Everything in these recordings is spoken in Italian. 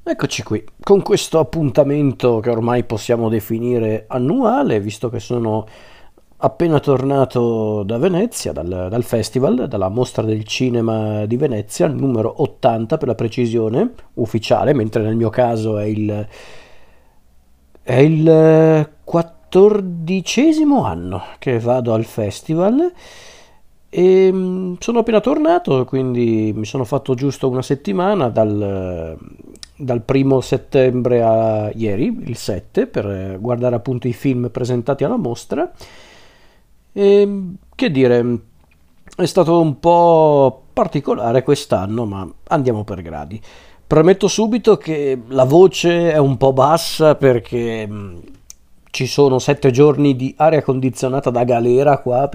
Eccoci qui, con questo appuntamento che ormai possiamo definire annuale, visto che sono appena tornato da Venezia, dal festival, dalla mostra del cinema di Venezia, il numero 80 per la precisione, ufficiale, mentre nel mio caso è il 14° anno che vado al festival e sono appena tornato, quindi mi sono fatto giusto una settimana dal 1° settembre a ieri, il 7, per guardare appunto i film presentati alla mostra. E che dire, è stato un po' particolare quest'anno, ma andiamo per gradi. Premetto subito che la voce è un po' bassa perché ci sono 7 giorni di aria condizionata da galera qua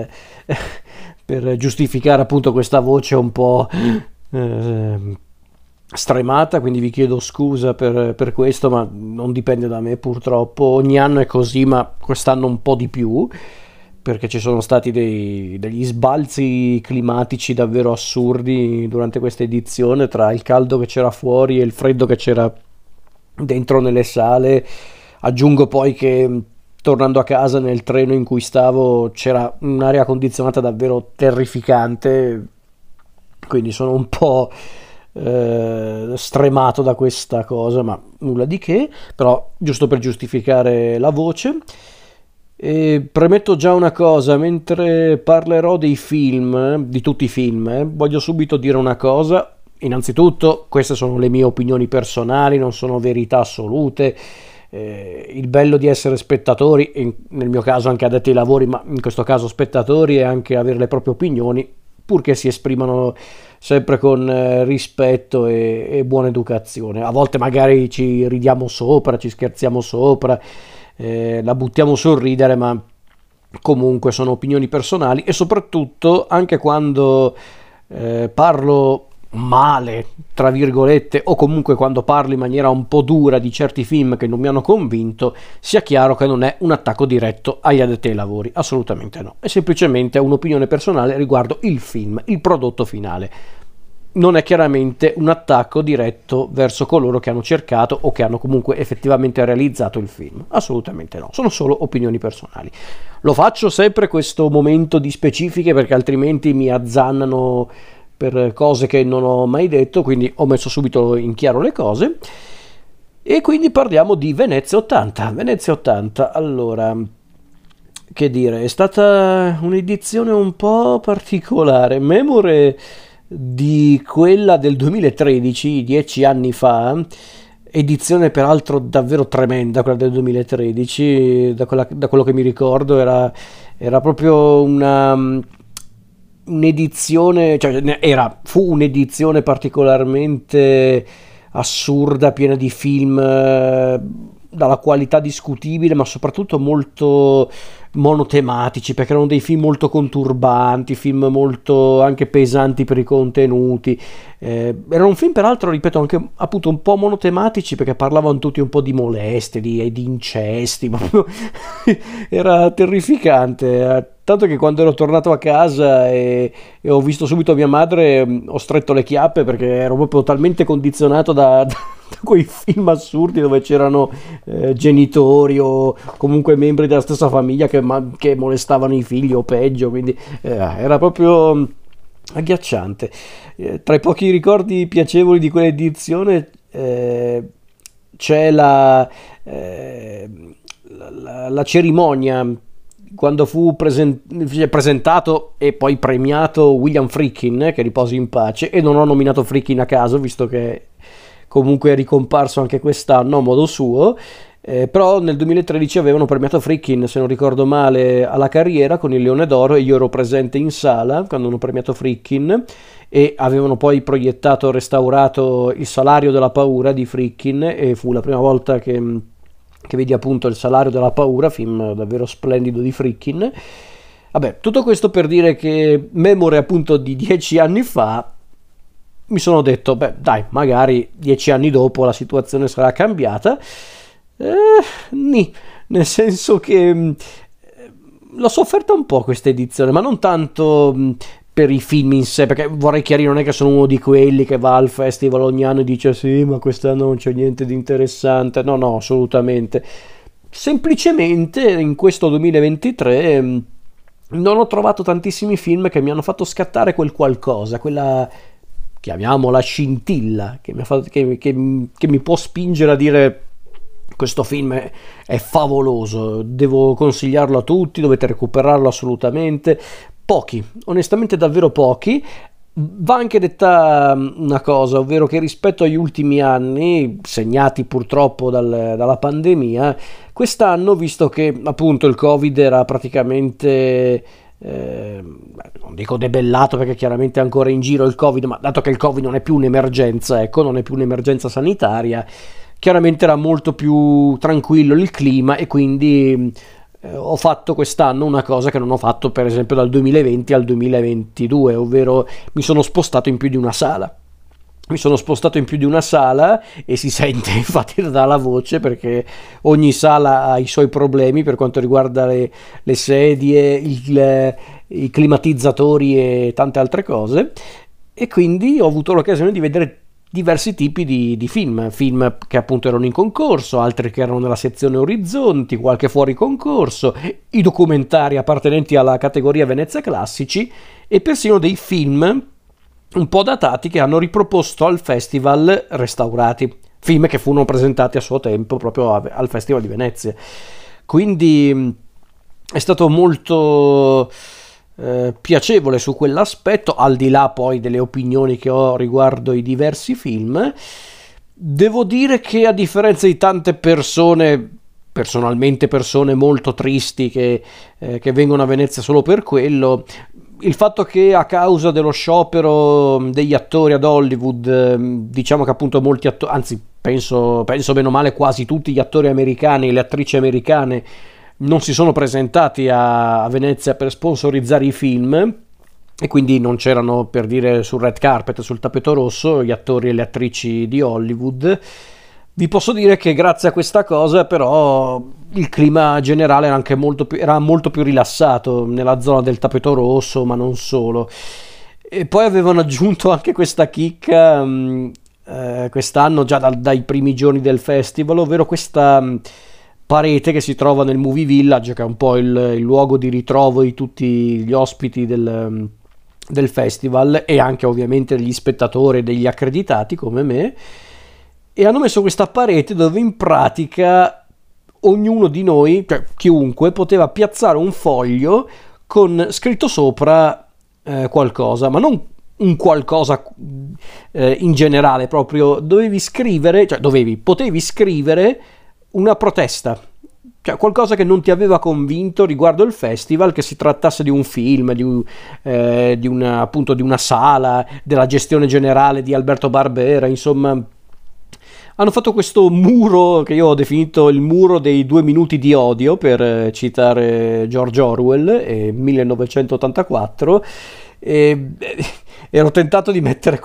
per giustificare appunto questa voce un po' eh, stremata, quindi vi chiedo scusa per questo, ma non dipende da me purtroppo. Ogni anno è così, ma quest'anno un po' di più perché ci sono stati degli sbalzi climatici davvero assurdi durante questa edizione, tra il caldo che c'era fuori e il freddo che c'era dentro nelle sale. Aggiungo poi che tornando a casa nel treno in cui stavo c'era un'aria condizionata davvero terrificante, quindi sono un po' stremato da questa cosa, ma nulla di che, però giusto per giustificare la voce. E premetto già una cosa, mentre parlerò dei film, di tutti i film, voglio subito dire una cosa. Innanzitutto, queste sono le mie opinioni personali, non sono verità assolute. Il bello di essere spettatori, e nel mio caso anche addetti ai lavori, ma in questo caso spettatori, è anche avere le proprie opinioni, purché si esprimano sempre con rispetto e buona educazione. A volte magari ci ridiamo sopra, ci scherziamo sopra, la buttiamo sul ridere, ma comunque sono opinioni personali e soprattutto anche quando parlo male, tra virgolette, o comunque quando parlo in maniera un po' dura di certi film che non mi hanno convinto, sia chiaro che non è un attacco diretto agli addetti ai lavori, assolutamente no, è semplicemente un'opinione personale riguardo il film, il prodotto finale. Non è chiaramente un attacco diretto verso coloro che hanno cercato o che hanno comunque effettivamente realizzato il film. Assolutamente no, sono solo opinioni personali. Lo faccio sempre questo momento di specifiche perché altrimenti mi azzannano per cose che non ho mai detto, quindi ho messo subito in chiaro le cose. E quindi parliamo di Venezia 80. Venezia 80, allora, che dire, è stata un'edizione un po' particolare, memore di quella del 2013, 10 anni fa, edizione peraltro davvero tremenda, quella del 2013, da quello che mi ricordo era proprio un'edizione, cioè fu un'edizione particolarmente assurda, piena di film dalla qualità discutibile, ma soprattutto molto monotematici, perché erano dei film molto conturbanti, film molto anche pesanti per i contenuti. Erano un film, peraltro, ripeto, anche appunto un po' monotematici, perché parlavano tutti un po' di molestie, di incesti, ma era terrificante. Tanto che quando ero tornato a casa e ho visto subito mia madre, ho stretto le chiappe perché ero proprio talmente condizionato da quei film assurdi dove c'erano genitori o comunque membri della stessa famiglia che molestavano i figli o peggio, quindi era proprio agghiacciante. Tra i pochi ricordi piacevoli di quell'edizione c'è la cerimonia quando fu presentato e poi premiato William Friedkin, che riposi in pace, e non ho nominato Friedkin a caso, visto che comunque è ricomparso anche quest'anno a modo suo. Però nel 2013 avevano premiato Friedkin, se non ricordo male, alla carriera con il Leone d'Oro, e io ero presente in sala quando hanno premiato Friedkin, e avevano poi proiettato, restaurato Il salario della paura di Friedkin, e fu la prima volta che vedi appunto Il salario della paura, film davvero splendido di Friedkin. Vabbè, tutto questo per dire che, memore appunto di 10 anni fa, mi sono detto, beh dai, magari 10 anni dopo la situazione sarà cambiata. Nì, nel senso che l'ho sofferta un po' questa edizione, ma non tanto per i film in sé, perché vorrei chiarire, non è che sono uno di quelli che va al festival ogni anno e dice sì, ma quest'anno non c'è niente di interessante. No, no, assolutamente. Semplicemente in questo 2023 non ho trovato tantissimi film che mi hanno fatto scattare quel qualcosa, quella, chiamiamola scintilla, che mi può spingere a dire questo film è favoloso, devo consigliarlo a tutti, dovete recuperarlo assolutamente. Pochi, onestamente davvero pochi. Va anche detta una cosa, ovvero che rispetto agli ultimi anni, segnati purtroppo dalla pandemia, quest'anno, visto che appunto il Covid era praticamente, non dico debellato perché chiaramente è ancora in giro il Covid, ma dato che il Covid non è più un'emergenza, ecco, non è più un'emergenza sanitaria, chiaramente era molto più tranquillo il clima e quindi ho fatto quest'anno una cosa che non ho fatto per esempio dal 2020 al 2022, ovvero mi sono spostato in più di una sala. Mi sono spostato in più di una sala e si sente infatti dalla voce perché ogni sala ha i suoi problemi per quanto riguarda le sedie, i climatizzatori e tante altre cose, e quindi ho avuto l'occasione di vedere diversi tipi di film che appunto erano in concorso, altri che erano nella sezione Orizzonti, qualche fuori concorso, i documentari appartenenti alla categoria Venezia Classici e persino dei film un po' datati che hanno riproposto al festival restaurati, film che furono presentati a suo tempo proprio al Festival di Venezia. Quindi è stato molto piacevole su quell'aspetto, al di là poi delle opinioni che ho riguardo i diversi film. Devo dire che a differenza di tante persone, personalmente persone molto tristi che vengono a Venezia solo per quello, il fatto che a causa dello sciopero degli attori ad Hollywood, diciamo che appunto molti attori, anzi penso bene o male quasi tutti gli attori americani e le attrici americane non si sono presentati a Venezia per sponsorizzare i film e quindi non c'erano, per dire, sul red carpet, sul tappeto rosso, gli attori e le attrici di Hollywood. Vi posso dire che grazie a questa cosa però il clima generale era molto più rilassato nella zona del tappeto rosso, ma non solo. E poi avevano aggiunto anche questa chicca quest'anno, già dai primi giorni del festival, ovvero questa parete che si trova nel Movie Village, che è un po' il luogo di ritrovo di tutti gli ospiti del festival e anche ovviamente degli spettatori e degli accreditati come me, e hanno messo questa parete dove in pratica ognuno di noi, cioè chiunque, poteva piazzare un foglio con scritto sopra qualcosa, ma non un qualcosa in generale, proprio potevi scrivere una protesta, cioè qualcosa che non ti aveva convinto riguardo il festival, che si trattasse di un film, appunto di una sala, della gestione generale di Alberto Barbera, insomma. Hanno fatto questo muro che io ho definito il muro dei 2 minuti di odio, per citare George Orwell e 1984, e ero tentato di mettere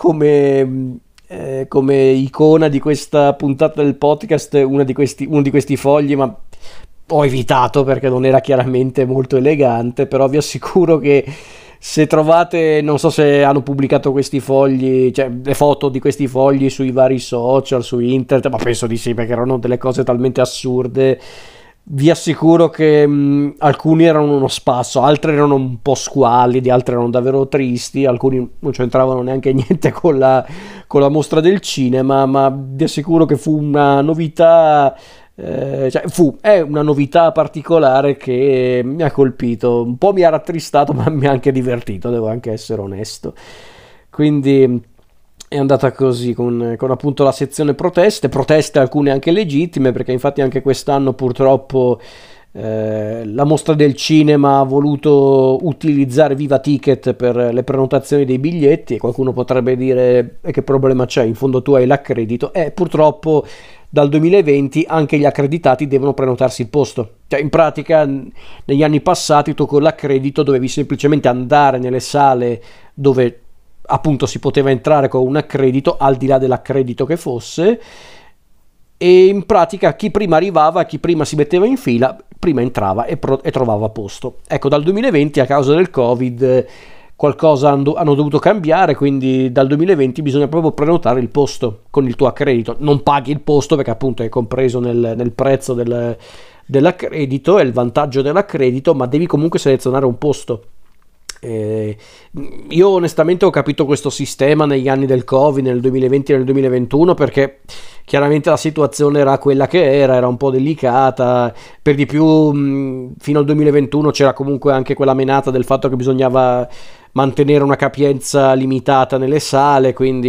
come icona di questa puntata del podcast uno di questi fogli, ma ho evitato perché non era chiaramente molto elegante. Però vi assicuro che se trovate, non so se hanno pubblicato questi fogli, cioè le foto di questi fogli sui vari social, su internet, ma penso di sì perché erano delle cose talmente assurde. Vi assicuro che alcuni erano uno spasso, altri erano un po' squallidi, altri erano davvero tristi, alcuni non c'entravano neanche niente con la mostra del cinema, ma vi assicuro che fu una novità, è una novità particolare che mi ha colpito, un po' mi ha rattristato, ma mi ha anche divertito, devo anche essere onesto. Quindi è andata così con appunto la sezione proteste alcune anche legittime, perché infatti anche quest'anno purtroppo la mostra del cinema ha voluto utilizzare Viva Ticket per le prenotazioni dei biglietti, e qualcuno potrebbe dire che problema c'è, in fondo tu hai l'accredito, purtroppo dal 2020 anche gli accreditati devono prenotarsi il posto, cioè in pratica negli anni passati tu con l'accredito dovevi semplicemente andare nelle sale dove appunto si poteva entrare con un accredito, al di là dell'accredito che fosse, e in pratica chi prima arrivava, chi prima si metteva in fila, prima entrava e trovava posto. Ecco, dal 2020 a causa del Covid qualcosa hanno dovuto cambiare, quindi dal 2020 bisogna proprio prenotare il posto con il tuo accredito. Non paghi il posto perché appunto è compreso nel prezzo dell'accredito, è il vantaggio dell'accredito, ma devi comunque selezionare un posto. Eh, io onestamente ho capito questo sistema negli anni del Covid, nel 2020 e nel 2021, perché chiaramente la situazione era quella che era un po' delicata, per di più fino al 2021 c'era comunque anche quella menata del fatto che bisognava mantenere una capienza limitata nelle sale,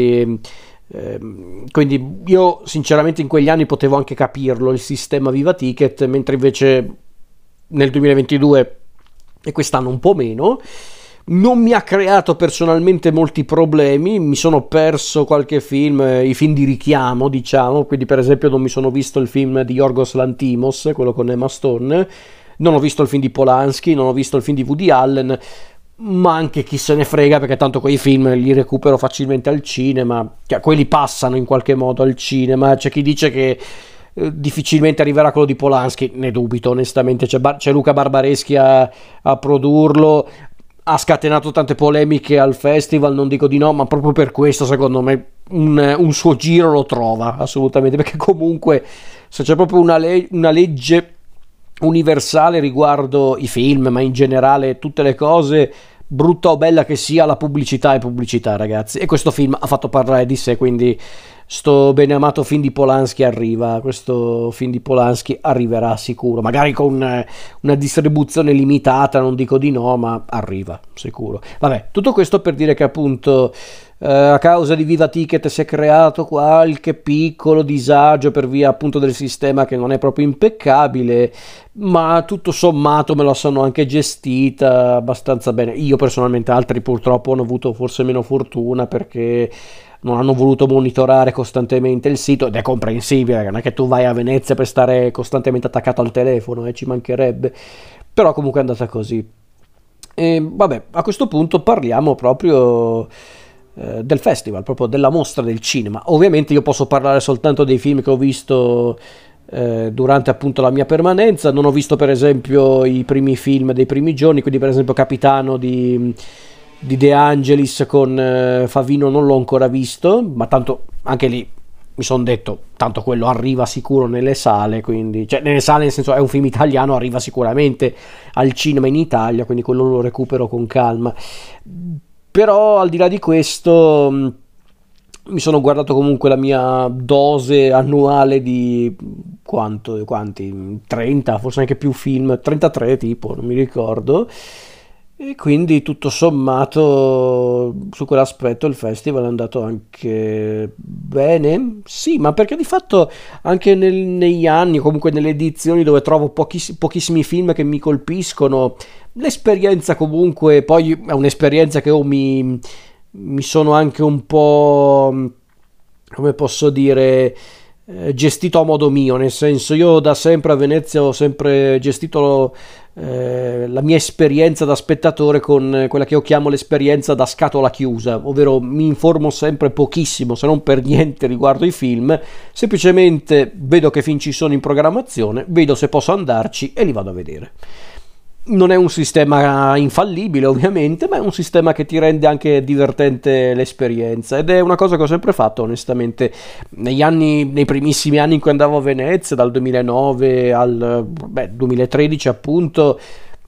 quindi io sinceramente in quegli anni potevo anche capirlo, il sistema Viva Ticket, mentre invece nel 2022 e quest'anno un po' meno. Non mi ha creato personalmente molti problemi, mi sono perso qualche film, i film di richiamo, diciamo, quindi per esempio non mi sono visto il film di Yorgos Lanthimos, quello con Emma Stone, non ho visto il film di Polanski, non ho visto il film di Woody Allen, ma anche chi se ne frega perché tanto quei film li recupero facilmente al cinema, cioè quelli passano in qualche modo al cinema, c'è chi dice che difficilmente arriverà quello di Polanski, ne dubito onestamente, c'è Luca Barbareschi a produrlo, ha scatenato tante polemiche al festival, non dico di no, ma proprio per questo secondo me un suo giro lo trova assolutamente, perché comunque se c'è proprio una legge universale riguardo i film, ma in generale tutte le cose, brutta o bella che sia, la pubblicità è pubblicità, ragazzi, e questo film ha fatto parlare di sé, quindi sto bene amato film di Polanski arriva, questo film di Polanski arriverà sicuro, magari con una distribuzione limitata, non dico di no, ma arriva sicuro. Vabbè, tutto questo per dire che appunto a causa di Viva Ticket si è creato qualche piccolo disagio per via appunto del sistema che non è proprio impeccabile, ma tutto sommato me la sono anche gestita abbastanza bene. Io personalmente, altri purtroppo hanno avuto forse meno fortuna perché non hanno voluto monitorare costantemente il sito, ed è comprensibile, non è che tu vai a Venezia per stare costantemente attaccato al telefono, ci mancherebbe, però comunque è andata così. E vabbè, a questo punto parliamo proprio del festival, proprio della mostra del cinema. Ovviamente io posso parlare soltanto dei film che ho visto durante appunto la mia permanenza. Non ho visto per esempio i primi film dei primi giorni, quindi per esempio Capitano di De Angelis con Favino non l'ho ancora visto, ma tanto anche lì mi sono detto tanto quello arriva sicuro nelle sale, quindi cioè nelle sale nel senso è un film italiano, arriva sicuramente al cinema in Italia, quindi quello lo recupero con calma. Però al di là di questo mi sono guardato comunque la mia dose annuale di quanti 30, forse anche più film, 33 tipo, non mi ricordo. E quindi tutto sommato su quell'aspetto il festival è andato anche bene, sì, ma perché di fatto anche negli anni, comunque nelle edizioni dove trovo pochissimi film che mi colpiscono, l'esperienza comunque, poi è un'esperienza che mi sono anche un po', come posso dire, gestito a modo mio, nel senso io da sempre a Venezia ho sempre gestito la mia esperienza da spettatore con quella che io chiamo l'esperienza da scatola chiusa, ovvero mi informo sempre pochissimo, se non per niente riguardo i film, semplicemente vedo che film ci sono in programmazione, vedo se posso andarci e li vado a vedere. Non è un sistema infallibile ovviamente, ma è un sistema che ti rende anche divertente l'esperienza, ed è una cosa che ho sempre fatto onestamente nei primissimi anni in cui andavo a Venezia, dal 2009 al 2013 appunto.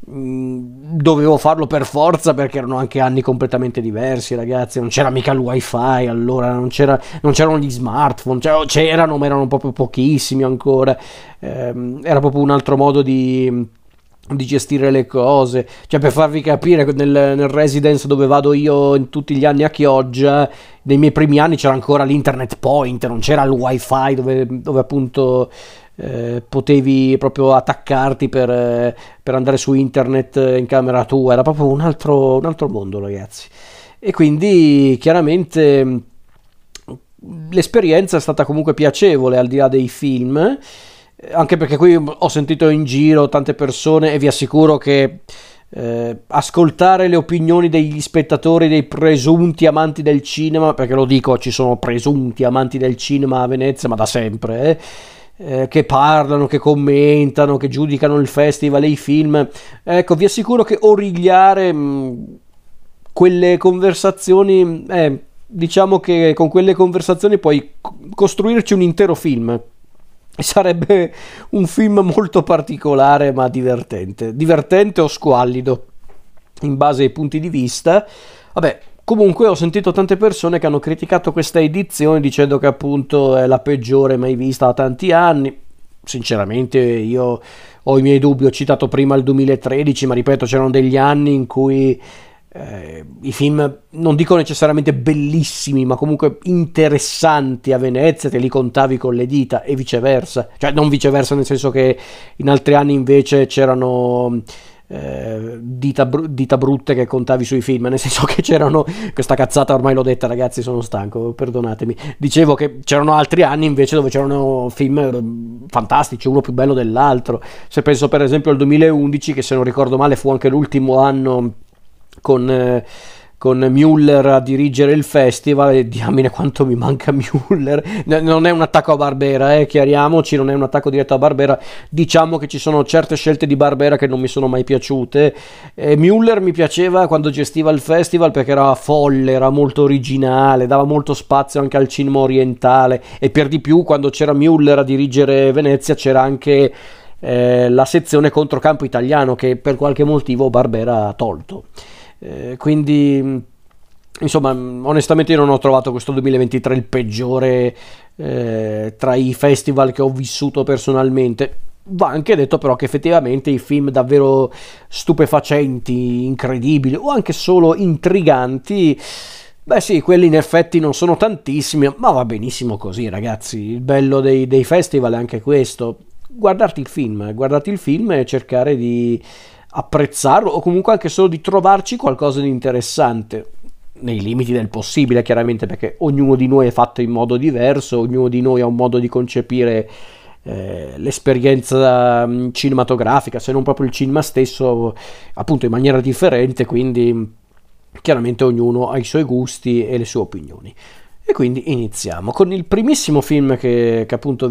Dovevo farlo per forza perché erano anche anni completamente diversi, ragazzi, non c'era mica il wifi, allora non c'erano gli smartphone, c'erano ma erano proprio pochissimi ancora, era proprio un altro modo di gestire le cose, cioè per farvi capire nel residence dove vado io in tutti gli anni a Chioggia, nei miei primi anni c'era ancora l'internet point, non c'era il wifi dove appunto potevi proprio attaccarti per andare su internet in camera tua, era proprio un altro mondo, ragazzi, e quindi chiaramente l'esperienza è stata comunque piacevole al di là dei film, anche perché qui ho sentito in giro tante persone e vi assicuro che ascoltare le opinioni degli spettatori, dei presunti amanti del cinema, perché lo dico, ci sono presunti amanti del cinema a Venezia ma da sempre, che parlano, che commentano, che giudicano il festival e i film, ecco, vi assicuro che origliare quelle conversazioni, diciamo che con quelle conversazioni puoi costruirci un intero film. Sarebbe un film molto particolare ma divertente, divertente o squallido, in base ai punti di vista. Vabbè, comunque ho sentito tante persone che hanno criticato questa edizione dicendo che appunto è la peggiore mai vista da tanti anni. Sinceramente io ho i miei dubbi, ho citato prima il 2013, ma ripeto, c'erano degli anni in cui i film, non dico necessariamente bellissimi, ma comunque interessanti a Venezia, te li contavi con le dita e viceversa. Cioè non viceversa nel senso che in altri anni invece c'erano dita brutte che contavi sui film, nel senso che c'erano, questa cazzata ormai l'ho detta ragazzi, sono stanco, perdonatemi, dicevo che c'erano altri anni invece dove c'erano film fantastici, uno più bello dell'altro. Se penso per esempio al 2011, che se non ricordo male fu anche l'ultimo anno con Müller a dirigere il festival, e diamine quanto mi manca Müller. Non è un attacco a Barbera, chiariamoci, non è un attacco diretto a Barbera, diciamo che ci sono certe scelte di Barbera che non mi sono mai piaciute. Müller mi piaceva quando gestiva il festival perché era folle, era molto originale, dava molto spazio anche al cinema orientale, e per di più quando c'era Müller a dirigere Venezia c'era anche la sezione controcampo italiano che per qualche motivo Barbera ha tolto. Quindi insomma, onestamente io non ho trovato questo 2023 il peggiore tra i festival che ho vissuto personalmente. Va anche detto però che effettivamente i film davvero stupefacenti, incredibili o anche solo intriganti, beh sì, quelli in effetti non sono tantissimi, ma va benissimo così ragazzi. Il bello dei festival è anche questo: guardarti il film e cercare di apprezzarlo, o comunque anche solo di trovarci qualcosa di interessante, nei limiti del possibile chiaramente, perché ognuno di noi è fatto in modo diverso, ognuno di noi ha un modo di concepire l'esperienza cinematografica, se non proprio il cinema stesso, appunto in maniera differente, quindi chiaramente ognuno ha i suoi gusti e le sue opinioni. E quindi iniziamo con il primissimo film che appunto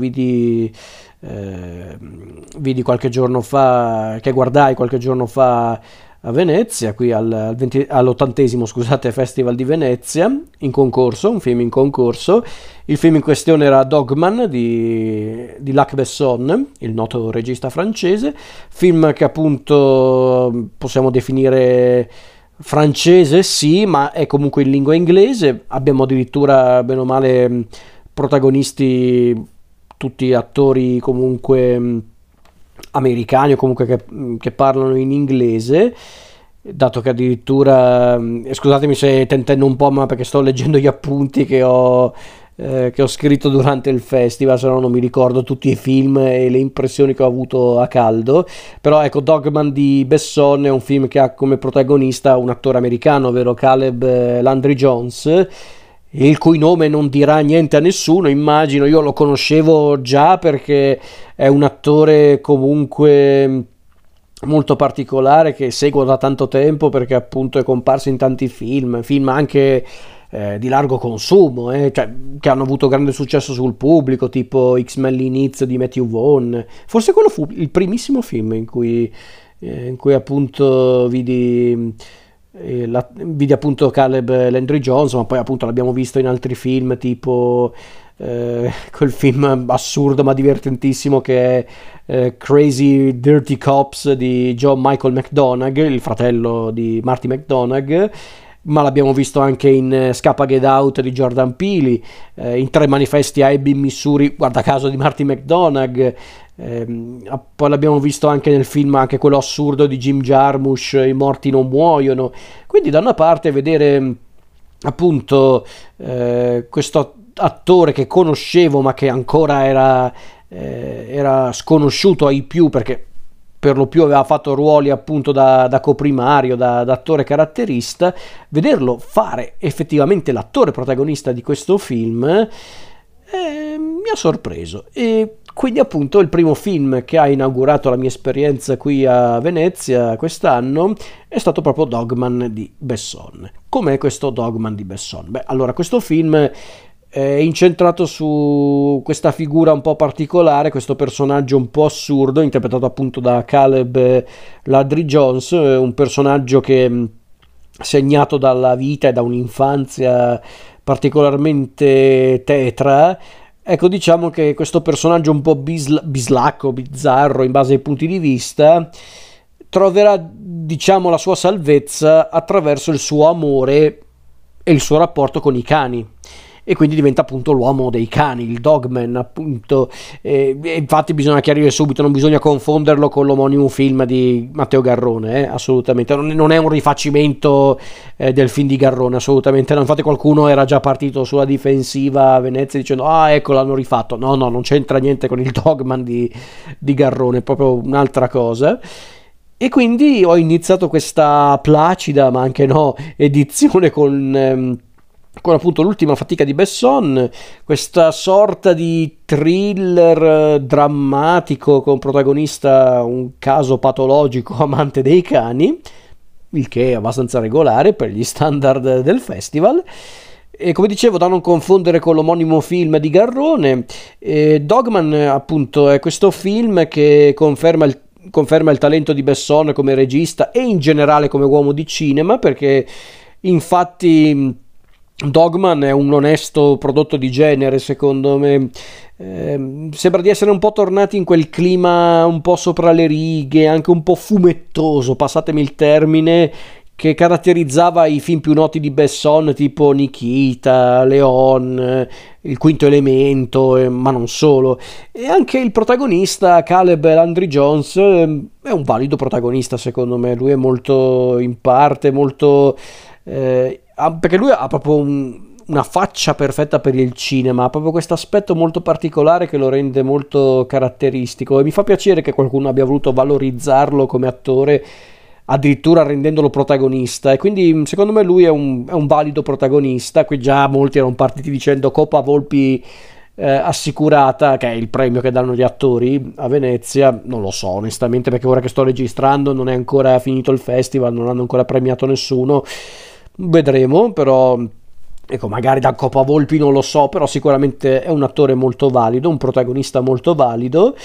vidi qualche giorno fa, che guardai qualche giorno fa a Venezia, qui all'80° scusate, Festival di Venezia, in concorso, un film in concorso. Il film in questione era Dogman di Luc Besson, il noto regista francese, film che appunto possiamo definire francese, sì, ma è comunque in lingua inglese. Abbiamo addirittura, bene o male, protagonisti tutti attori comunque americani o comunque che parlano in inglese, dato che addirittura, scusatemi se tentenno un po', ma perché sto leggendo gli appunti che ho scritto durante il festival, se no non mi ricordo tutti i film e le impressioni che ho avuto a caldo. Però ecco, Dogman di Besson è un film che ha come protagonista un attore americano, ovvero Caleb Landry Jones, il cui nome non dirà niente a nessuno, immagino. Io lo conoscevo già perché è un attore comunque molto particolare che seguo da tanto tempo, perché appunto è comparso in tanti film anche di largo consumo, cioè, che hanno avuto grande successo sul pubblico, tipo X-Men l'inizio di Matthew Vaughn. Forse quello fu il primissimo film in cui appunto vidi appunto Caleb Landry Jones, ma poi appunto l'abbiamo visto in altri film, tipo quel film assurdo ma divertentissimo che è Crazy Dirty Cops di John Michael McDonagh, il fratello di Marty McDonagh. Ma l'abbiamo visto anche in Scappa Get Out di Jordan Peele, in Tre manifesti a Ebbing, Missouri, guarda caso di Marty McDonagh. Poi l'abbiamo visto anche nel film, anche quello assurdo di Jim Jarmusch, I morti non muoiono. Quindi da una parte vedere appunto questo attore che conoscevo ma che ancora era sconosciuto ai più, perché per lo più aveva fatto ruoli appunto da coprimario, da attore caratterista, vederlo fare effettivamente l'attore protagonista di questo film mi ha sorpreso. E quindi appunto il primo film che ha inaugurato la mia esperienza qui a Venezia quest'anno è stato proprio Dogman di Besson. Com'è questo Dogman di Besson? Beh, allora, questo film è incentrato su questa figura un po' particolare, questo personaggio un po' assurdo, interpretato appunto da Caleb Landry Jones, un personaggio che segnato dalla vita e da un'infanzia particolarmente tetra. Ecco, diciamo che questo personaggio un po' bislacco, bizzarro in base ai punti di vista, troverà, diciamo, la sua salvezza attraverso il suo amore e il suo rapporto con i cani. E quindi diventa appunto l'uomo dei cani, il dogman, appunto. E infatti bisogna chiarire subito, non bisogna confonderlo con l'omonimo film di Matteo Garrone, assolutamente. Non è un rifacimento del film di Garrone, assolutamente no. Infatti qualcuno era già partito sulla difensiva a Venezia dicendo ah ecco l'hanno rifatto. No, no, non c'entra niente con il dogman di Garrone, è proprio un'altra cosa. E quindi ho iniziato questa placida, ma anche no, edizione con appunto l'ultima fatica di Besson, questa sorta di thriller drammatico con protagonista un caso patologico amante dei cani, il che è abbastanza regolare per gli standard del festival. E come dicevo, da non confondere con l'omonimo film di Garrone, Dogman appunto è questo film che conferma il talento di Besson come regista e in generale come uomo di cinema, perché infatti Dogman è un onesto prodotto di genere, secondo me. Sembra di essere un po' tornati in quel clima un po' sopra le righe, anche un po' fumettoso, passatemi il termine, che caratterizzava i film più noti di Besson, tipo Nikita, Leon, Il Quinto Elemento, ma non solo. E anche il protagonista, Caleb Landry Jones, è un valido protagonista, secondo me. Lui è molto in parte, molto... perché lui ha proprio una faccia perfetta per il cinema, ha proprio questo aspetto molto particolare che lo rende molto caratteristico, e mi fa piacere che qualcuno abbia voluto valorizzarlo come attore, addirittura rendendolo protagonista. E quindi secondo me lui è un valido protagonista. Qui già molti erano partiti dicendo Coppa Volpi assicurata, che è il premio che danno gli attori a Venezia. Non lo so onestamente, perché ora che sto registrando non è ancora finito il festival, non hanno ancora premiato nessuno. Vedremo, però ecco, magari da Coppa Volpi non lo so, però sicuramente è un attore molto valido, un protagonista molto valido.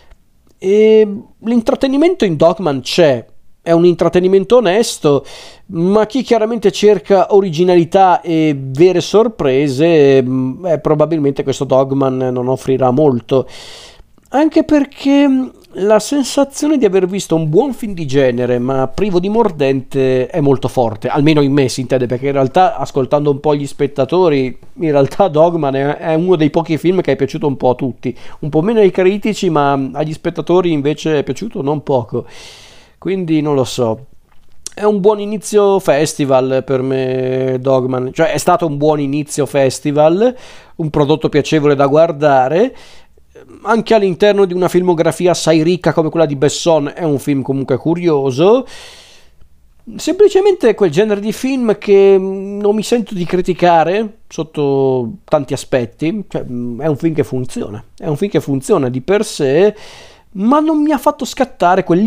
E l'intrattenimento in Dogman c'è, è un intrattenimento onesto, ma chi chiaramente cerca originalità e vere sorprese, probabilmente questo Dogman non offrirà molto. Anche perché la sensazione di aver visto un buon film di genere, ma privo di mordente, è molto forte, almeno in me si intende, perché in realtà, ascoltando un po' gli spettatori, in realtà Dogman è uno dei pochi film che è piaciuto un po' a tutti, un po' meno ai critici, ma agli spettatori invece è piaciuto non poco. Quindi non lo so. È un buon inizio festival per me Dogman, cioè è stato un buon inizio festival, un prodotto piacevole da guardare, anche all'interno di una filmografia assai ricca come quella di Besson. È un film comunque curioso, semplicemente quel genere di film che non mi sento di criticare sotto tanti aspetti, cioè, è un film che funziona, è un film che funziona di per sé, ma non mi ha fatto scattare quel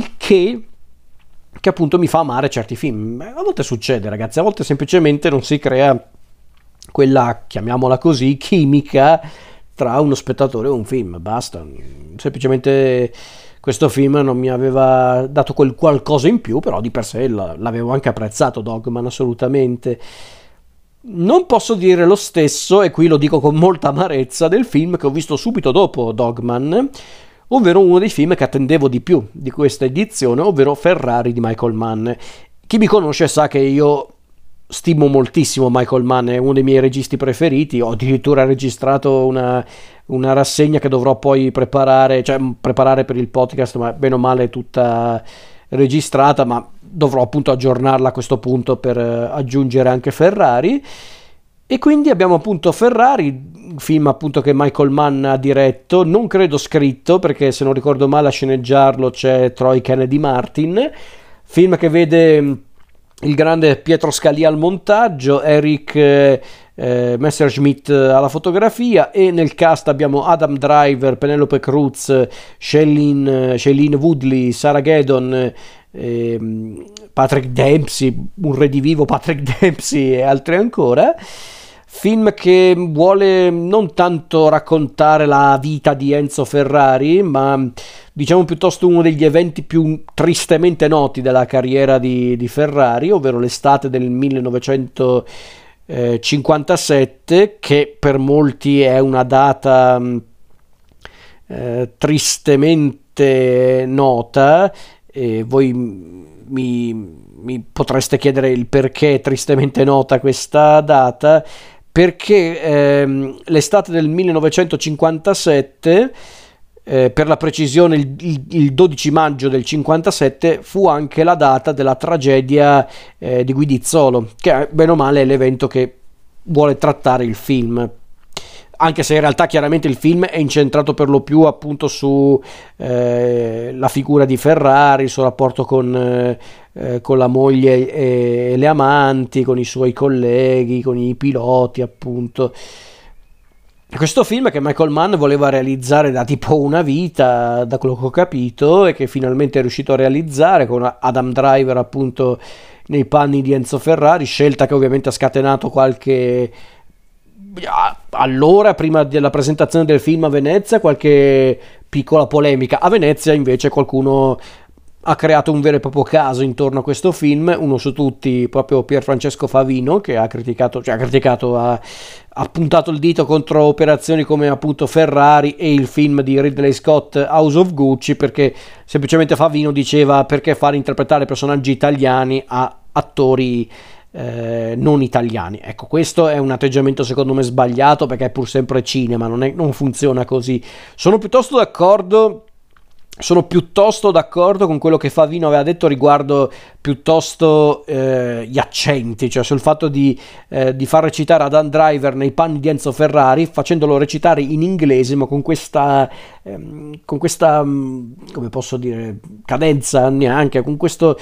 che appunto mi fa amare certi film. A volte succede, ragazzi, a volte semplicemente non si crea quella, chiamiamola così, chimica tra uno spettatore e un film, basta. Semplicemente questo film non mi aveva dato quel qualcosa in più, però di per sé l'avevo anche apprezzato Dogman, assolutamente. Non posso dire lo stesso, e qui lo dico con molta amarezza, del film che ho visto subito dopo Dogman, ovvero uno dei film che attendevo di più di questa edizione, ovvero Ferrari di Michael Mann. Chi mi conosce sa che io stimo moltissimo Michael Mann, è uno dei miei registi preferiti. Ho addirittura registrato una rassegna che dovrò poi preparare, cioè preparare per il podcast, ma bene o male tutta registrata, ma dovrò appunto aggiornarla a questo punto per aggiungere anche Ferrari. E quindi abbiamo appunto Ferrari, film appunto che Michael Mann ha diretto, non credo scritto, perché se non ricordo male a sceneggiarlo c'è Troy Kennedy Martin, film che vede il grande Pietro Scalia al montaggio, Eric Messerschmitt alla fotografia, e nel cast abbiamo Adam Driver, Penelope Cruz, Shailene Woodley, Sarah Gaddon, Patrick Dempsey, un redivivo Patrick Dempsey e altri ancora. Film che vuole non tanto raccontare la vita di Enzo Ferrari, ma diciamo piuttosto uno degli eventi più tristemente noti della carriera di Ferrari, ovvero l'estate del 1957, che per molti è una data tristemente nota. E voi mi potreste chiedere il perché è tristemente nota questa data, perché l'estate del 1957, per la precisione il 12 maggio del 57, fu anche la data della tragedia di Guidizzolo, che bene o male è l'evento che vuole trattare il film. Anche se in realtà chiaramente il film è incentrato per lo più appunto su la figura di Ferrari, il suo rapporto con la moglie e le amanti, con i suoi colleghi, con i piloti appunto. Questo film che Michael Mann voleva realizzare da tipo una vita, da quello che ho capito, e che finalmente è riuscito a realizzare con Adam Driver appunto nei panni di Enzo Ferrari, scelta che ovviamente ha scatenato qualche... allora, prima della presentazione del film a Venezia, qualche piccola polemica. A Venezia invece qualcuno ha creato un vero e proprio caso intorno a questo film, uno su tutti proprio Pierfrancesco Favino, che ha puntato il dito contro operazioni come appunto Ferrari e il film di Ridley Scott House of Gucci, perché semplicemente Favino diceva: perché far interpretare personaggi italiani a attori non italiani. Ecco, questo è un atteggiamento secondo me sbagliato, perché è pur sempre cinema, non funziona così. Sono piuttosto d'accordo con quello che Favino aveva detto riguardo piuttosto gli accenti, cioè sul fatto di far recitare Adam Driver nei panni di Enzo Ferrari, facendolo recitare in inglese, ma con questa come posso dire, cadenza, neanche con questo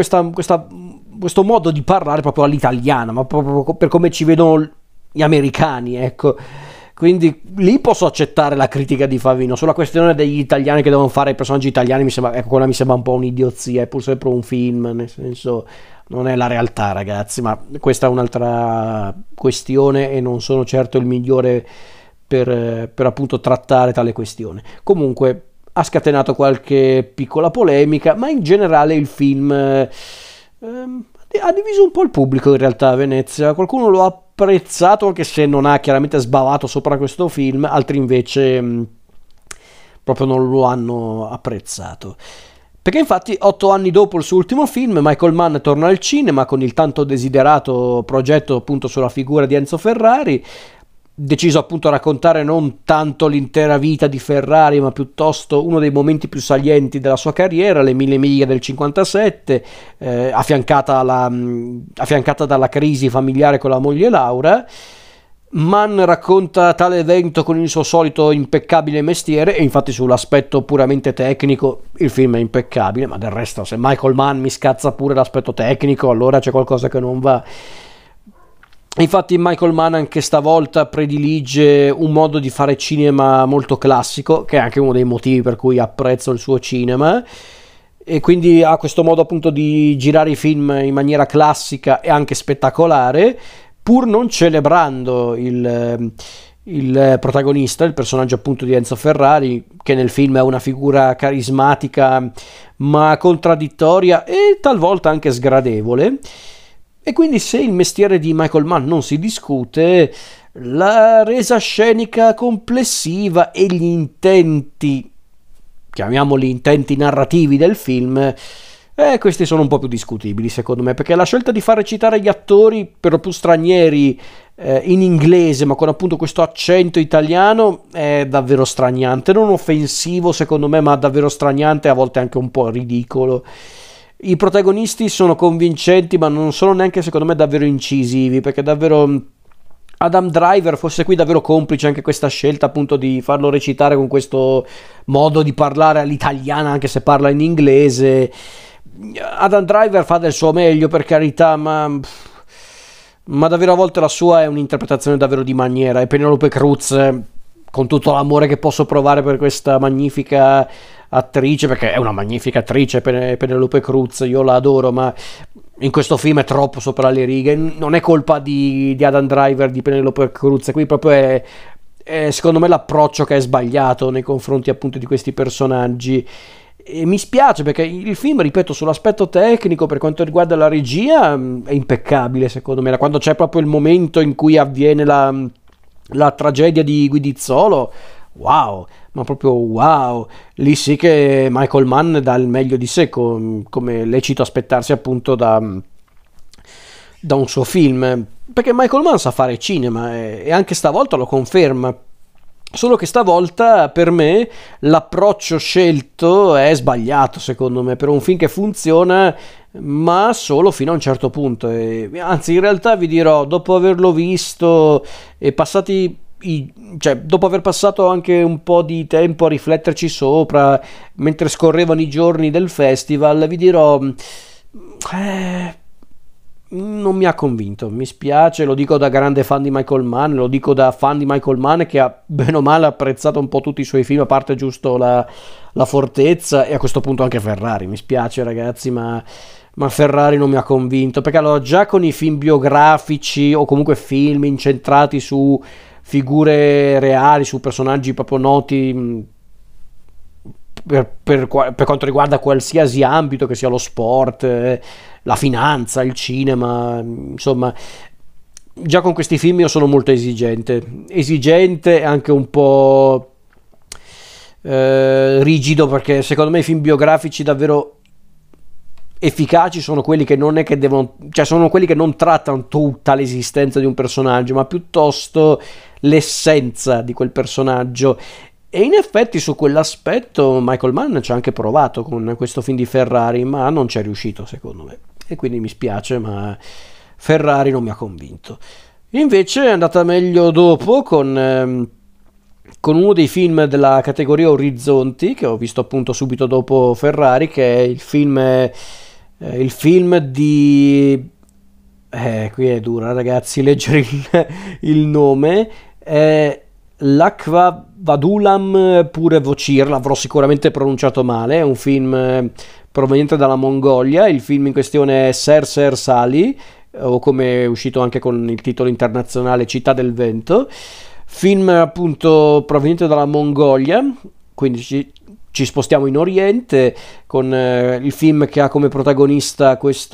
modo di parlare proprio all'italiana, ma proprio per come ci vedono gli americani, ecco. Quindi lì posso accettare la critica di Favino. Sulla questione degli italiani che devono fare i personaggi italiani, quella mi sembra un po' un'idiozia, è pur sempre un film, nel senso non è la realtà, ragazzi, ma questa è un'altra questione e non sono certo il migliore per appunto trattare tale questione. Comunque ha scatenato qualche piccola polemica, ma in generale il film ha diviso un po' il pubblico in realtà a Venezia. Qualcuno lo ha apprezzato, anche se non ha chiaramente sbavato sopra questo film, altri invece proprio non lo hanno apprezzato. Perché infatti 8 anni dopo il suo ultimo film, Michael Mann torna al cinema con il tanto desiderato progetto appunto sulla figura di Enzo Ferrari, deciso appunto a raccontare non tanto l'intera vita di Ferrari, ma piuttosto uno dei momenti più salienti della sua carriera, le 1000 miglia del 57, affiancata dalla crisi familiare con la moglie Laura. Mann racconta tale evento con il suo solito impeccabile mestiere, e infatti sull'aspetto puramente tecnico il film è impeccabile, ma del resto se Michael Mann mi scazza pure l'aspetto tecnico, allora c'è qualcosa che non va. Infatti Michael Mann anche stavolta predilige un modo di fare cinema molto classico, che è anche uno dei motivi per cui apprezzo il suo cinema, e quindi ha questo modo appunto di girare i film in maniera classica e anche spettacolare, pur non celebrando il protagonista, il personaggio appunto di Enzo Ferrari, che nel film è una figura carismatica ma contraddittoria e talvolta anche sgradevole. E quindi, se il mestiere di Michael Mann non si discute, la resa scenica complessiva e gli intenti, chiamiamoli intenti narrativi del film, questi sono un po' più discutibili secondo me, perché la scelta di far recitare gli attori per lo più stranieri in inglese, ma con appunto questo accento italiano, è davvero straniante, non offensivo secondo me, ma davvero straniante, a volte anche un po' ridicolo. I protagonisti sono convincenti, ma non sono neanche secondo me davvero incisivi, perché davvero Adam Driver fosse qui davvero complice anche questa scelta appunto di farlo recitare con questo modo di parlare all'italiana, anche se parla in inglese. Adam Driver fa del suo meglio, per carità, ma davvero a volte la sua è un'interpretazione davvero di maniera, e Penelope Cruz, con tutto l'amore che posso provare per questa magnifica attrice, perché è una magnifica attrice Penelope Cruz, io la adoro, ma in questo film è troppo sopra le righe. Non è colpa di Adam Driver, di Penelope Cruz, qui proprio è secondo me l'approccio che è sbagliato nei confronti appunto di questi personaggi. E mi spiace perché il film, ripeto, sull'aspetto tecnico per quanto riguarda la regia è impeccabile secondo me. Quando c'è proprio il momento in cui avviene la tragedia di Guidizzolo, wow, ma proprio wow, lì sì che Michael Mann dà il meglio di sé, come lecito aspettarsi appunto da un suo film, perché Michael Mann sa fare cinema e anche stavolta lo conferma. Solo che stavolta per me l'approccio scelto è sbagliato, secondo me, per un film che funziona, ma solo fino a un certo punto. Anzi, in realtà vi dirò, dopo averlo visto e cioè, dopo aver passato anche un po' di tempo a rifletterci sopra, mentre scorrevano i giorni del festival, vi dirò, non mi ha convinto, mi spiace, lo dico da grande fan di Michael Mann, lo dico da fan di Michael Mann che ha bene o male apprezzato un po' tutti i suoi film, a parte giusto la Fortezza e a questo punto anche Ferrari. Mi spiace ragazzi, ma Ferrari non mi ha convinto, perché allora già con i film biografici o comunque film incentrati su figure reali, su personaggi proprio noti per quanto riguarda qualsiasi ambito, che sia lo sport, la finanza, il cinema, insomma, già con questi film io sono molto esigente e anche un po' rigido, perché secondo me i film biografici davvero efficaci sono quelli che non è che devono, cioè sono quelli che non trattano tutta l'esistenza di un personaggio, ma piuttosto l'essenza di quel personaggio. E in effetti su quell'aspetto Michael Mann ci ha anche provato con questo film di Ferrari, ma non ci è riuscito secondo me. E quindi mi spiace, ma Ferrari non mi ha convinto. Invece è andata meglio dopo con uno dei film della categoria Orizzonti, che ho visto appunto subito dopo Ferrari, che è il film di... qui è dura ragazzi leggere il nome, è L'Aqua Vadulam pure Vocir, l'avrò sicuramente pronunciato male, è un film proveniente dalla Mongolia. Il film in questione è Ser Sali, o come è uscito anche con il titolo internazionale Città del Vento, film appunto proveniente dalla Mongolia, quindi ci spostiamo in Oriente con il film che ha come protagonista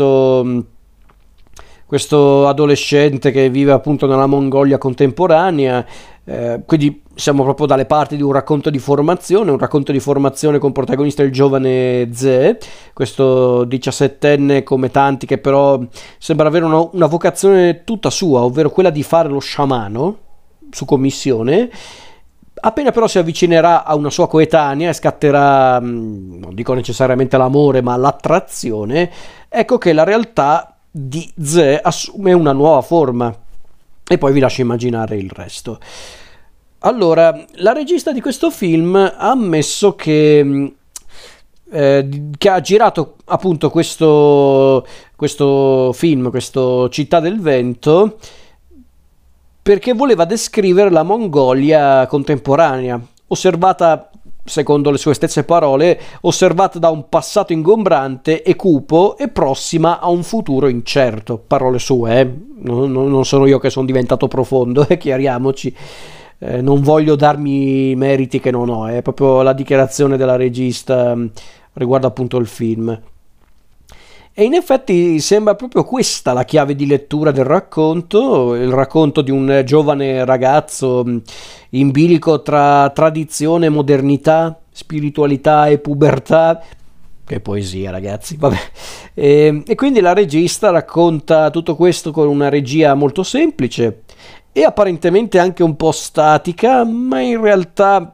questo adolescente che vive appunto nella Mongolia contemporanea. Quindi siamo proprio dalle parti di un racconto di formazione con protagonista il giovane Ze, questo 17enne come tanti che però sembra avere una vocazione tutta sua, ovvero quella di fare lo sciamano su commissione. Appena però si avvicinerà a una sua coetanea e scatterà, non dico necessariamente l'amore, ma l'attrazione, ecco che la realtà di Ze assume una nuova forma. E poi vi lascio immaginare il resto. Allora, la regista di questo film ha ammesso che ha girato appunto questo film, questo Città del Vento, perché voleva descrivere la Mongolia contemporanea, osservata, secondo le sue stesse parole, osservata da un passato ingombrante e cupo e prossima a un futuro incerto. Parole sue, non sono io che sono diventato profondo, chiariamoci. Non voglio darmi meriti che non ho, è proprio la dichiarazione della regista riguardo appunto il film. E in effetti sembra proprio questa la chiave di lettura del racconto, il racconto di un giovane ragazzo in bilico tra tradizione, modernità, spiritualità e pubertà. Che poesia ragazzi, vabbè. E quindi la regista racconta tutto questo con una regia molto semplice e apparentemente anche un po' statica, ma in realtà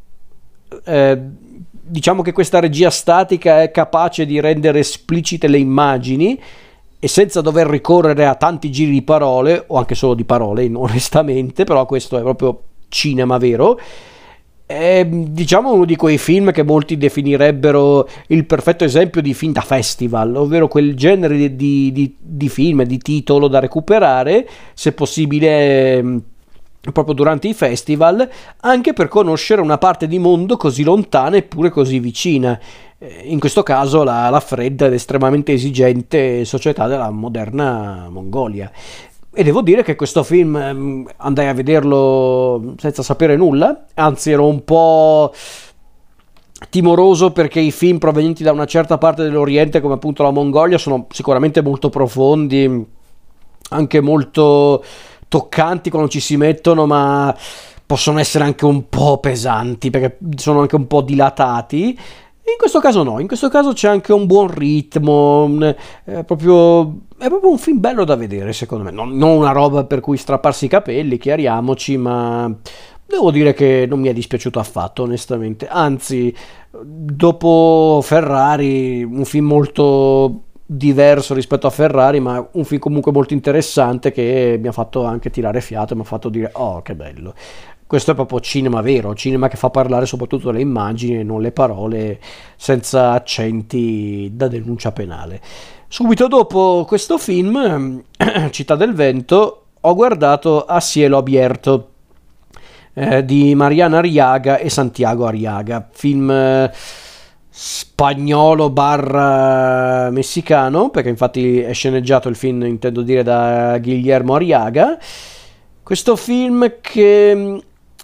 diciamo che questa regia statica è capace di rendere esplicite le immagini e senza dover ricorrere a tanti giri di parole, o anche solo di parole, onestamente, però questo è proprio cinema vero. È, diciamo, uno di quei film che molti definirebbero il perfetto esempio di film da festival, ovvero quel genere di film, di titolo da recuperare, se possibile proprio durante i festival, anche per conoscere una parte di mondo così lontana eppure così vicina, in questo caso la fredda ed estremamente esigente società della moderna Mongolia. E devo dire che questo film andai a vederlo senza sapere nulla, anzi ero un po' timoroso perché i film provenienti da una certa parte dell'Oriente, come appunto la Mongolia, sono sicuramente molto profondi, anche molto toccanti quando ci si mettono, ma possono essere anche un po' pesanti perché sono anche un po' dilatati. In questo caso no, in questo caso c'è anche un buon ritmo, è proprio un film bello da vedere secondo me, non una roba per cui strapparsi i capelli, chiariamoci, ma devo dire che non mi è dispiaciuto affatto onestamente, anzi dopo Ferrari un film molto diverso rispetto a Ferrari, ma un film comunque molto interessante che mi ha fatto anche tirare fiato e mi ha fatto dire oh che bello. Questo è proprio cinema vero, cinema che fa parlare soprattutto le immagini e non le parole senza accenti da denuncia penale. Subito dopo questo film, Città del Vento, ho guardato A Cielo Abierto di Mariana Arriaga e Santiago Arriaga, film spagnolo barra messicano, perché infatti è sceneggiato il film, intendo dire, da Guillermo Arriaga. Questo film che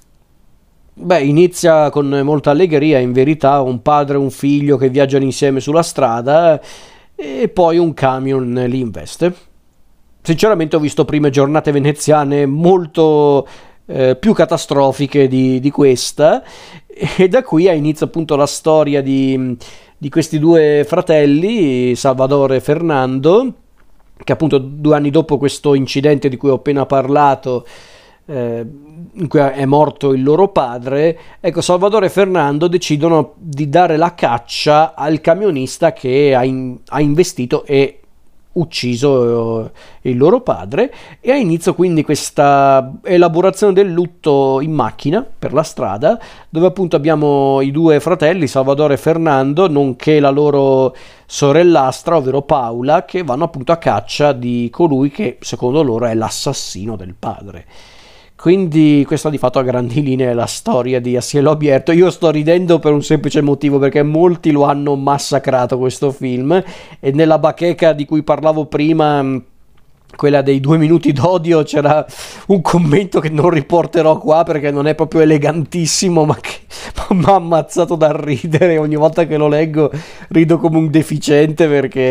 inizia con molta allegria, in verità, un padre e un figlio che viaggiano insieme sulla strada e poi un camion li investe. Sinceramente ho visto prime giornate veneziane molto più catastrofiche di questa, e da qui ha inizio appunto la storia di questi due fratelli, Salvador e Fernando, che appunto 2 anni dopo questo incidente di cui ho appena parlato, in cui è morto il loro padre, ecco, Salvador e Fernando decidono di dare la caccia al camionista che ha investito e ucciso il loro padre, e ha inizio quindi questa elaborazione del lutto in macchina per la strada, dove appunto abbiamo i due fratelli Salvador e Fernando, nonché la loro sorellastra, ovvero Paula, che vanno appunto a caccia di colui che secondo loro è l'assassino del padre. Quindi questa di fatto a grandi linee è la storia di A Cielo Abierto. Io sto ridendo per un semplice motivo, perché molti lo hanno massacrato questo film, e nella bacheca di cui parlavo prima, quella dei 2 minuti d'odio, c'era un commento che non riporterò qua perché non è proprio elegantissimo, ma che mi ha ammazzato dal ridere. Ogni volta che lo leggo rido come un deficiente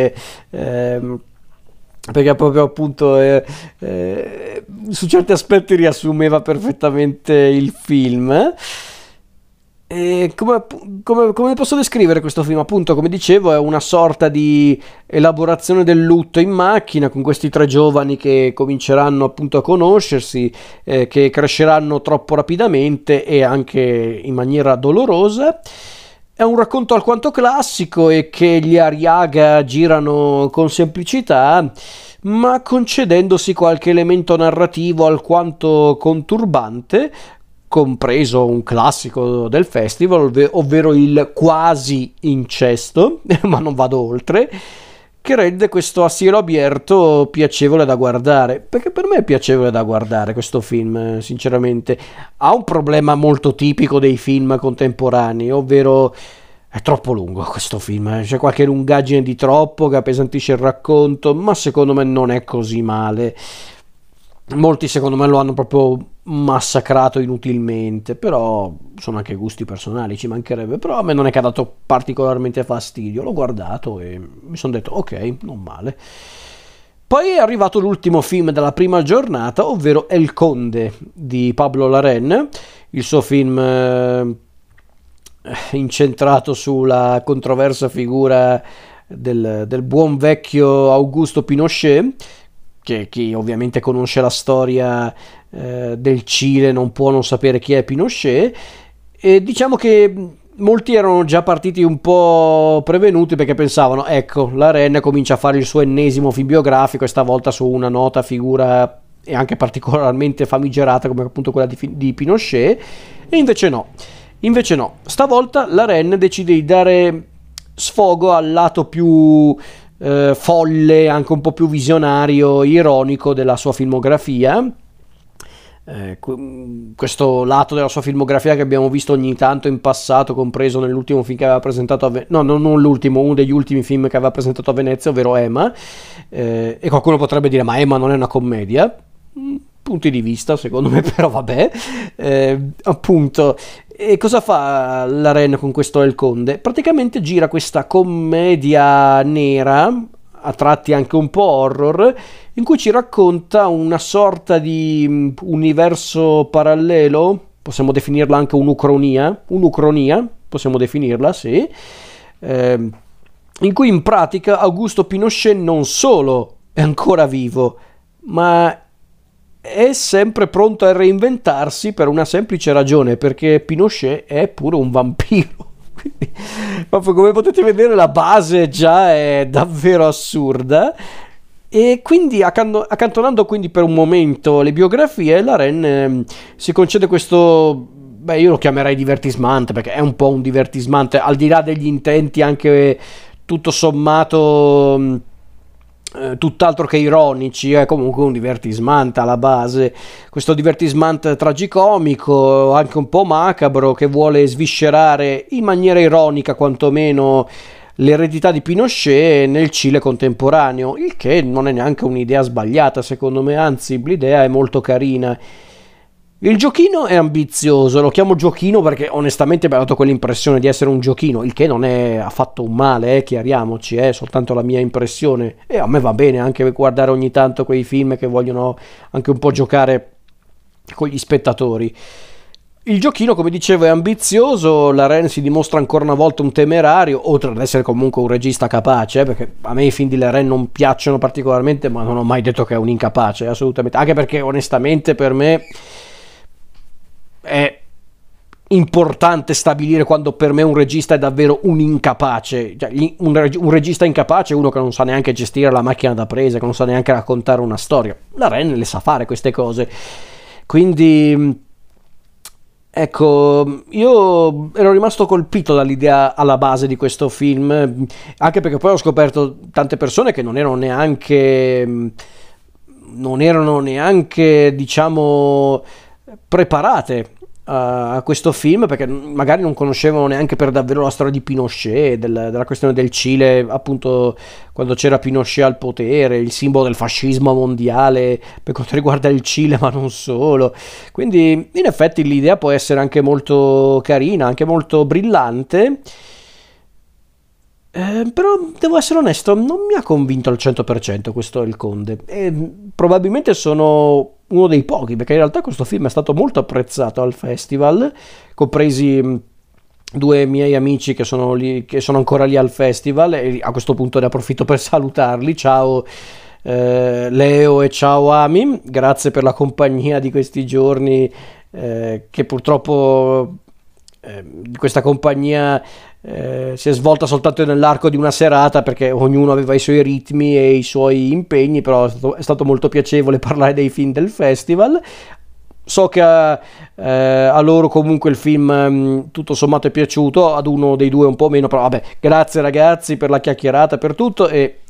perché proprio appunto su certi aspetti riassumeva perfettamente il film. E come posso descrivere questo film? Appunto, come dicevo, è una sorta di elaborazione del lutto in macchina, con questi tre giovani che cominceranno appunto a conoscersi, che cresceranno troppo rapidamente e anche in maniera dolorosa. È un racconto alquanto classico e che gli Arriaga girano con semplicità, ma concedendosi qualche elemento narrativo alquanto conturbante, compreso un classico del festival, ovvero il quasi incesto, ma non vado oltre, che rende questo A Cielo Abierto piacevole da guardare, perché per me è piacevole da guardare questo film, sinceramente. Ha un problema molto tipico dei film contemporanei, ovvero è troppo lungo questo film, c'è qualche lungaggine di troppo che appesantisce il racconto, ma secondo me non è così male. Molti secondo me lo hanno proprio massacrato inutilmente, però sono anche gusti personali, ci mancherebbe. Però a me non è che ha dato particolarmente fastidio, l'ho guardato e mi sono detto ok, non male. Poi è arrivato l'ultimo film della prima giornata, ovvero El Conde di Pablo Larraín, il suo film incentrato sulla controversa figura del buon vecchio Augusto Pinochet, che chi ovviamente conosce la storia del Cile non può non sapere chi è Pinochet. E diciamo che molti erano già partiti un po' prevenuti, perché pensavano, ecco, Larraín comincia a fare il suo ennesimo film biografico, e stavolta su una nota figura e anche particolarmente famigerata come appunto quella di Pinochet. E invece no, stavolta Larraín decide di dare sfogo al lato più folle, anche un po' più visionario, ironico della sua filmografia. Questo lato della sua filmografia che abbiamo visto ogni tanto in passato, compreso nell'ultimo film che aveva presentato non l'ultimo, uno degli ultimi film che aveva presentato a Venezia, ovvero Emma. E qualcuno potrebbe dire, ma Emma non è una commedia? punti di vista, secondo me, però vabbè. Appunto, e cosa fa la Ren con questo El Conde? Praticamente gira questa commedia nera, a tratti anche un po' horror, in cui ci racconta una sorta di universo parallelo, possiamo definirla anche un'ucronia, possiamo definirla, sì, in cui in pratica Augusto Pinochet non solo è ancora vivo, ma è sempre pronto a reinventarsi per una semplice ragione, perché Pinochet è pure un vampiro. Quindi, proprio come potete vedere, la base già è davvero assurda. E quindi accantonando quindi per un momento le biografie, la Ren si concede questo, beh, io lo chiamerei divertismante, perché è un po' un divertismante, al di là degli intenti anche tutto sommato tutt'altro che ironici, è comunque un divertismante alla base, questo divertismante tragicomico, anche un po' macabro, che vuole sviscerare in maniera ironica quantomeno l'eredità di Pinochet nel Cile contemporaneo, il che non è neanche un'idea sbagliata secondo me, anzi l'idea è molto carina. Il giochino è ambizioso, lo chiamo giochino perché onestamente mi ha dato quell'impressione di essere un giochino, il che non è affatto un male, chiariamoci, è soltanto la mia impressione, e a me va bene anche guardare ogni tanto quei film che vogliono anche un po' giocare con gli spettatori. Il giochino, come dicevo, è ambizioso, la Ren si dimostra ancora una volta un temerario, oltre ad essere comunque un regista capace, perché a me i film di la Ren non piacciono particolarmente, ma non ho mai detto che è un incapace, assolutamente, anche perché onestamente per me è importante stabilire quando per me un regista è davvero un incapace. Cioè, un regista incapace è uno che non sa neanche gestire la macchina da presa, che non sa neanche raccontare una storia. La Ren le sa fare queste cose, quindi ecco, io ero rimasto colpito dall'idea alla base di questo film, anche perché poi ho scoperto tante persone che non erano neanche diciamo preparate a questo film, perché magari non conoscevano neanche per davvero la storia di Pinochet, della questione del Cile, appunto quando c'era Pinochet al potere, il simbolo del fascismo mondiale per quanto riguarda il Cile, ma non solo. Quindi in effetti l'idea può essere anche molto carina, anche molto brillante. Però devo essere onesto, non mi ha convinto al 100% questo Il Conde, e probabilmente sono uno dei pochi, perché in realtà questo film è stato molto apprezzato al festival, compresi due miei amici che sono lì, che sono ancora lì al festival, e a questo punto ne approfitto per salutarli. Ciao Leo e ciao Ami, grazie per la compagnia di questi giorni, che purtroppo questa compagnia si è svolta soltanto nell'arco di una serata, perché ognuno aveva i suoi ritmi e i suoi impegni, però è stato molto piacevole parlare dei film del festival. So che a loro comunque il film tutto sommato è piaciuto, ad uno dei due un po' meno, però vabbè, grazie ragazzi per la chiacchierata, per tutto, e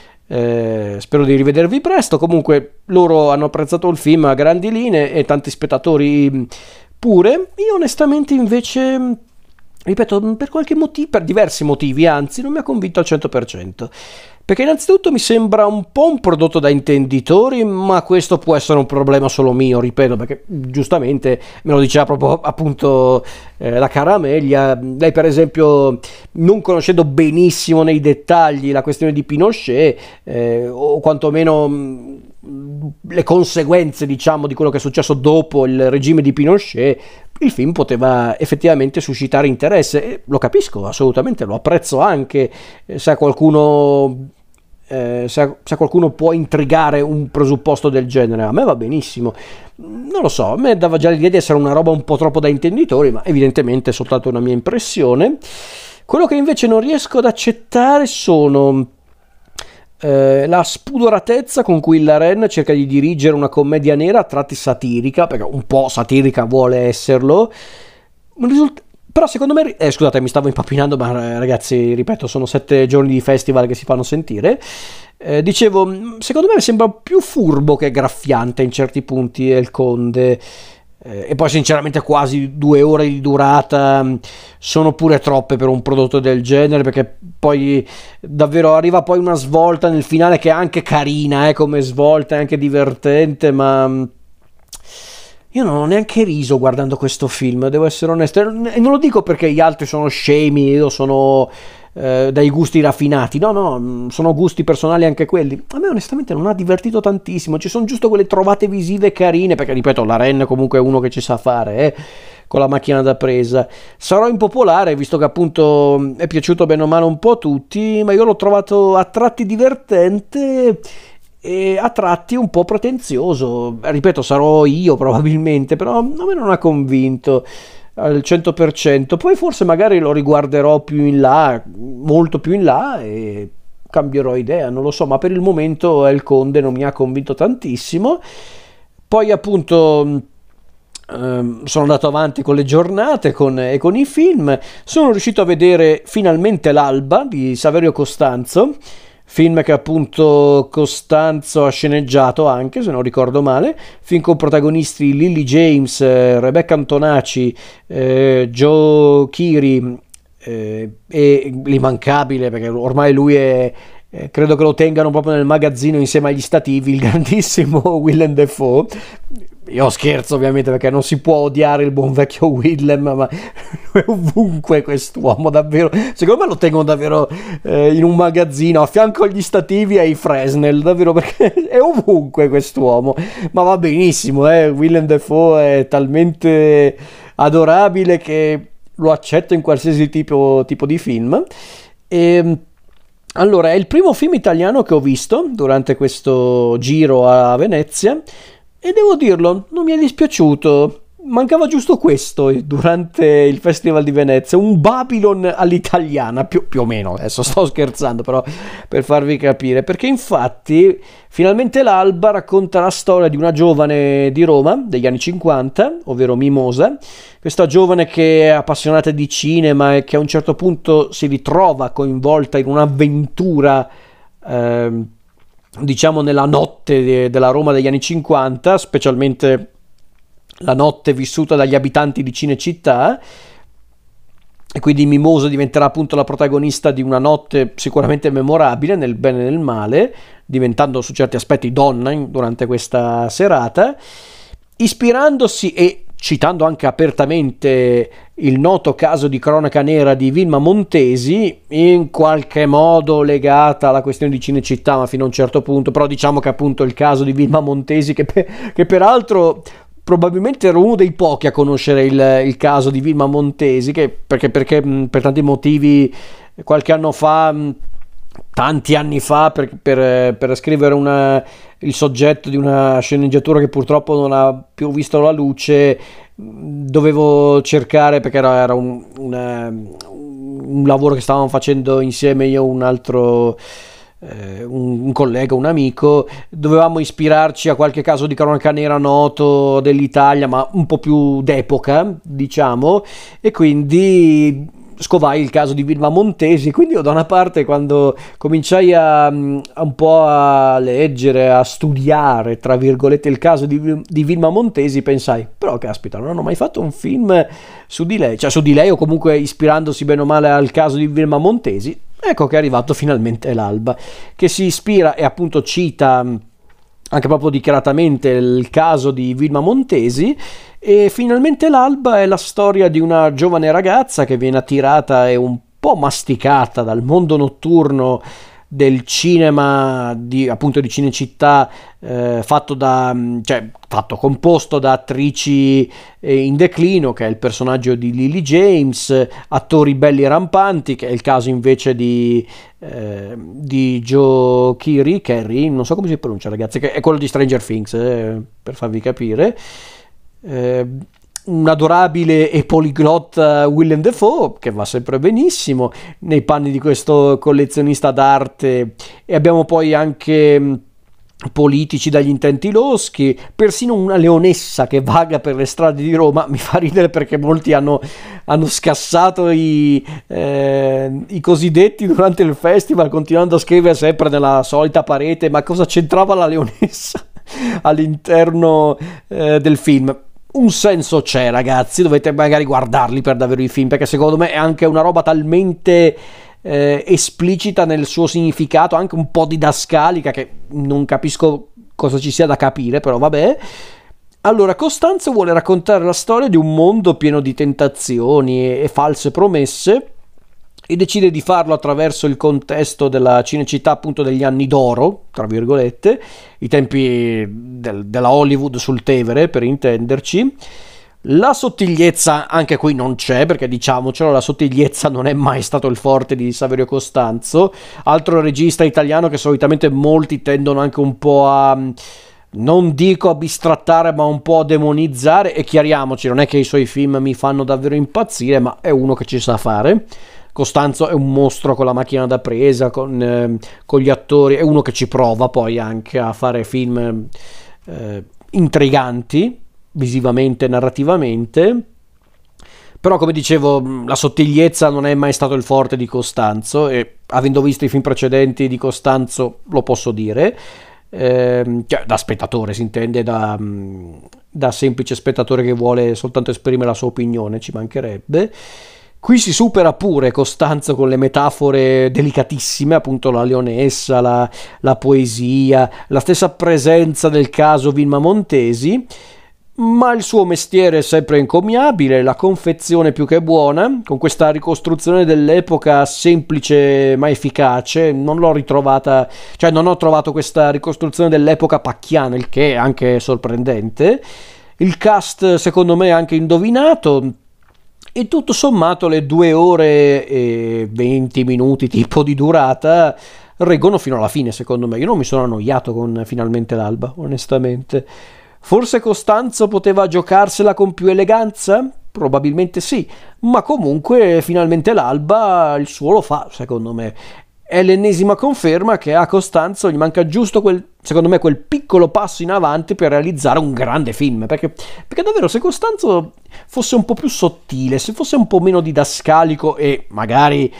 spero di rivedervi presto. Comunque loro hanno apprezzato il film a grandi linee e tanti spettatori pure. Io onestamente invece, ripeto, per qualche motivo, per diversi motivi, anzi, non mi ha convinto al 100%. Perché innanzitutto mi sembra un po' un prodotto da intenditori, ma questo può essere un problema solo mio, ripeto, perché giustamente me lo diceva proprio appunto la cara Amelia. Lei per esempio, non conoscendo benissimo nei dettagli la questione di Pinochet, o quantomeno le conseguenze, diciamo, di quello che è successo dopo il regime di Pinochet, il film poteva effettivamente suscitare interesse, e lo capisco assolutamente, lo apprezzo anche se a qualcuno se a qualcuno può intrigare un presupposto del genere. A me va benissimo, non lo so, a me dava già l'idea di essere una roba un po' troppo da intenditori, ma evidentemente è soltanto una mia impressione. Quello che invece non riesco ad accettare sono la spudoratezza con cui la Ren cerca di dirigere una commedia nera a tratti satirica, perché un po' satirica vuole esserlo, però secondo me, scusate, mi stavo impappinando, ma ragazzi, ripeto, sono 7 giorni di festival che si fanno sentire. Dicevo, secondo me sembra più furbo che graffiante in certi punti El Conde. E poi sinceramente quasi 2 ore di durata sono pure troppe per un prodotto del genere, perché poi davvero arriva poi una svolta nel finale che è anche carina, come svolta, è anche divertente, ma io non ho neanche riso guardando questo film, devo essere onesto. E non lo dico perché gli altri sono scemi, io sono dai gusti raffinati. No, no, sono gusti personali anche quelli. A me onestamente non ha divertito tantissimo. Ci sono giusto quelle trovate visive carine, perché ripeto, la Ren comunque è uno che ci sa fare, con la macchina da presa. Sarò impopolare, visto che appunto è piaciuto bene o male un po' a tutti, ma io l'ho trovato a tratti divertente e a tratti un po' pretenzioso. Ripeto, sarò io probabilmente, però a me non ha convinto al 100%. Poi forse magari lo riguarderò più in là, molto più in là, e cambierò idea, non lo so, ma per il momento El Conde non mi ha convinto tantissimo. Poi appunto sono andato avanti con le giornate e con i film. Sono riuscito a vedere finalmente L'Alba di Saverio Costanzo, film che appunto Costanzo ha sceneggiato anche, se non ricordo male, film con protagonisti Lily James, Rebecca Antonacci, Joe Keery, e l'immancabile, perché ormai lui è, credo che lo tengano proprio nel magazzino insieme agli stativi, il grandissimo Willem Dafoe. Io scherzo ovviamente, perché non si può odiare il buon vecchio Willem, ma è ovunque quest'uomo, davvero. Secondo me lo tengono davvero in un magazzino a fianco agli stativi e ai Fresnel, davvero, perché è ovunque quest'uomo. Ma va benissimo, Willem Dafoe è talmente adorabile che lo accetto in qualsiasi tipo di film. E allora, è il primo film italiano che ho visto durante questo giro a Venezia. E devo dirlo, non mi è dispiaciuto. Mancava giusto questo durante il Festival di Venezia, un Babylon all'italiana, più o meno, adesso sto scherzando, però per farvi capire, perché infatti finalmente L'Alba racconta la storia di una giovane di Roma degli anni 50, ovvero Mimosa, questa giovane che è appassionata di cinema e che a un certo punto si ritrova coinvolta in un'avventura, diciamo nella notte della Roma degli anni 50, specialmente la notte vissuta dagli abitanti di Cinecittà, e quindi Mimosa diventerà appunto la protagonista di una notte sicuramente memorabile nel bene e nel male, diventando su certi aspetti donna durante questa serata, ispirandosi e citando anche apertamente il noto caso di cronaca nera di Vilma Montesi, in qualche modo legata alla questione di Cinecittà, ma fino a un certo punto. Però diciamo che appunto il caso di Vilma Montesi, che peraltro probabilmente ero uno dei pochi a conoscere il caso di Vilma Montesi, perché per tanti motivi qualche anno fa, tanti anni fa, per scrivere il soggetto di una sceneggiatura che purtroppo non ha più visto la luce, dovevo cercare, perché era un lavoro che stavamo facendo insieme io, un altro un collega, un amico, dovevamo ispirarci a qualche caso di cronaca nera noto dell'Italia, ma un po' più d'epoca, diciamo, e quindi scovai il caso di Vilma Montesi. Quindi io da una parte, quando cominciai un po' a leggere, a studiare tra virgolette il caso di Vilma Montesi, pensai, però caspita, non hanno mai fatto un film su di lei, cioè su di lei, o comunque ispirandosi bene o male al caso di Vilma Montesi. Ecco che è arrivato finalmente L'Alba, che si ispira e appunto cita anche proprio dichiaratamente il caso di Vilma Montesi. E finalmente L'Alba è la storia di una giovane ragazza che viene attirata e un po' masticata dal mondo notturno del cinema, appunto di Cinecittà, composto da attrici in declino, che è il personaggio di Lily James, attori belli e rampanti, che è il caso invece di Joe Keery, non so come si pronuncia, ragazzi, che è quello di Stranger Things, per farvi capire. Un adorabile e poliglotta Willem Dafoe, che va sempre benissimo nei panni di questo collezionista d'arte. E abbiamo poi anche politici dagli intenti loschi, persino una leonessa che vaga per le strade di Roma. Mi fa ridere perché molti hanno scassato i cosiddetti durante il festival, continuando a scrivere sempre nella solita parete: ma cosa c'entrava la leonessa all'interno del film? un senso c'è, ragazzi, dovete magari guardarli per davvero i film, perché secondo me è anche una roba talmente esplicita nel suo significato, anche un po' didascalica, che non capisco cosa ci sia da capire, però vabbè. Allora, Costanzo vuole raccontare la storia di un mondo pieno di tentazioni e false promesse, e decide di farlo attraverso il contesto della Cinecittà, appunto degli anni d'oro, tra virgolette, i tempi della Hollywood sul Tevere, per intenderci. La sottigliezza anche qui non c'è, perché diciamocelo, la sottigliezza non è mai stato il forte di Saverio Costanzo, altro regista italiano che solitamente molti tendono anche un po' a, non dico a bistrattare, ma un po' a demonizzare. E chiariamoci, non è che i suoi film mi fanno davvero impazzire, ma è uno che ci sa fare. Costanzo è un mostro con la macchina da presa, con gli attori, è uno che ci prova poi anche a fare film intriganti, visivamente e narrativamente. Però, come dicevo, la sottigliezza non è mai stato il forte di Costanzo, e avendo visto i film precedenti di Costanzo lo posso dire. Cioè, da spettatore si intende, da semplice spettatore che vuole soltanto esprimere la sua opinione, ci mancherebbe. Qui si supera pure Costanzo con le metafore delicatissime, appunto la leonessa, la poesia, la stessa presenza del caso Vilma Montesi, ma il suo mestiere è sempre encomiabile, la confezione più che buona, con questa ricostruzione dell'epoca semplice ma efficace. Non l'ho ritrovata, cioè non ho trovato questa ricostruzione dell'epoca pacchiana, il che è anche sorprendente. Il cast secondo me è anche indovinato, e tutto sommato le 2 ore e 20 minuti tipo di durata reggono fino alla fine, secondo me. Io non mi sono annoiato con Finalmente l'alba, onestamente. Forse Costanzo poteva giocarsela con più eleganza? Probabilmente sì, ma comunque Finalmente l'alba il suo lo fa, secondo me. È l'ennesima conferma che a Costanzo gli manca giusto secondo me, quel piccolo passo in avanti per realizzare un grande film, perché davvero, se Costanzo fosse un po' più sottile, se fosse un po' meno didascalico e magari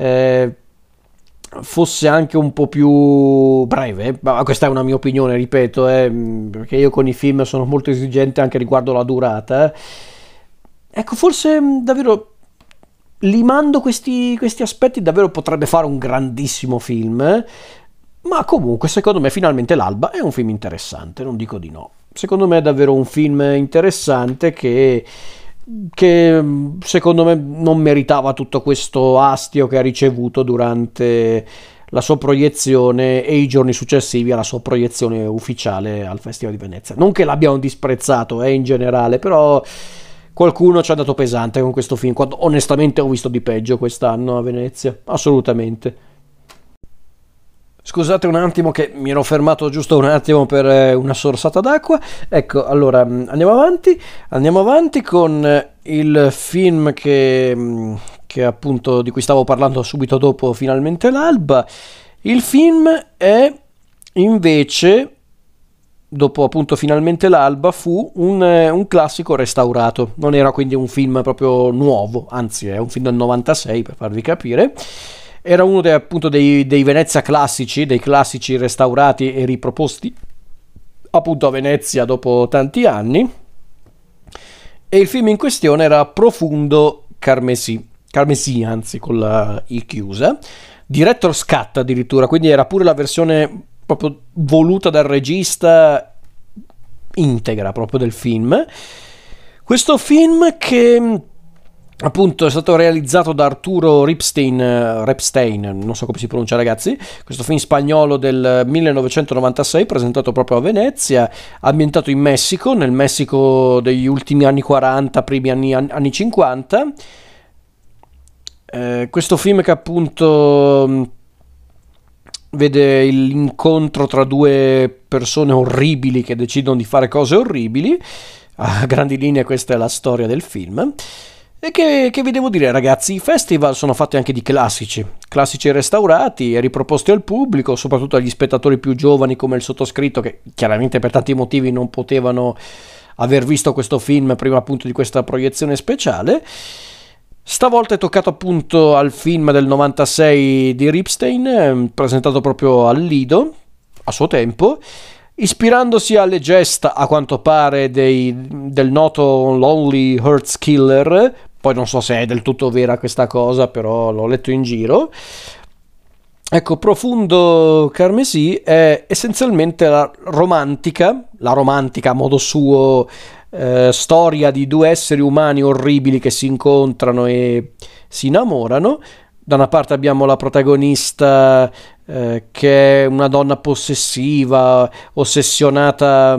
fosse anche un po' più breve, ma questa è una mia opinione, ripeto, perché io con i film sono molto esigente anche riguardo la durata, ecco, forse davvero limando questi aspetti davvero potrebbe fare un grandissimo film, ma comunque secondo me Finalmente l'alba è un film interessante, non dico di no. Secondo me è davvero un film interessante che secondo me non meritava tutto questo astio che ha ricevuto durante la sua proiezione e i giorni successivi alla sua proiezione ufficiale al Festival di Venezia. Non che l'abbiano disprezzato, in generale, però qualcuno ci ha dato pesante con questo film, quando onestamente ho visto di peggio quest'anno a Venezia, assolutamente. Scusate un attimo che mi ero fermato giusto un attimo per una sorsata d'acqua. Ecco, allora andiamo avanti con il film che appunto di cui stavo parlando subito dopo Finalmente l'alba. Il film è invece, dopo appunto Finalmente l'alba, fu un classico restaurato. Non era quindi un film proprio nuovo, anzi è un film del 96, per farvi capire. Era uno appunto dei Venezia classici, dei classici restaurati e riproposti appunto a Venezia dopo tanti anni. E il film in questione era Profondo Carmesì, anzi con la I chiusa, Director's Cut addirittura, quindi era pure la versione proprio voluta dal regista integra proprio del film. Questo film che appunto è stato realizzato da Arturo Ripstein, non so come si pronuncia, ragazzi, questo film spagnolo del 1996 presentato proprio a Venezia, ambientato in Messico, nel Messico degli ultimi anni 40, primi anni 50. Questo film che appunto vede l'incontro tra 2 persone orribili che decidono di fare cose orribili. A grandi linee questa è la storia del film. E che vi devo dire, ragazzi, i festival sono fatti anche di classici restaurati e riproposti al pubblico, soprattutto agli spettatori più giovani come il sottoscritto, che chiaramente per tanti motivi non potevano aver visto questo film prima appunto di questa proiezione speciale. Stavolta è toccato appunto al film del 96 di Ripstein, presentato proprio al Lido a suo tempo. ispirandosi alle gesta, a quanto pare, del noto Lonely Hearts Killer. Poi non so se è del tutto vera questa cosa, però l'ho letto in giro. Ecco, Profondo Carmesì è essenzialmente la romantica a modo suo, storia di due esseri umani orribili che si incontrano e si innamorano. Da una parte abbiamo la protagonista, che è una donna possessiva, ossessionata,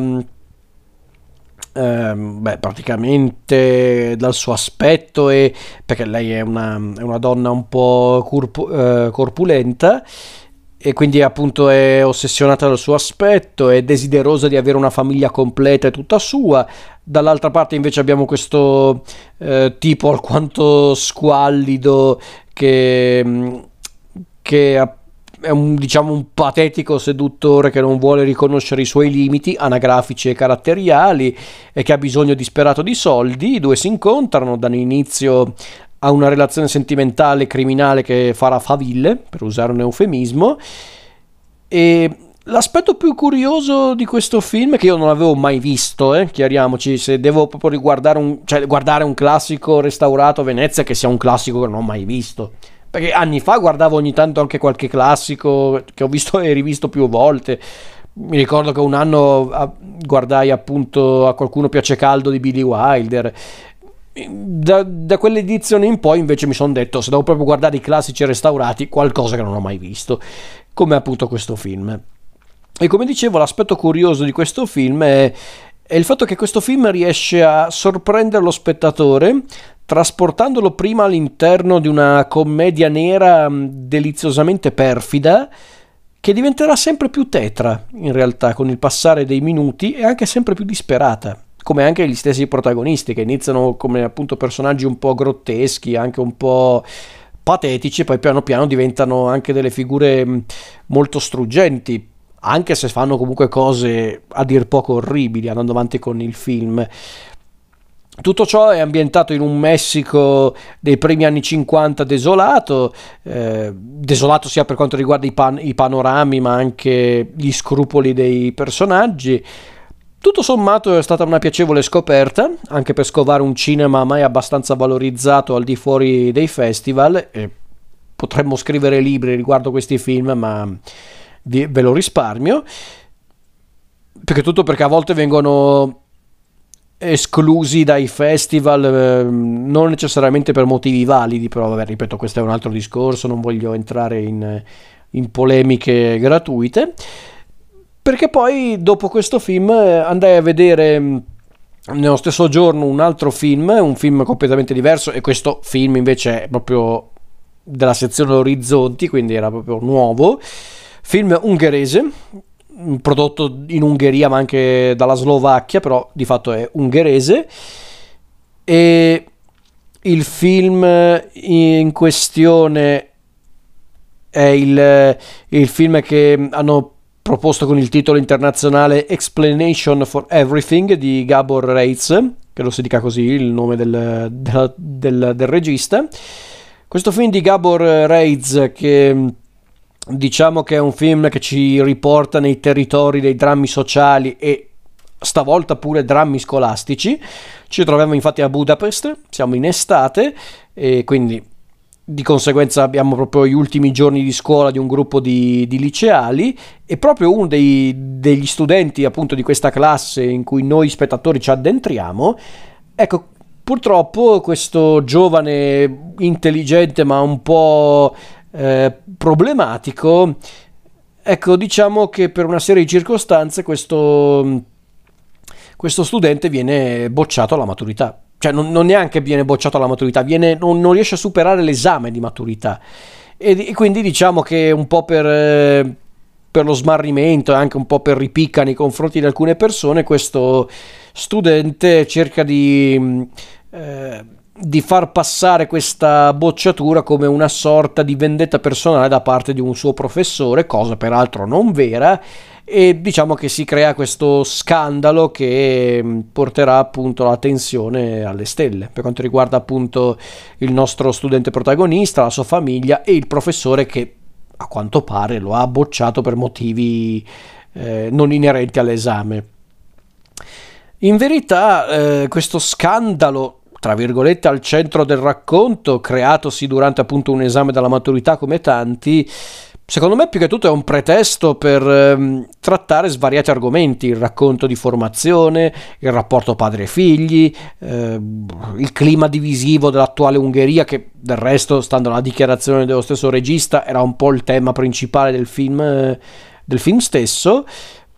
praticamente dal suo aspetto, e perché lei è una donna un po' corpulenta, e quindi appunto è ossessionata dal suo aspetto, è desiderosa di avere una famiglia completa e tutta sua. Dall'altra parte invece abbiamo questo tipo alquanto squallido che è un, diciamo, un patetico seduttore che non vuole riconoscere i suoi limiti anagrafici e caratteriali e che ha bisogno disperato di soldi. I due si incontrano, danno inizio a una relazione sentimentale criminale che farà faville, per usare un eufemismo. E l'aspetto più curioso di questo film, che io non avevo mai visto, chiariamoci, se devo proprio riguardare cioè guardare un classico restaurato a Venezia, che sia un classico che non ho mai visto. Perché anni fa guardavo ogni tanto anche qualche classico che ho visto e rivisto più volte. Mi ricordo che un anno guardai appunto A qualcuno piace caldo di Billy Wilder. Da quell'edizione in poi invece mi sono detto, se devo proprio guardare i classici restaurati, qualcosa che non ho mai visto, come appunto questo film. E come dicevo, l'aspetto curioso di questo film è il fatto che questo film riesce a sorprendere lo spettatore, trasportandolo prima all'interno di una commedia nera deliziosamente perfida, che diventerà sempre più tetra in realtà con il passare dei minuti, e anche sempre più disperata, come anche gli stessi protagonisti, che iniziano come appunto personaggi un po' grotteschi, anche un po' patetici, e poi piano piano diventano anche delle figure molto struggenti, anche se fanno comunque cose a dir poco orribili andando avanti con il film. Tutto ciò è ambientato in un Messico dei primi anni 50 desolato, desolato sia per quanto riguarda i panorami, ma anche gli scrupoli dei personaggi. Tutto sommato è stata una piacevole scoperta, anche per scovare un cinema mai abbastanza valorizzato al di fuori dei festival. E potremmo scrivere libri riguardo questi film, ma ve lo risparmio, perché a volte vengono esclusi dai festival, non necessariamente per motivi validi, però vabbè, ripeto, questo è un altro discorso, non voglio entrare in polemiche gratuite. Perché poi dopo questo film andai a vedere nello stesso giorno un altro film, un film completamente diverso, e questo film invece è proprio della sezione Orizzonti, quindi era proprio nuovo, film ungherese, prodotto in Ungheria ma anche dalla Slovacchia, però di fatto è ungherese. E il film in questione è il film che hanno proposto con il titolo internazionale Explanation for Everything di Gabor Reitz, credo si dica così il nome del regista. Questo film di Gabor Reitz, che diciamo che è un film che ci riporta nei territori dei drammi sociali e stavolta pure drammi scolastici. Ci troviamo infatti a Budapest, siamo in estate e quindi di conseguenza abbiamo proprio gli ultimi giorni di scuola di un gruppo di liceali, e proprio uno degli studenti appunto di questa classe in cui noi spettatori ci addentriamo, ecco, purtroppo questo giovane intelligente ma un po' problematico, ecco, diciamo che per una serie di circostanze questo studente viene bocciato alla maturità. Cioè non neanche viene bocciato alla maturità, non riesce a superare l'esame di maturità, e quindi diciamo che un po' per lo smarrimento e anche un po' per ripicca nei confronti di alcune persone, questo studente cerca di far passare questa bocciatura come una sorta di vendetta personale da parte di un suo professore, cosa peraltro non vera, e diciamo che si crea questo scandalo che porterà appunto la tensione alle stelle per quanto riguarda appunto il nostro studente protagonista, la sua famiglia e il professore che a quanto pare lo ha bocciato per motivi non inerenti all'esame. In verità, questo scandalo, tra virgolette, al centro del racconto, creatosi durante appunto un esame della maturità come tanti, secondo me più che tutto è un pretesto per trattare svariati argomenti: il racconto di formazione, il rapporto padre-figli, il clima divisivo dell'attuale Ungheria, che del resto, stando alla dichiarazione dello stesso regista, era un po' il tema principale del film stesso.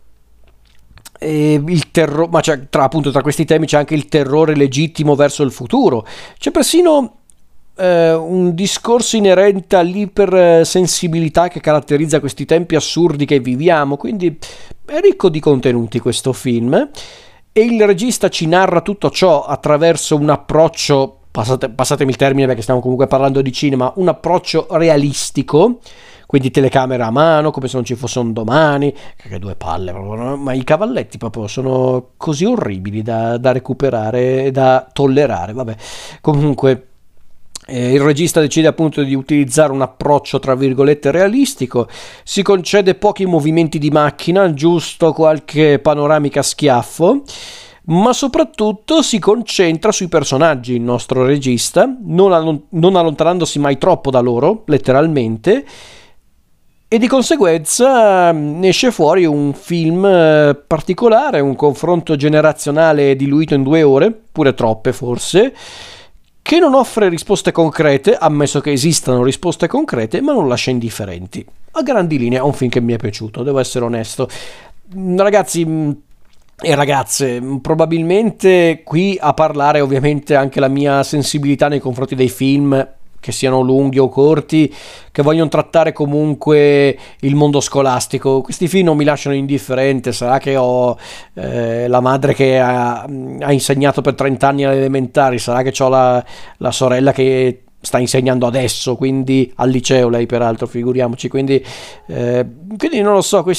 E il terrore, ma appunto tra questi temi c'è anche il terrore legittimo verso il futuro. C'è persino un discorso inerente all'ipersensibilità che caratterizza questi tempi assurdi che viviamo, quindi è ricco di contenuti questo film, e il regista ci narra tutto ciò attraverso un approccio, passatemi il termine perché stiamo comunque parlando di cinema, un approccio realistico, quindi telecamera a mano, come se non ci fosse un domani, che due palle, ma i cavalletti proprio sono così orribili da recuperare e da tollerare, vabbè. Comunque il regista decide appunto di utilizzare un approccio tra virgolette realistico, si concede pochi movimenti di macchina, giusto qualche panoramica a schiaffo, ma soprattutto si concentra sui personaggi, il nostro regista, non allontanandosi mai troppo da loro, letteralmente, e di conseguenza ne esce fuori un film particolare, un confronto generazionale diluito in 2 ore, pure troppe forse, che non offre risposte concrete, ammesso che esistano risposte concrete, ma non lascia indifferenti. A grandi linee è un film che mi è piaciuto, devo essere onesto. Ragazzi e ragazze, probabilmente qui a parlare ovviamente anche la mia sensibilità nei confronti dei film, che siano lunghi o corti, che vogliono trattare comunque il mondo scolastico. Questi film non mi lasciano indifferente. Sarà che ho la madre che ha insegnato per 30 anni alle elementari, sarà che ho la sorella che sta insegnando adesso, quindi al liceo, lei peraltro, figuriamoci, quindi non lo so,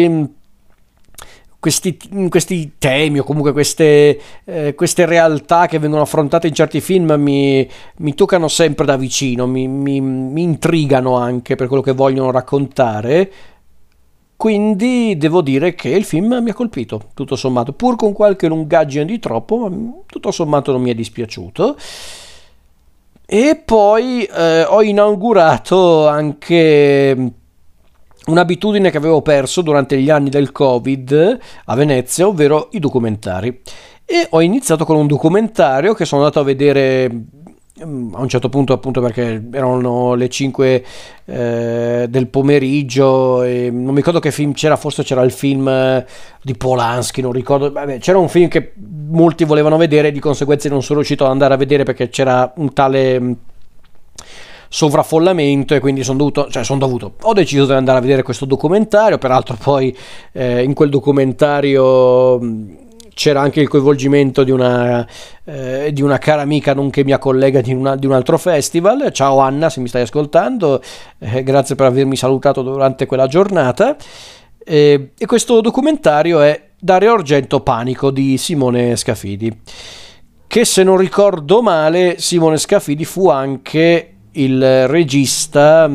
questi temi o comunque queste realtà che vengono affrontate in certi film mi toccano sempre da vicino, mi intrigano anche per quello che vogliono raccontare, quindi devo dire che il film mi ha colpito, tutto sommato, pur con qualche lungaggine di troppo, ma tutto sommato non mi è dispiaciuto. E poi ho inaugurato anche un'abitudine che avevo perso durante gli anni del Covid a Venezia, ovvero i documentari. E ho iniziato con un documentario che sono andato a vedere a un certo punto, appunto perché erano le 5 del pomeriggio, e non mi ricordo che film c'era, forse c'era il film di Polanski, non ricordo, vabbè, c'era un film che molti volevano vedere, di conseguenza non sono riuscito ad andare a vedere perché c'era un tale sovraffollamento, e quindi ho deciso di andare a vedere questo documentario. Peraltro poi in quel documentario c'era anche il coinvolgimento di una cara amica nonché mia collega di un altro festival. Ciao Anna, se mi stai ascoltando, grazie per avermi salutato durante quella giornata. E questo documentario è Dario Argento, Panico, di Simone Scafidi, che, se non ricordo male, Simone Scafidi fu anche il regista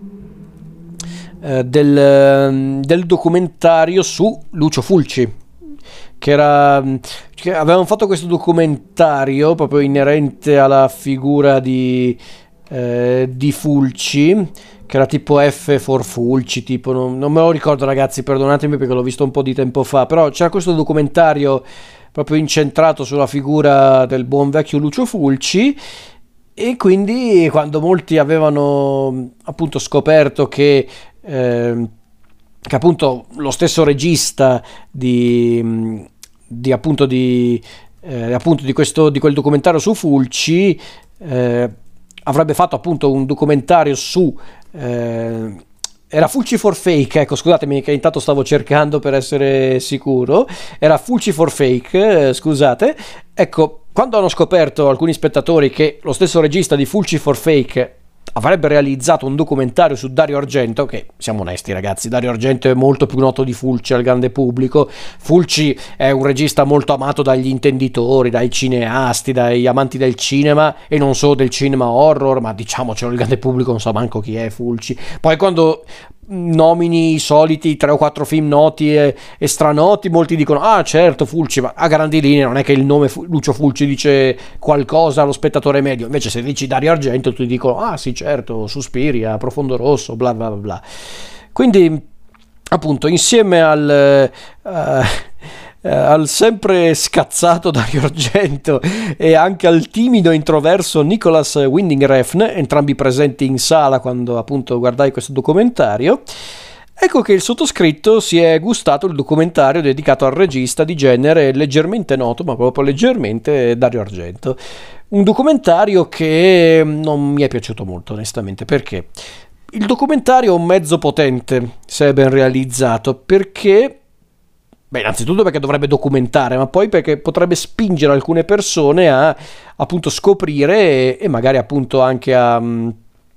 del documentario su Lucio Fulci, che avevano fatto questo documentario proprio inerente alla figura di Fulci, che era tipo F for Fulci, tipo, non me lo ricordo, ragazzi, perdonatemi perché l'ho visto un po' di tempo fa, però c'era questo documentario proprio incentrato sulla figura del buon vecchio Lucio Fulci. E quindi, quando molti avevano appunto scoperto che appunto lo stesso regista di quel documentario su Fulci avrebbe fatto appunto un documentario su era Fulci for Fake, ecco, scusatemi che intanto stavo cercando per essere sicuro, era Fulci for Fake, scusate, ecco. Quando hanno scoperto alcuni spettatori che lo stesso regista di Fulci for Fake avrebbe realizzato un documentario su Dario Argento, che, siamo onesti ragazzi, Dario Argento è molto più noto di Fulci al grande pubblico. Fulci è un regista molto amato dagli intenditori, dai cineasti, dagli amanti del cinema, e non solo del cinema horror, ma diciamocelo, il grande pubblico non sa manco chi è Fulci. Poi quando nomini i soliti 3 o 4 film noti e stranoti, molti dicono ah certo Fulci, ma a grandi linee non è che il nome Lucio Fulci dice qualcosa allo spettatore medio. Invece se dici Dario Argento tutti dicono ah sì certo, Suspiria, Profondo Rosso, bla bla bla bla. Quindi appunto insieme al sempre scazzato Dario Argento e anche al timido e introverso Nicolas Winding Refn, entrambi presenti in sala quando appunto guardai questo documentario, ecco che il sottoscritto si è gustato il documentario dedicato al regista di genere leggermente noto, ma proprio leggermente, Dario Argento. Un documentario che non mi è piaciuto molto onestamente, perché il documentario è un mezzo potente se è ben realizzato, perché beh, innanzitutto perché dovrebbe documentare, ma poi perché potrebbe spingere alcune persone a appunto scoprire e magari appunto anche ad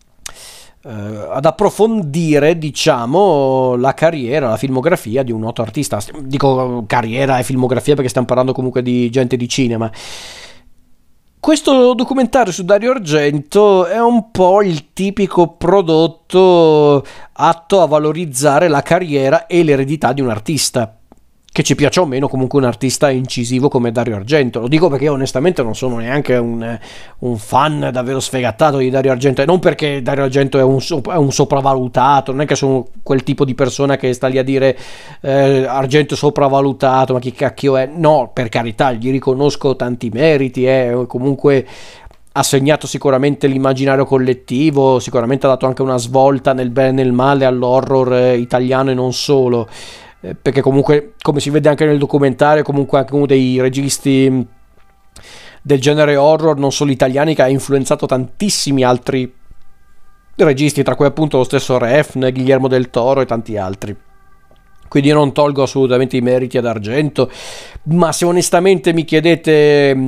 approfondire, diciamo, la carriera, la filmografia di un noto artista. Dico carriera e filmografia perché stiamo parlando comunque di gente di cinema. Questo documentario su Dario Argento è un po' il tipico prodotto atto a valorizzare la carriera e l'eredità di un artista. Che ci piaccia o meno, comunque un artista incisivo come Dario Argento. Lo dico perché io onestamente non sono neanche un fan davvero sfegatato di Dario Argento, e non perché Dario Argento è un sopravvalutato, non è che sono quel tipo di persona che sta lì a dire Argento è sopravvalutato, ma chi cacchio è? No, per carità, gli riconosco tanti meriti, comunque ha segnato sicuramente l'immaginario collettivo, sicuramente ha dato anche una svolta nel bene e nel male all'horror italiano e non solo. Perché comunque, come si vede anche nel documentario, comunque anche uno dei registi del genere horror non solo italiani, che ha influenzato tantissimi altri registi, tra cui appunto lo stesso Refn, Guillermo del Toro e tanti altri. Quindi io non tolgo assolutamente i meriti ad Argento, ma se onestamente mi chiedete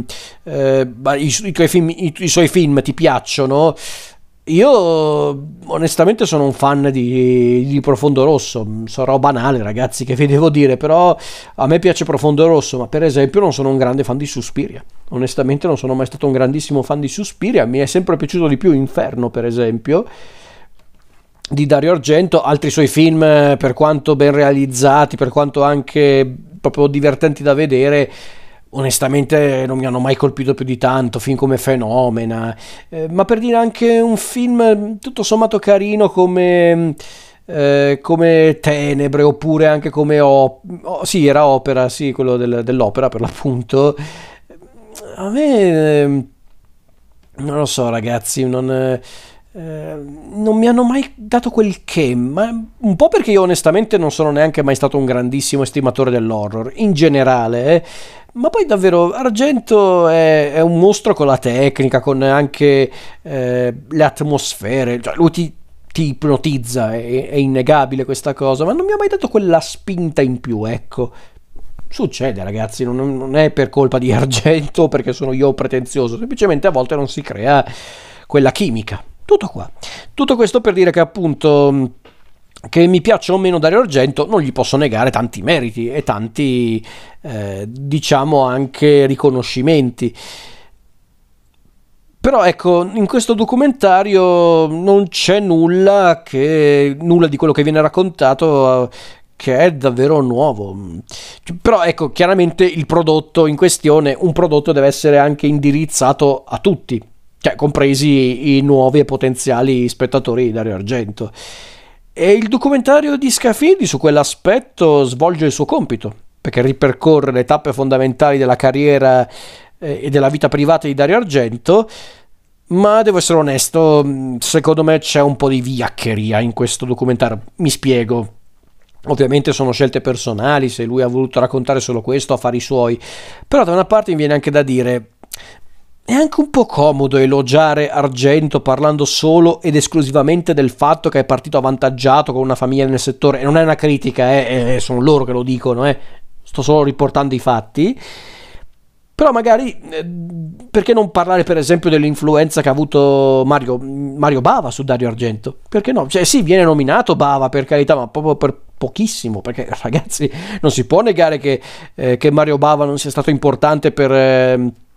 i suoi film ti piacciono, io onestamente sono un fan di Profondo Rosso. Sarò banale, ragazzi, che vi devo dire, però a me piace Profondo Rosso, ma per esempio non sono un grande fan di Suspiria. Onestamente non sono mai stato un grandissimo fan di Suspiria, mi è sempre piaciuto di più Inferno, per esempio, di Dario Argento. Altri suoi film, per quanto ben realizzati, per quanto anche proprio divertenti da vedere, onestamente non mi hanno mai colpito più di tanto, film come Fenomena, ma per dire anche un film tutto sommato carino come Tenebre, oppure anche come sì, era Opera, sì, quello dell'opera per l'appunto. A me non lo so, ragazzi, non mi hanno mai dato quel che, ma un po' perché io onestamente non sono neanche mai stato un grandissimo estimatore dell'horror in generale, ma poi davvero Argento è un mostro con la tecnica, con anche le atmosfere, cioè, lui ti ipnotizza, è innegabile questa cosa, ma non mi ha mai dato quella spinta in più, ecco. Succede, ragazzi, non è per colpa di Argento, perché sono io pretenzioso, semplicemente a volte non si crea quella chimica. Tutto qua. Tutto questo per dire che appunto, che mi piaccia o meno Dario Argento, non gli posso negare tanti meriti e tanti diciamo anche riconoscimenti. Però ecco, in questo documentario non c'è nulla di quello che viene raccontato che è davvero nuovo. Però ecco, chiaramente il prodotto in questione, un prodotto deve essere anche indirizzato a tutti, cioè compresi i nuovi e potenziali spettatori di Dario Argento. E il documentario di Scafidi su quell'aspetto svolge il suo compito, perché ripercorre le tappe fondamentali della carriera e della vita privata di Dario Argento, ma devo essere onesto, secondo me c'è un po' di vigliaccheria in questo documentario. Mi spiego. Ovviamente sono scelte personali, se lui ha voluto raccontare solo questo, affari suoi, però da una parte mi viene anche da dire: è anche un po' comodo elogiare Argento parlando solo ed esclusivamente del fatto che è partito avvantaggiato con una famiglia nel settore, e non è una critica, sono loro che lo dicono, sto solo riportando i fatti. Però magari perché non parlare per esempio dell'influenza che ha avuto Mario Bava su Dario Argento? Perché no? Cioè sì, viene nominato Bava, per carità, ma proprio per pochissimo, perché ragazzi non si può negare che Mario Bava non sia stato importante per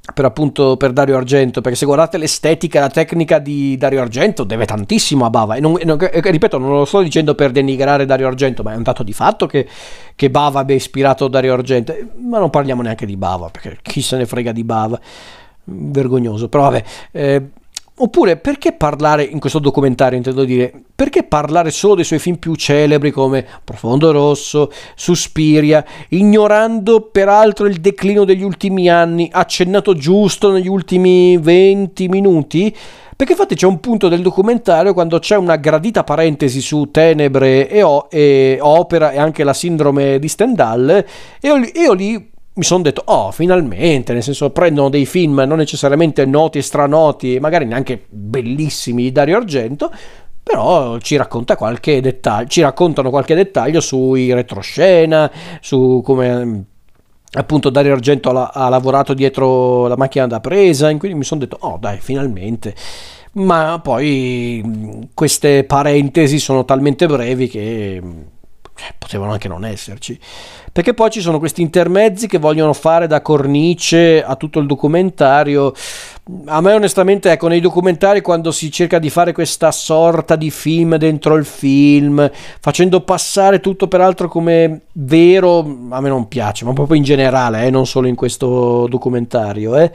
per appunto per Dario Argento, perché se guardate l'estetica e la tecnica di Dario Argento deve tantissimo a Bava e ripeto, non lo sto dicendo per denigrare Dario Argento, ma è un dato di fatto che Bava abbia ispirato Dario Argento, ma non parliamo neanche di Bava, perché chi se ne frega di Bava, vergognoso, però vabbè. Oppure perché parlare in questo documentario, intendo dire, perché parlare solo dei suoi film più celebri come Profondo Rosso, Suspiria, ignorando peraltro il declino degli ultimi anni, accennato giusto negli ultimi 20 minuti? Perché infatti c'è un punto del documentario quando c'è una gradita parentesi su Tenebre e Opera e anche la sindrome di Stendhal, e io lì mi sono detto, oh, finalmente, nel senso, prendono dei film non necessariamente noti e stranoti, magari neanche bellissimi di Dario Argento, però ci racconta qualche dettaglio, ci raccontano qualche dettaglio sui retroscena, su come appunto Dario Argento ha lavorato dietro la macchina da presa, e quindi mi sono detto, oh dai, finalmente. Ma poi queste parentesi sono talmente brevi che potevano anche non esserci, perché poi ci sono questi intermezzi che vogliono fare da cornice a tutto il documentario. A me onestamente, ecco, nei documentari quando si cerca di fare questa sorta di film dentro il film, facendo passare tutto peraltro come vero, a me non piace, ma proprio in generale, non solo in questo documentario.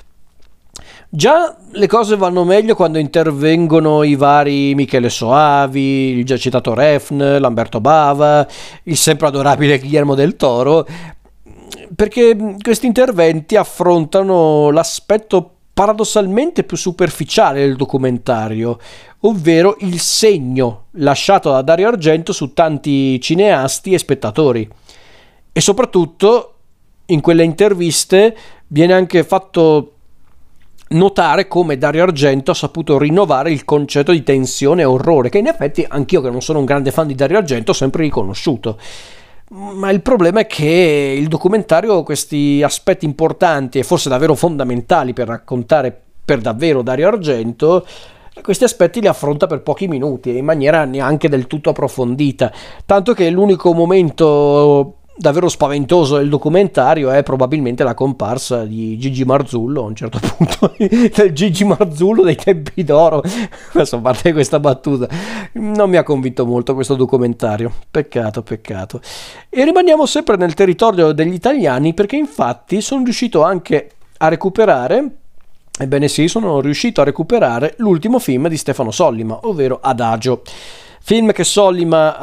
Già le cose vanno meglio quando intervengono i vari Michele Soavi, il già citato Refn, Lamberto Bava, il sempre adorabile Guillermo del Toro, perché questi interventi affrontano l'aspetto paradossalmente più superficiale del documentario, ovvero il segno lasciato da Dario Argento su tanti cineasti e spettatori. E soprattutto in quelle interviste viene anche fatto notare come Dario Argento ha saputo rinnovare il concetto di tensione e orrore, che in effetti anch'io, che non sono un grande fan di Dario Argento, ho sempre riconosciuto. Ma il problema è che il documentario questi aspetti importanti e forse davvero fondamentali per raccontare per davvero Dario Argento, questi aspetti li affronta per pochi minuti e in maniera neanche del tutto approfondita, tanto che l'unico momento davvero spaventoso del documentario è probabilmente la comparsa di Gigi Marzullo a un certo punto, del Gigi Marzullo dei tempi d'oro. Adesso, a parte questa battuta, non mi ha convinto molto questo documentario, peccato. E rimaniamo sempre nel territorio degli italiani, perché infatti sono riuscito anche a recuperare, ebbene sì, sono riuscito a recuperare l'ultimo film di Stefano Sollima, ovvero Adagio, film che Sollima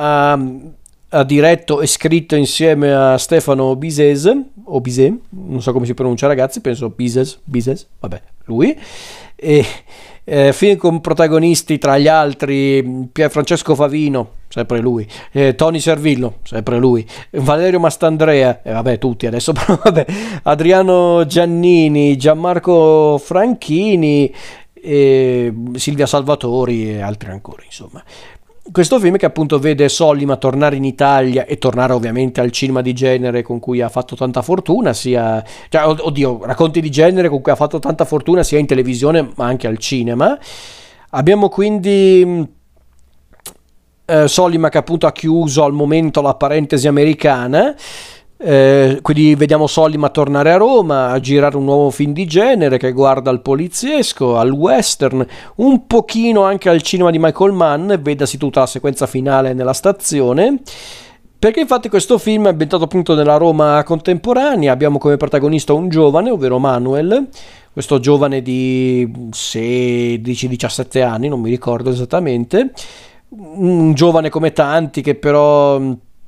ha diretto e scritto insieme a Stefano Bises, o Bizet, non so come si pronuncia, ragazzi, penso Bises, vabbè, lui. E film con protagonisti tra gli altri Pierfrancesco Favino, sempre lui, Tony Servillo, sempre lui, Valerio Mastandrea, vabbè, tutti adesso, però vabbè, Adriano Giannini, Gianmarco Franchini, Silvia Salvatori e altri ancora, insomma. Questo film che appunto vede Sollima tornare in Italia e tornare ovviamente al cinema di genere con cui ha fatto tanta fortuna, sia, cioè, racconti di genere con cui ha fatto tanta fortuna sia in televisione ma anche al cinema. Abbiamo quindi Sollima che appunto ha chiuso al momento la parentesi americana. Quindi vediamo Sollima tornare a Roma a girare un nuovo film di genere che guarda al poliziesco, al western, un pochino anche al cinema di Michael Mann, vedasi tutta la sequenza finale nella stazione, perché infatti questo film è ambientato appunto nella Roma contemporanea. Abbiamo come protagonista un giovane, ovvero Manuel, questo giovane di 16-17 anni, non mi ricordo esattamente, un giovane come tanti che però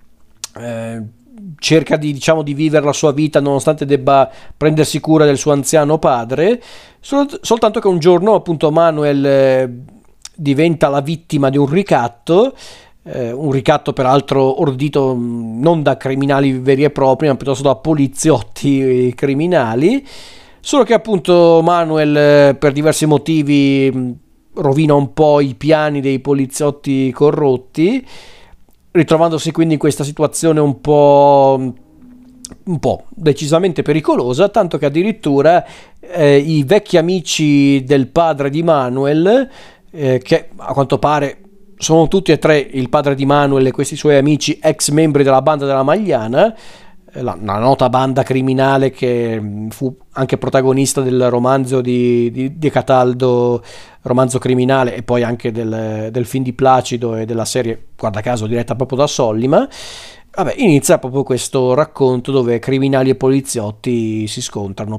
cerca di vivere la sua vita nonostante debba prendersi cura del suo anziano padre, soltanto che un giorno appunto Manuel diventa la vittima di un ricatto peraltro ordito non da criminali veri e propri ma piuttosto da poliziotti criminali, solo che appunto Manuel per diversi motivi rovina un po' i piani dei poliziotti corrotti, ritrovandosi quindi in questa situazione un po' decisamente pericolosa, tanto che addirittura i vecchi amici del padre di Manuel, che a quanto pare sono tutti e tre, il padre di Manuel e questi suoi amici, ex membri della banda della Magliana, la nota banda criminale che fu anche protagonista del romanzo di Cataldo, romanzo criminale, e poi anche del film di Placido e della serie, guarda caso, diretta proprio da Sollima. Vabbè, inizia proprio questo racconto dove criminali e poliziotti si scontrano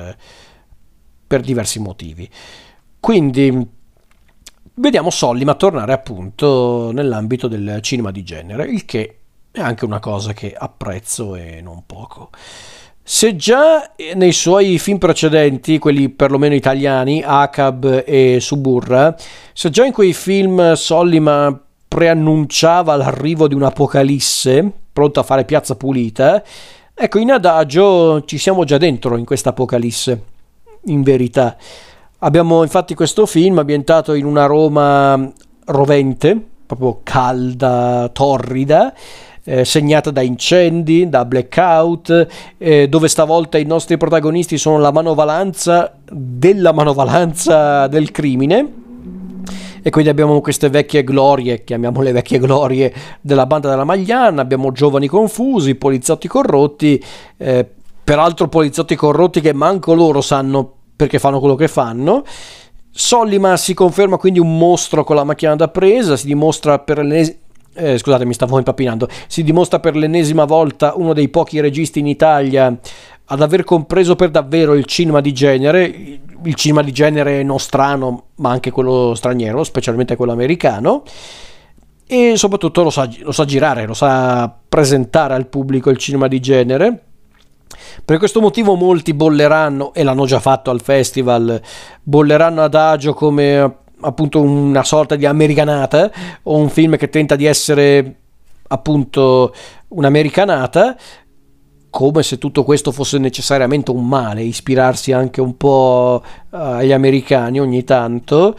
per diversi motivi. Quindi vediamo Sollima tornare appunto nell'ambito del cinema di genere, il che è anche una cosa che apprezzo e non poco. Se già nei suoi film precedenti, quelli perlomeno italiani, Acab e Suburra, se già in quei film Sollima preannunciava l'arrivo di un'apocalisse pronta a fare piazza pulita, ecco, in Adagio ci siamo già dentro in questa apocalisse, in verità. Abbiamo infatti questo film ambientato in una Roma rovente, proprio calda, torrida, segnata da incendi, da blackout, dove stavolta i nostri protagonisti sono la manovalanza della manovalanza del crimine. E quindi abbiamo queste vecchie glorie, chiamiamole vecchie glorie, della banda della Magliana, abbiamo giovani confusi, poliziotti corrotti, peraltro poliziotti corrotti che manco loro sanno perché fanno quello che fanno. Sollima si conferma quindi un mostro con la macchina da presa, si dimostra per scusate, mi stavo impappinando. Si dimostra per l'ennesima volta uno dei pochi registi in Italia ad aver compreso per davvero il cinema di genere nostrano, ma anche quello straniero, specialmente quello americano, e soprattutto lo sa girare, lo sa presentare al pubblico il cinema di genere. Per questo motivo molti bolleranno, e l'hanno già fatto al festival, bolleranno Adagio come appunto una sorta di americanata, o un film che tenta di essere appunto un'americanata, come se tutto questo fosse necessariamente un male, ispirarsi anche un po' agli americani ogni tanto.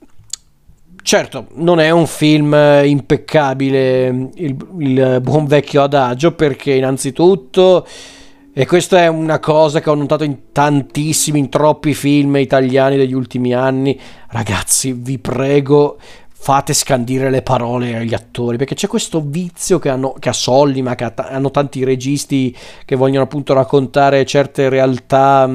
Certo, non è un film impeccabile, il buon vecchio Adagio, perché innanzitutto, e questa è una cosa che ho notato in troppi film italiani degli ultimi anni, ragazzi, vi prego, fate scandire le parole agli attori, perché c'è questo vizio che ha Sollima, che hanno tanti registi che vogliono appunto raccontare certe realtà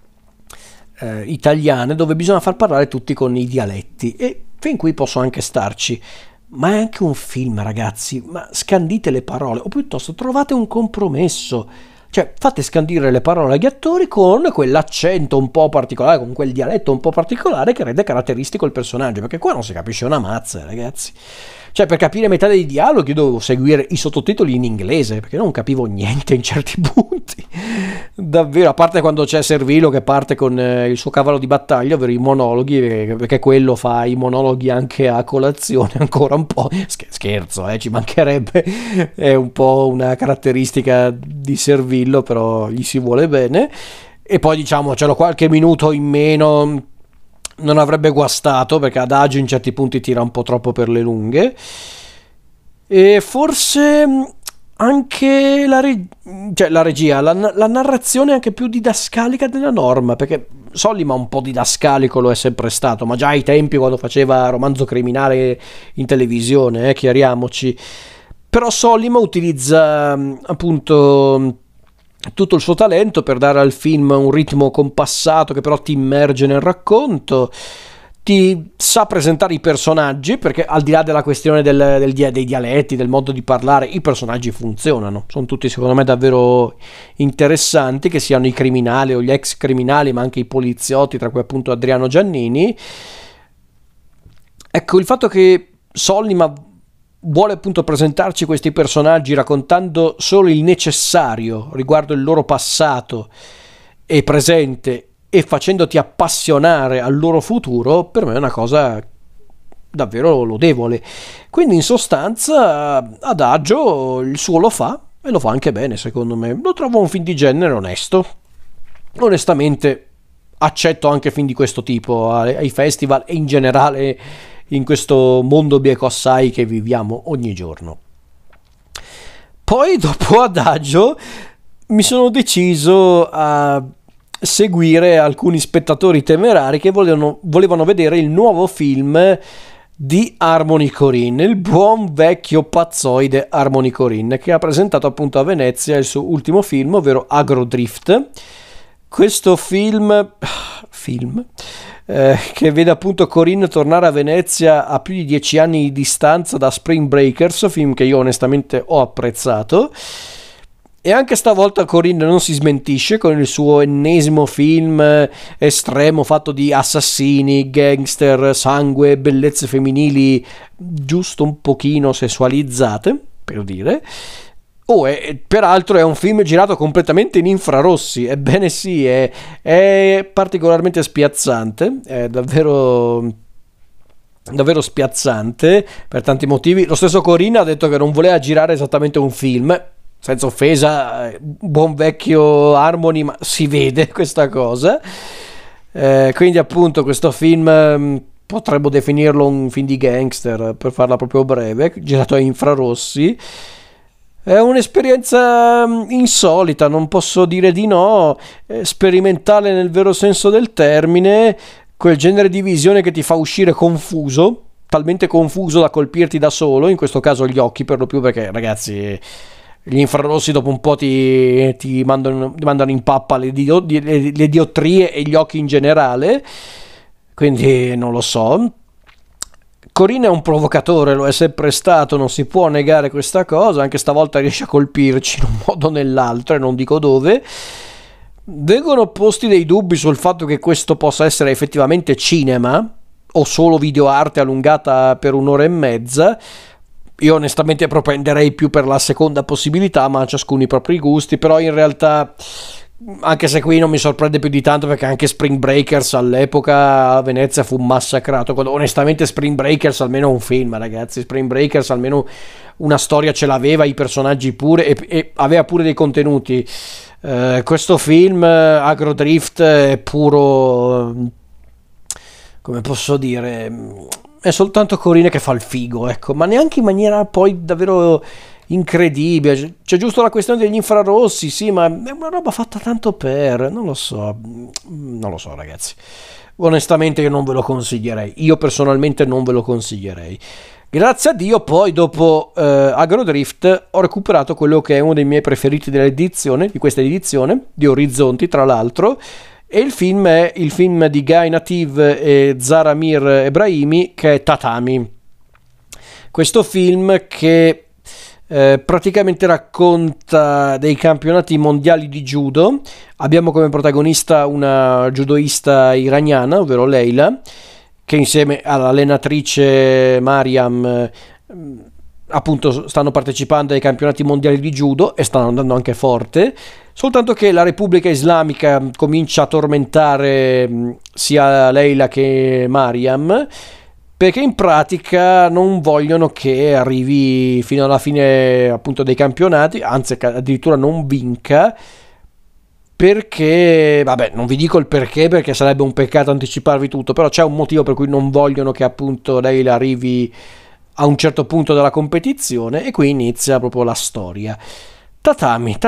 italiane, dove bisogna far parlare tutti con i dialetti, e fin qui posso anche starci. Ma è anche un film, ragazzi, ma scandite le parole, o piuttosto trovate un compromesso. Cioè, fate scandire le parole agli attori con quell'accento un po' particolare, con quel dialetto un po' particolare che rende caratteristico il personaggio, perché qua non si capisce una mazza, ragazzi. Cioè, per capire metà dei dialoghi dovevo seguire i sottotitoli in inglese, perché non capivo niente in certi punti. Davvero, a parte quando c'è Servillo che parte con il suo cavallo di battaglia, ovvero i monologhi, perché quello fa i monologhi anche a colazione, ancora un po'. Scherzo, ci mancherebbe. È un po' una caratteristica di Servillo, però gli si vuole bene. E poi diciamo, c'era qualche minuto in meno, non avrebbe guastato, perché Adagio in certi punti tira un po' troppo per le lunghe, e forse anche la regia, la narrazione è anche più didascalica della norma, perché Sollima un po' didascalico lo è sempre stato, ma già ai tempi quando faceva romanzo criminale in televisione, chiariamoci. Però Sollima utilizza appunto tutto il suo talento per dare al film un ritmo compassato che però ti immerge nel racconto, ti sa presentare i personaggi, perché al di là della questione dei dialetti, del modo di parlare, i personaggi funzionano, sono tutti secondo me davvero interessanti, che siano i criminali o gli ex criminali, ma anche i poliziotti, tra cui appunto Adriano Giannini. Ecco, il fatto che Sollima vuole appunto presentarci questi personaggi raccontando solo il necessario riguardo il loro passato e presente, e facendoti appassionare al loro futuro, per me è una cosa davvero lodevole. Quindi in sostanza Adagio il suo lo fa, e lo fa anche bene, secondo me. Lo trovo un film di genere onesto. Onestamente accetto anche film di questo tipo ai festival e in generale in questo mondo bieco assai che viviamo ogni giorno. Poi dopo Adagio mi sono deciso a seguire alcuni spettatori temerari che volevano vedere il nuovo film di Harmony Korine, il buon vecchio pazzoide Harmony Korine, che ha presentato appunto a Venezia il suo ultimo film, ovvero Agrodrift. Questo film che vede appunto Korine tornare a Venezia a più di 10 anni di distanza da Spring Breakers, film che io onestamente ho apprezzato. E anche stavolta Korine non si smentisce con il suo ennesimo film estremo fatto di assassini, gangster, sangue, bellezze femminili giusto un pochino sessualizzate, per dire. Peraltro è un film girato completamente in infrarossi, ebbene sì, è particolarmente spiazzante, è davvero spiazzante per tanti motivi. Lo stesso Korine ha detto che non voleva girare esattamente un film, senza offesa, buon vecchio Harmony, ma si vede questa cosa. Quindi appunto questo film potremmo definirlo un film di gangster, per farla proprio breve, girato a infrarossi. È un'esperienza insolita, non posso dire di no, sperimentale nel vero senso del termine, quel genere di visione che ti fa uscire confuso, talmente confuso da colpirti da solo, in questo caso gli occhi per lo più, perché ragazzi gli infrarossi dopo un po' ti mandano in pappa le diottrie e gli occhi in generale, quindi non lo so. Korine è un provocatore, lo è sempre stato, non si può negare questa cosa, anche stavolta riesce a colpirci in un modo o nell'altro e non dico dove. Vengono posti dei dubbi sul fatto che questo possa essere effettivamente cinema o solo videoarte allungata per un'ora e mezza. Io onestamente propenderei più per la seconda possibilità, ma a ciascuno i propri gusti, però in realtà, anche se qui non mi sorprende più di tanto, perché anche Spring Breakers all'epoca a Venezia fu massacrato, quando onestamente Spring Breakers almeno un film, ragazzi, Spring Breakers almeno una storia ce l'aveva, i personaggi pure, e aveva pure dei contenuti. Questo film Agrodrift è puro, come posso dire, è soltanto Korine che fa il figo, ecco, ma neanche in maniera poi davvero incredibile. C'è giusto la questione degli infrarossi, sì, ma è una roba fatta tanto per, non lo so ragazzi, onestamente io non ve lo consiglierei, io personalmente non ve lo consiglierei. Grazie a Dio poi dopo Agrodrift ho recuperato quello che è uno dei miei preferiti dell'edizione, di questa edizione, di Orizzonti tra l'altro, e il film è il film di Guy Nativ e Zaramir Ebrahimi, che è Tatami. Questo film che praticamente racconta dei campionati mondiali di judo. Abbiamo come protagonista una judoista iraniana, ovvero Leila, che insieme all'allenatrice Mariam appunto stanno partecipando ai campionati mondiali di judo e stanno andando anche forte, soltanto che la Repubblica Islamica comincia a tormentare sia Leila che Mariam, perché in pratica non vogliono che arrivi fino alla fine appunto dei campionati, anzi addirittura non vinca, perché, vabbè, non vi dico il perché sarebbe un peccato anticiparvi tutto, però c'è un motivo per cui non vogliono che appunto Leila arrivi a un certo punto della competizione, e qui inizia proprio la storia. Tatami.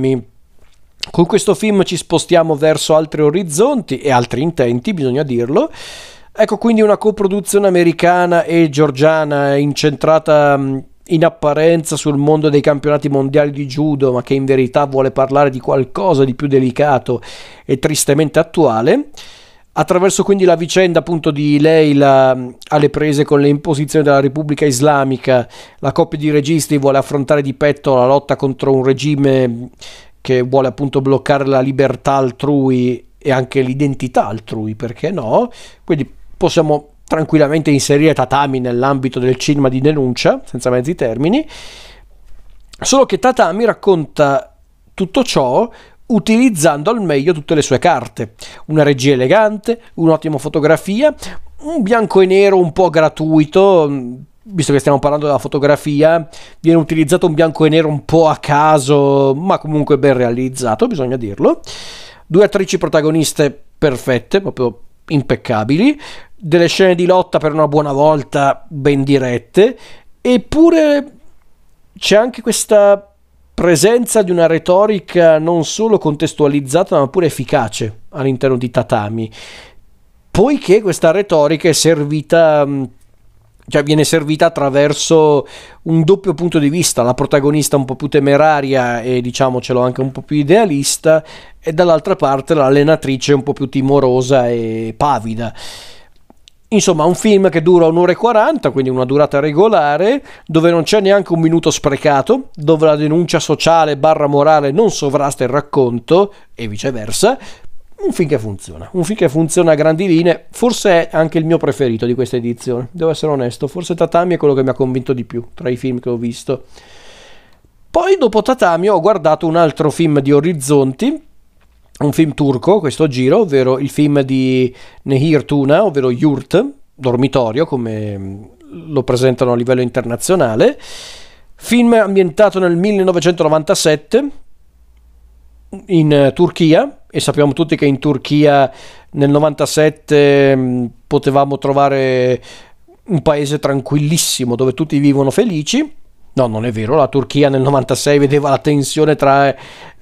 Con questo film ci spostiamo verso altri orizzonti e altri intenti, bisogna dirlo. Ecco quindi una coproduzione americana e georgiana incentrata in apparenza sul mondo dei campionati mondiali di judo, ma che in verità vuole parlare di qualcosa di più delicato e tristemente attuale, attraverso quindi la vicenda appunto di Leila alle prese con le imposizioni della Repubblica Islamica. La coppia di registi vuole affrontare di petto la lotta contro un regime che vuole appunto bloccare la libertà altrui e anche l'identità altrui, perché no? Quindi possiamo tranquillamente inserire Tatami nell'ambito del cinema di denuncia, senza mezzi termini, solo che Tatami racconta tutto ciò utilizzando al meglio tutte le sue carte: una regia elegante, un'ottima fotografia, un bianco e nero un po' gratuito, visto che stiamo parlando della fotografia, viene utilizzato un bianco e nero un po' a caso, ma comunque ben realizzato, bisogna dirlo. Due attrici protagoniste perfette, proprio impeccabili, delle scene di lotta per una buona volta ben dirette, eppure c'è anche questa presenza di una retorica non solo contestualizzata ma pure efficace all'interno di Tatami, poiché questa retorica è servita cioè viene servita attraverso un doppio punto di vista, la protagonista un po' più temeraria e diciamocelo anche un po' più idealista, e dall'altra parte l'allenatrice un po' più timorosa e pavida. Insomma, un film che dura 1 ora e 40, quindi una durata regolare, dove non c'è neanche un minuto sprecato, dove la denuncia sociale barra morale non sovrasta il racconto e viceversa. Un film che funziona a grandi linee, forse è anche il mio preferito di questa edizione, devo essere onesto, forse Tatami è quello che mi ha convinto di più tra i film che ho visto. Poi dopo Tatami ho guardato un altro film di Orizzonti, un film turco questo giro, ovvero il film di Nehir Tuna, ovvero Yurt, dormitorio come lo presentano a livello internazionale, film ambientato nel 1997 in Turchia, e sappiamo tutti che in Turchia nel 97 potevamo trovare un paese tranquillissimo dove tutti vivono felici. No, non è vero, la Turchia nel 96 vedeva la tensione tra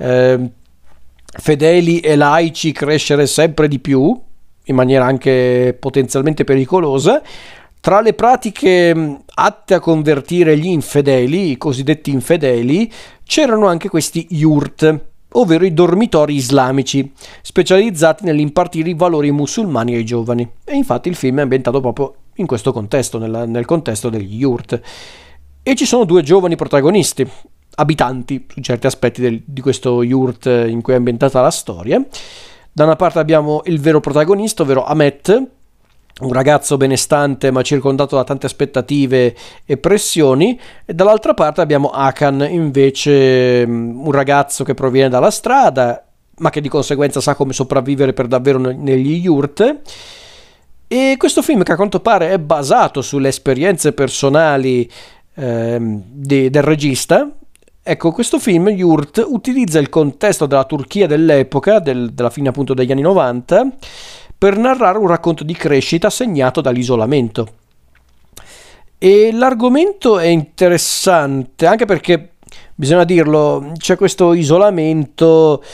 fedeli e laici crescere sempre di più, in maniera anche potenzialmente pericolosa. Tra le pratiche atte a convertire gli infedeli, i cosiddetti infedeli, c'erano anche questi yurt, ovvero i dormitori islamici, specializzati nell'impartire i valori musulmani ai giovani. E infatti il film è ambientato proprio in questo contesto, nel contesto degli yurt. E ci sono 2 giovani protagonisti, abitanti su certi aspetti di questo yurt in cui è ambientata la storia. Da una parte abbiamo il vero protagonista, ovvero Ahmet, un ragazzo benestante ma circondato da tante aspettative e pressioni, e dall'altra parte abbiamo Hakan, invece un ragazzo che proviene dalla strada ma che di conseguenza sa come sopravvivere per davvero negli yurt. E questo film, che a quanto pare è basato sulle esperienze personali del regista, ecco, questo film Yurt utilizza il contesto della Turchia dell'epoca, della fine appunto degli anni 90, per narrare un racconto di crescita segnato dall'isolamento. E l'argomento è interessante anche perché, bisogna dirlo, c'è questo isolamento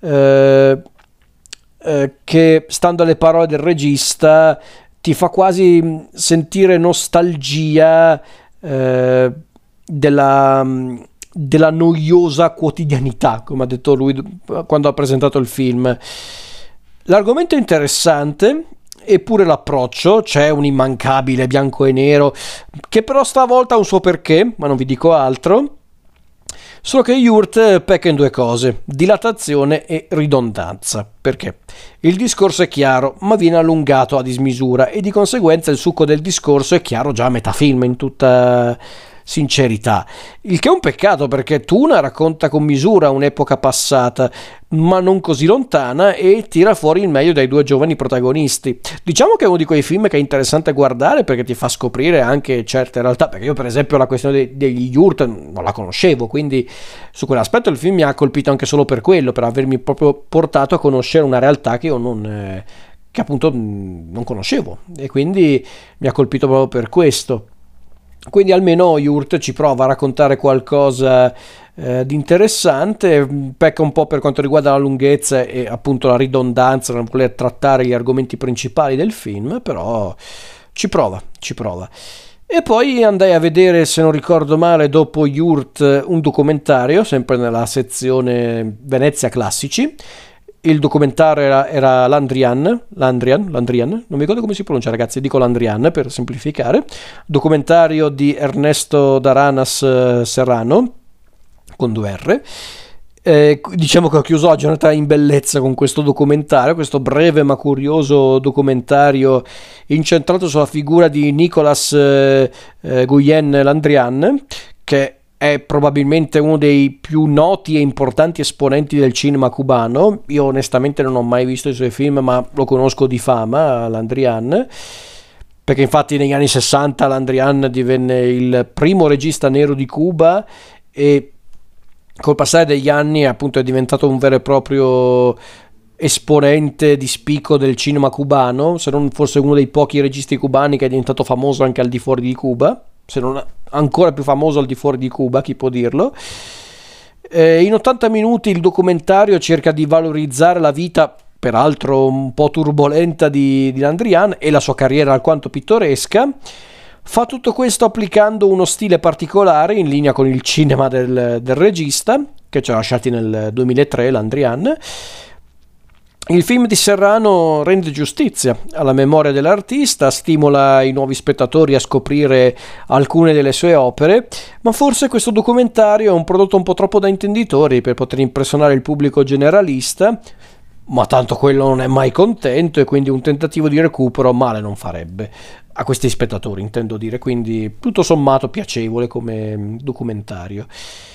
che, stando alle parole del regista, ti fa quasi sentire nostalgia della noiosa quotidianità, come ha detto lui quando ha presentato il film. L'argomento è interessante, eppure l'approccio, c'è un immancabile bianco e nero che però stavolta ha un suo perché, ma non vi dico altro. Solo che Yurt pecca in 2 cose: dilatazione e ridondanza. Perché? Il discorso è chiaro, ma viene allungato a dismisura, e di conseguenza il succo del discorso è chiaro già a metà film, in tutta sincerità. Il che è un peccato, perché Tuna racconta con misura un'epoca passata, ma non così lontana, e tira fuori il meglio dai 2 giovani protagonisti. Diciamo che è uno di quei film che è interessante guardare perché ti fa scoprire anche certe realtà, perché io per esempio la questione degli yurt non la conoscevo, quindi su quell'aspetto il film mi ha colpito anche solo per quello, per avermi proprio portato a conoscere una realtà che io che appunto non conoscevo, e quindi mi ha colpito proprio per questo. Quindi almeno Yurt ci prova a raccontare qualcosa di interessante, pecca un po' per quanto riguarda la lunghezza e appunto la ridondanza nel voler trattare gli argomenti principali del film, però ci prova. E poi andai a vedere, se non ricordo male, dopo Yurt, un documentario, sempre nella sezione Venezia Classici. Il documentario era Landrian, non mi ricordo come si pronuncia, ragazzi, dico Landrian per semplificare. Documentario di Ernesto Daranas Serrano, con 2 R. Diciamo che ho chiuso la giornata in bellezza con questo documentario, questo breve ma curioso documentario incentrato sulla figura di Nicolas Guyen Landrian, che è probabilmente uno dei più noti e importanti esponenti del cinema cubano. Io onestamente non ho mai visto i suoi film, ma lo conosco di fama, Landrian, perché infatti negli anni 60 Landrian divenne il primo regista nero di Cuba, e col passare degli anni appunto è diventato un vero e proprio esponente di spicco del cinema cubano, se non forse uno dei pochi registi cubani che è diventato famoso anche al di fuori di Cuba, se non ancora più famoso al di fuori di Cuba, chi può dirlo. In 80 minuti il documentario cerca di valorizzare la vita, peraltro un po' turbolenta, di Landrian e la sua carriera alquanto pittoresca, Fa tutto questo applicando uno stile particolare in linea con il cinema del regista, che ci ha lasciati nel 2003, Landrian. Il film di Serrano rende giustizia alla memoria dell'artista, stimola i nuovi spettatori a scoprire alcune delle sue opere, ma forse questo documentario è un prodotto un po' troppo da intenditori per poter impressionare il pubblico generalista, ma tanto quello non è mai contento e quindi un tentativo di recupero male non farebbe. A questi spettatori intendo dire, quindi tutto sommato piacevole come documentario.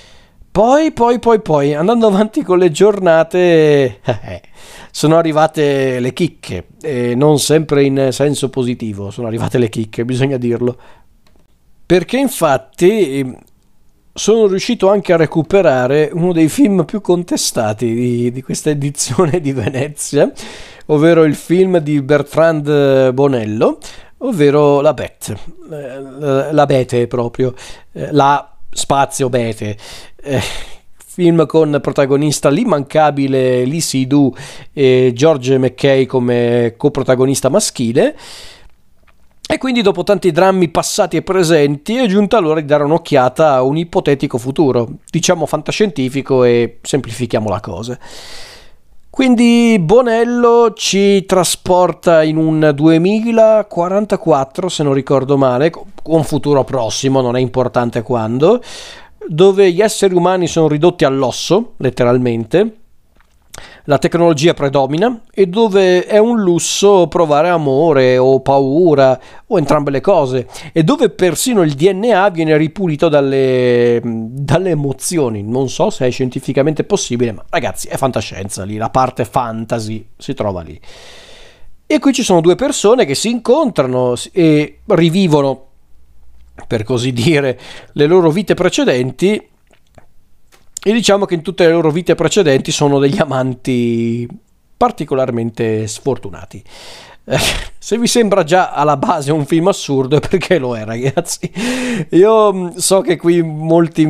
Poi, andando avanti con le giornate, sono arrivate le chicche, e non sempre in senso positivo, sono arrivate le chicche, bisogna dirlo. Perché infatti sono riuscito anche a recuperare uno dei film più contestati di questa edizione di Venezia, ovvero il film di Bertrand Bonello, ovvero l'Abete proprio, la spazio Bete, film con protagonista l'immancabile Lee Seydoux e George McKay come coprotagonista maschile. E quindi dopo tanti drammi passati e presenti è giunta l'ora di dare un'occhiata a un ipotetico futuro, diciamo fantascientifico, e semplifichiamo la cosa. Quindi Bonello ci trasporta in un 2044, se non ricordo male, un futuro prossimo, non è importante quando, dove gli esseri umani sono ridotti all'osso, letteralmente, la tecnologia predomina e dove è un lusso provare amore o paura o entrambe le cose, e dove persino il DNA viene ripulito dalle emozioni. Non so se è scientificamente possibile, ma ragazzi, è fantascienza lì, la parte fantasy si trova lì. E qui ci sono due persone che si incontrano e rivivono, per così dire, le loro vite precedenti. E diciamo che in tutte le loro vite precedenti sono degli amanti particolarmente sfortunati. Se vi sembra già alla base un film assurdo, è perché lo è, ragazzi. Io so che qui molti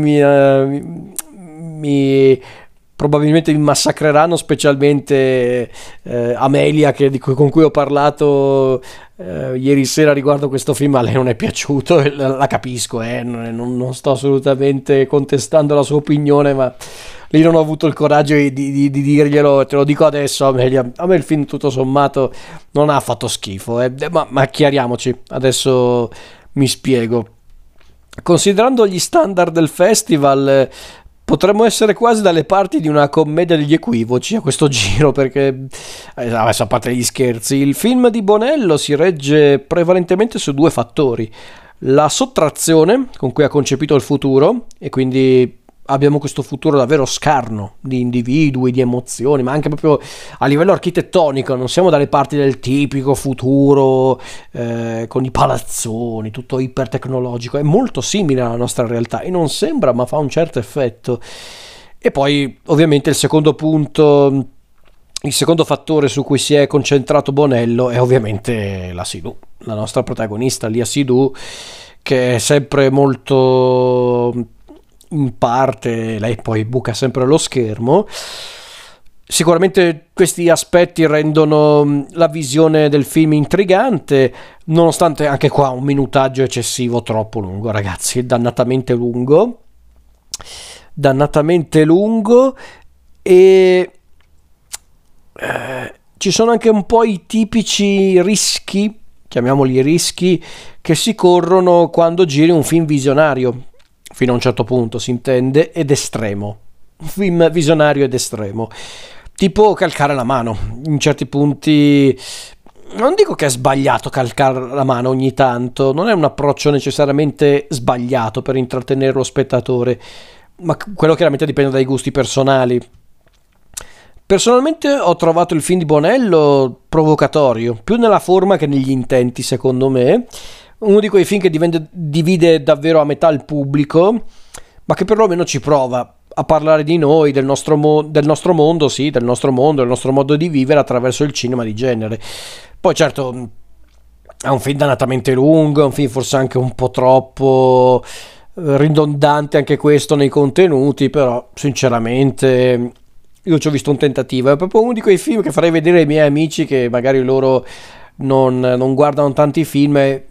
probabilmente mi massacreranno, specialmente Amelia, con cui ho parlato ieri sera riguardo questo film. A lei non è piaciuto, la capisco, non sto assolutamente contestando la sua opinione, ma lì non ho avuto il coraggio di dirglielo. Te lo dico adesso, Amelia, a me il film tutto sommato non ha fatto schifo, ma chiariamoci, adesso mi spiego. Considerando gli standard del festival, potremmo essere quasi dalle parti di una commedia degli equivoci a questo giro, perché, adesso a parte gli scherzi, il film di Bonello si regge prevalentemente su due fattori: la sottrazione con cui ha concepito il futuro, e quindi abbiamo questo futuro davvero scarno di individui, di emozioni, ma anche proprio a livello architettonico. Non siamo dalle parti del tipico futuro con i palazzoni, tutto ipertecnologico. È molto simile alla nostra realtà e non sembra, ma fa un certo effetto. E poi ovviamente il secondo punto, il secondo fattore su cui si è concentrato Bonello è ovviamente la Seydoux, la nostra protagonista Lia Seydoux, che è sempre molto, in parte, lei poi buca sempre lo schermo. Sicuramente questi aspetti rendono la visione del film intrigante, nonostante anche qua un minutaggio eccessivo, troppo lungo, ragazzi, dannatamente lungo, e ci sono anche un po' i tipici rischi, chiamiamoli rischi, che si corrono quando giri un film visionario, fino a un certo punto si intende, ed estremo, un film visionario ed estremo, tipo calcare la mano. In certi punti non dico che è sbagliato calcare la mano ogni tanto, non è un approccio necessariamente sbagliato per intrattenere lo spettatore, ma quello chiaramente dipende dai gusti personali. Personalmente ho trovato il film di Bonello provocatorio, più nella forma che negli intenti, secondo me. Uno di quei film che divide davvero a metà il pubblico, ma che perlomeno ci prova a parlare di noi, del nostro mondo, sì, del nostro mondo, del nostro modo di vivere attraverso il cinema di genere. Poi certo è un film dannatamente lungo, è un film forse anche un po' troppo ridondante anche questo nei contenuti, però sinceramente io ci ho visto un tentativo. È proprio uno di quei film che farei vedere ai miei amici che magari loro non guardano tanti film,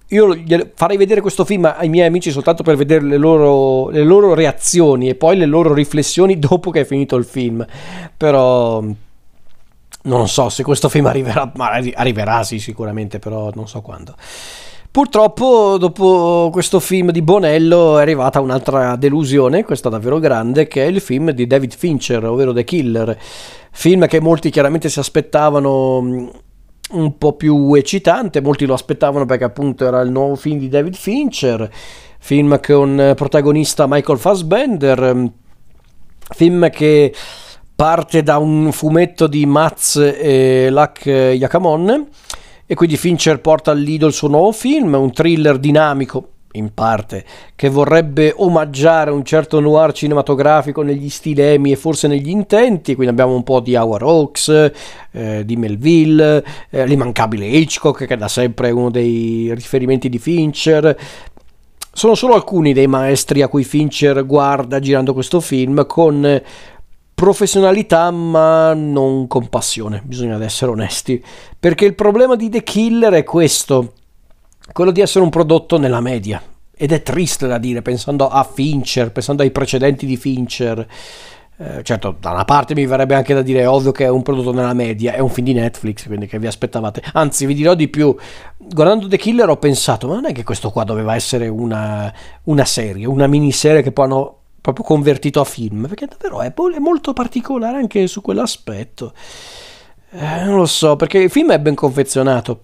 io farei vedere questo film ai miei amici soltanto per vedere le loro reazioni e poi le loro riflessioni dopo che è finito il film. Però non so se questo film arriverà, ma arriverà sì sicuramente, però non so quando. Purtroppo dopo questo film di Bonello è arrivata un'altra delusione, questa davvero grande, che è il film di David Fincher, ovvero The Killer, film che molti chiaramente si aspettavano un po' più eccitante, molti lo aspettavano perché appunto era il nuovo film di David Fincher, film con protagonista Michael Fassbender, film che parte da un fumetto di Mats e Luc Jacamon, e quindi Fincher porta al lido il suo nuovo film, un thriller dinamico, in parte, che vorrebbe omaggiare un certo noir cinematografico negli stilemi e forse negli intenti. Quindi abbiamo un po' di Howard Hawks, di Melville, l'immancabile Hitchcock, che da sempre è uno dei riferimenti di Fincher. Sono solo alcuni dei maestri a cui Fincher guarda girando questo film, con professionalità ma non con passione, bisogna essere onesti, perché il problema di The Killer è questo, quello di essere un prodotto nella media, ed è triste da dire pensando a Fincher, pensando ai precedenti di Fincher. Certo, da una parte mi verrebbe anche da dire, è ovvio che è un prodotto nella media, è un film di Netflix, quindi che vi aspettavate? Anzi, vi dirò di più, guardando The Killer ho pensato, ma non è che questo qua doveva essere una serie, una miniserie che poi hanno proprio convertito a film, perché davvero è molto particolare anche su quell'aspetto. Non lo so, perché il film è ben confezionato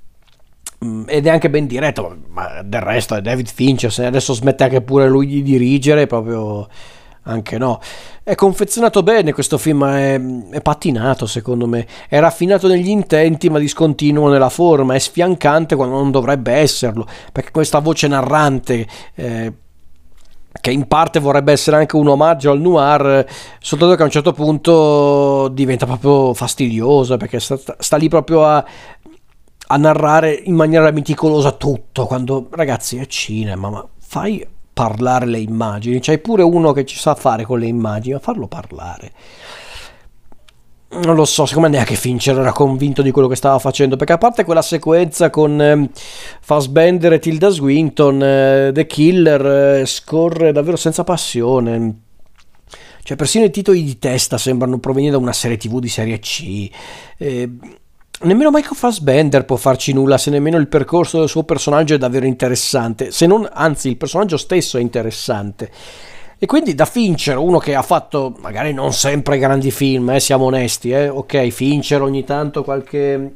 ed è anche ben diretto, ma del resto è David Fincher, se adesso smette anche pure lui di dirigere, proprio anche no. È confezionato bene questo film, è pattinato secondo me, è raffinato negli intenti ma discontinuo nella forma, è sfiancante quando non dovrebbe esserlo, perché questa voce narrante che in parte vorrebbe essere anche un omaggio al noir, soltanto che a un certo punto diventa proprio fastidiosa, perché sta lì proprio a narrare in maniera meticolosa tutto, quando ragazzi è cinema, ma fai parlare le immagini, c'hai pure uno che ci sa fare con le immagini, ma farlo parlare. Non lo so, secondo me neanche Fincher era convinto di quello che stava facendo, perché a parte quella sequenza con Fassbender e Tilda Swinton, The Killer scorre davvero senza passione. Cioè, persino i titoli di testa sembrano provenire da una serie TV di serie C. Nemmeno Michael Fassbender può farci nulla se nemmeno il percorso del suo personaggio è davvero interessante, se non, anzi, il personaggio stesso è interessante. E quindi da Fincher, uno che ha fatto magari non sempre grandi film, siamo onesti, ok, Fincher ogni tanto qualche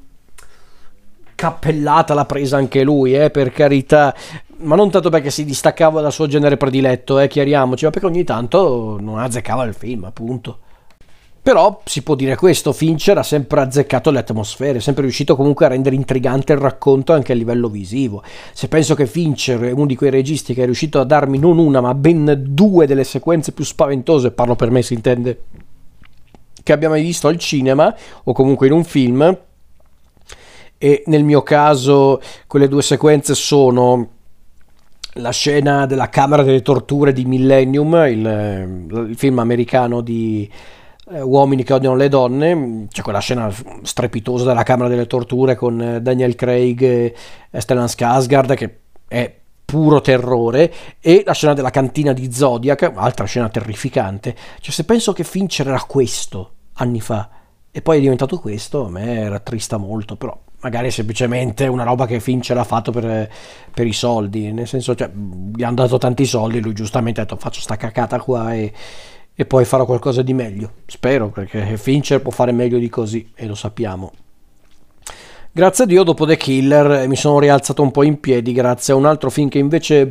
cappellata l'ha presa anche lui, per carità, ma non tanto perché si distaccava dal suo genere prediletto, chiariamoci, ma perché ogni tanto non azzeccava il film, appunto. Però si può dire questo, Fincher ha sempre azzeccato le atmosfere, è sempre riuscito comunque a rendere intrigante il racconto anche a livello visivo. Se penso che Fincher è uno di quei registi che è riuscito a darmi non una ma ben due delle sequenze più spaventose, parlo per me si intende, che abbia mai visto al cinema o comunque in un film, e nel mio caso quelle due sequenze sono la scena della Camera delle Torture di Millennium, il film americano di Uomini che odiano le donne, c'è quella scena strepitosa della Camera delle Torture con Daniel Craig e Stellan Skarsgård che è puro terrore, e la scena della cantina di Zodiac, altra scena terrificante. Cioè, se penso che Fincher era questo anni fa e poi è diventato questo, a me rattrista molto, però magari è semplicemente una roba che Fincher ha fatto per i soldi, nel senso, cioè, gli hanno dato tanti soldi, lui giustamente ha detto faccio sta cacata qua e poi farò qualcosa di meglio, spero, perché Fincher può fare meglio di così e lo sappiamo. Grazie a Dio dopo The Killer mi sono rialzato un po' in piedi grazie a un altro film che invece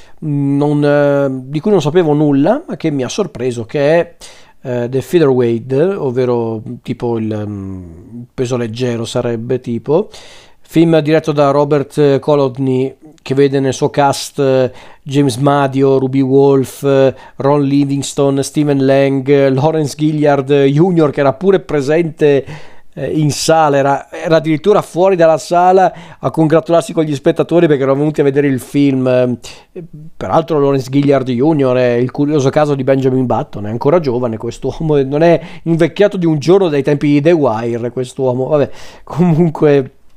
di cui non sapevo nulla ma che mi ha sorpreso, che è The Featherweight, ovvero tipo il peso leggero sarebbe, tipo film diretto da Robert Kolodny, che vede nel suo cast James Madio, Ruby Wolf, Ron Livingston, Stephen Lang, Lawrence Gilliard Jr. che era pure presente in sala, era addirittura fuori dalla sala a congratularsi con gli spettatori perché erano venuti a vedere il film. Peraltro Lawrence Gilliard Jr. è il curioso caso di Benjamin Button, è ancora giovane quest'uomo, non è invecchiato di un giorno dai tempi di The Wire quest'uomo, vabbè, comunque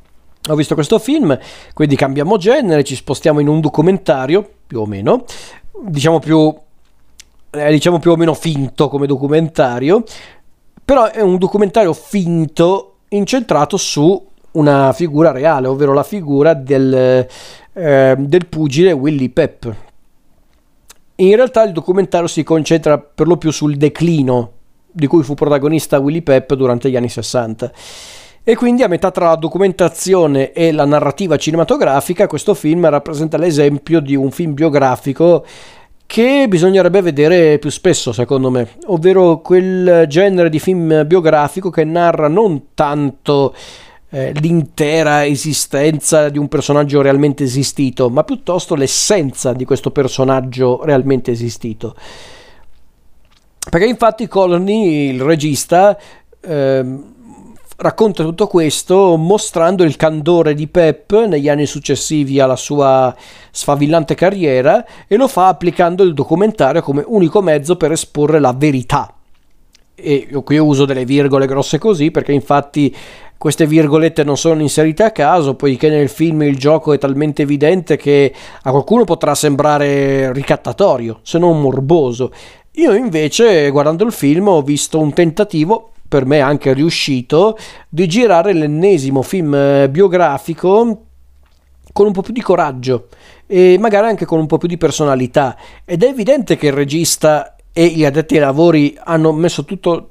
Ho visto questo film, quindi cambiamo genere, ci spostiamo in un documentario, più o meno, diciamo diciamo più o meno finto come documentario, però è un documentario finto incentrato su una figura reale, ovvero la figura del pugile Willie Pep. In realtà il documentario si concentra per lo più sul declino di cui fu protagonista Willie Pep durante gli anni 60. E quindi a metà tra la documentazione e la narrativa cinematografica questo film rappresenta l'esempio di un film biografico che bisognerebbe vedere più spesso, secondo me, ovvero quel genere di film biografico che narra non tanto l'intera esistenza di un personaggio realmente esistito, ma piuttosto l'essenza di questo personaggio realmente esistito. Perché infatti Colony, il regista, racconta tutto questo mostrando il candore di Pep negli anni successivi alla sua sfavillante carriera, e lo fa applicando il documentario come unico mezzo per esporre la verità. E io qui uso delle virgole grosse così perché infatti queste virgolette non sono inserite a caso, poiché nel film il gioco è talmente evidente che a qualcuno potrà sembrare ricattatorio, se non morboso. Io invece, guardando il film, ho visto un tentativo, per me anche riuscito, di girare l'ennesimo film biografico con un po' più di coraggio e magari anche con un po' più di personalità. Ed è evidente che il regista e gli addetti ai lavori hanno messo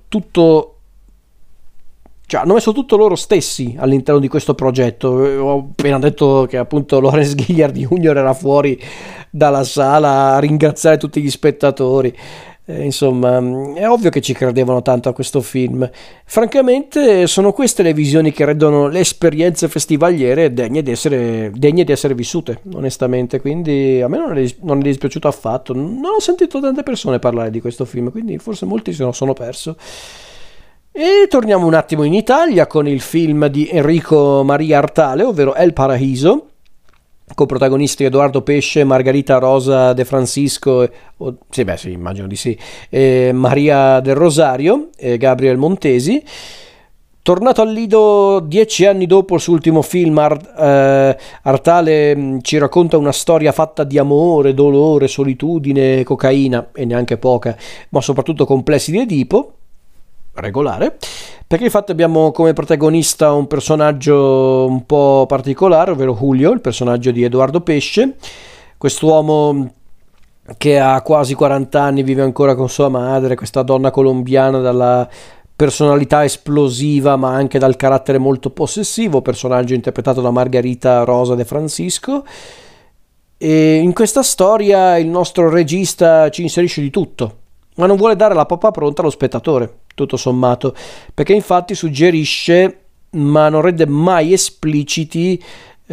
hanno messo tutto loro stessi all'interno di questo progetto. Ho appena detto che appunto Lawrence Gilliard Jr. era fuori dalla sala a ringraziare tutti gli spettatori. Insomma, è ovvio che ci credevano tanto a questo film. Francamente, sono queste le visioni che rendono le esperienze festivaliere degne di essere vissute, onestamente. Quindi a me non è dispiaciuto affatto. Non ho sentito tante persone parlare di questo film, quindi forse molti se lo sono perso. E torniamo un attimo in Italia con il film di Enrico Maria Artale, ovvero El Paraíso, con protagonisti Edoardo Pesce, Margarita Rosa de Francisco, sì, immagino di sì, Maria del Rosario e Gabriel Montesi. Tornato al Lido 10 anni dopo il suo ultimo film, Artale ci racconta una storia fatta di amore, dolore, solitudine, cocaina, e neanche poca, ma soprattutto complessi di Edipo, regolare, perché infatti abbiamo come protagonista un personaggio un po' particolare, ovvero Julio, il personaggio di Edoardo Pesce, quest'uomo che ha quasi 40 anni, vive ancora con sua madre, questa donna colombiana dalla personalità esplosiva ma anche dal carattere molto possessivo, personaggio interpretato da Margarita Rosa de Francisco. E in questa storia il nostro regista ci inserisce di tutto, ma non vuole dare la pappa pronta allo spettatore, tutto sommato, perché infatti suggerisce, ma non rende mai espliciti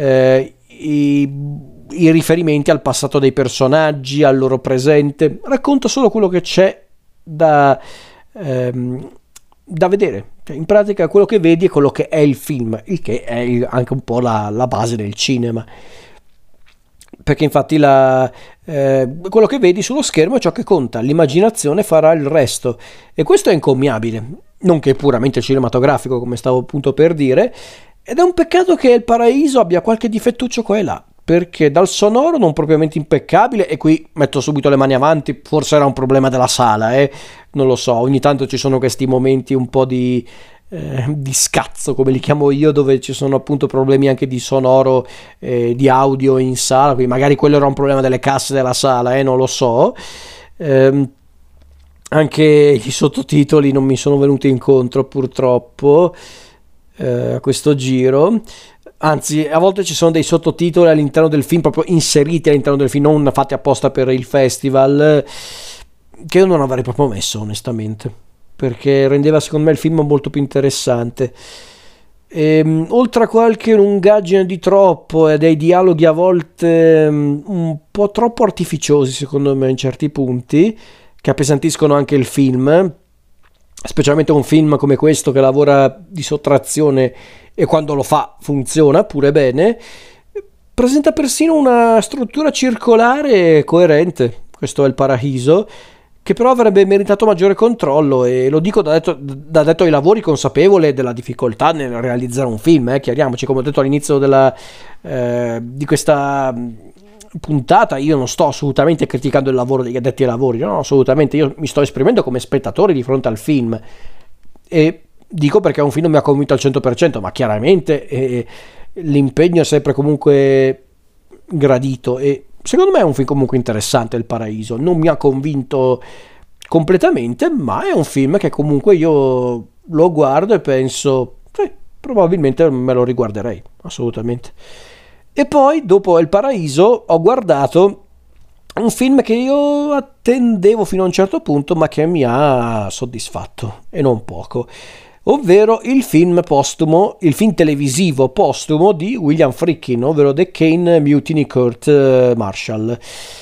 i riferimenti al passato dei personaggi, al loro presente. Racconta solo quello che c'è da vedere. Cioè, in pratica quello che vedi è quello che è il film, il che è anche un po' la base del cinema. Perché infatti quello che vedi sullo schermo è ciò che conta, l'immaginazione farà il resto, e questo è incommiabile, non che è puramente cinematografico come stavo appunto per dire, ed è un peccato che Il Paraiso abbia qualche difettuccio qua e là, perché dal sonoro non propriamente impeccabile, e qui metto subito le mani avanti, forse era un problema della sala, non lo so, ogni tanto ci sono questi momenti un po' di scazzo, come li chiamo io, dove ci sono appunto problemi anche di sonoro, di audio in sala, quindi magari quello era un problema delle casse della sala, non lo so. Anche i sottotitoli non mi sono venuti incontro purtroppo a questo giro, anzi a volte ci sono dei sottotitoli all'interno del film, proprio inseriti all'interno del film, non fatti apposta per il festival, che io non avrei proprio messo onestamente, perché rendeva secondo me il film molto più interessante. Oltre a qualche lungaggine di troppo e dei dialoghi a volte un po' troppo artificiosi secondo me in certi punti, che appesantiscono anche il film, specialmente un film come questo che lavora di sottrazione e quando lo fa funziona pure bene, presenta persino una struttura circolare coerente. Questo è Il Paraiso, che però avrebbe meritato maggiore controllo, e lo dico da detto ai lavori, consapevole della difficoltà nel realizzare un film, chiariamoci, come ho detto all'inizio di questa puntata, io non sto assolutamente criticando il lavoro degli addetti ai lavori, no, assolutamente, io mi sto esprimendo come spettatore di fronte al film, e dico perché un film mi ha convinto al 100%, ma chiaramente l'impegno è sempre comunque gradito, e secondo me è un film comunque interessante, Il Paraiso. Non mi ha convinto completamente, ma è un film che comunque io lo guardo e penso, sì, probabilmente me lo riguarderei, assolutamente. E poi, dopo Il Paraiso, ho guardato un film che io attendevo fino a un certo punto, ma che mi ha soddisfatto, e non poco, ovvero il film postumo, il film televisivo postumo di William Friedkin, ovvero The Kane Mutiny Court Martial.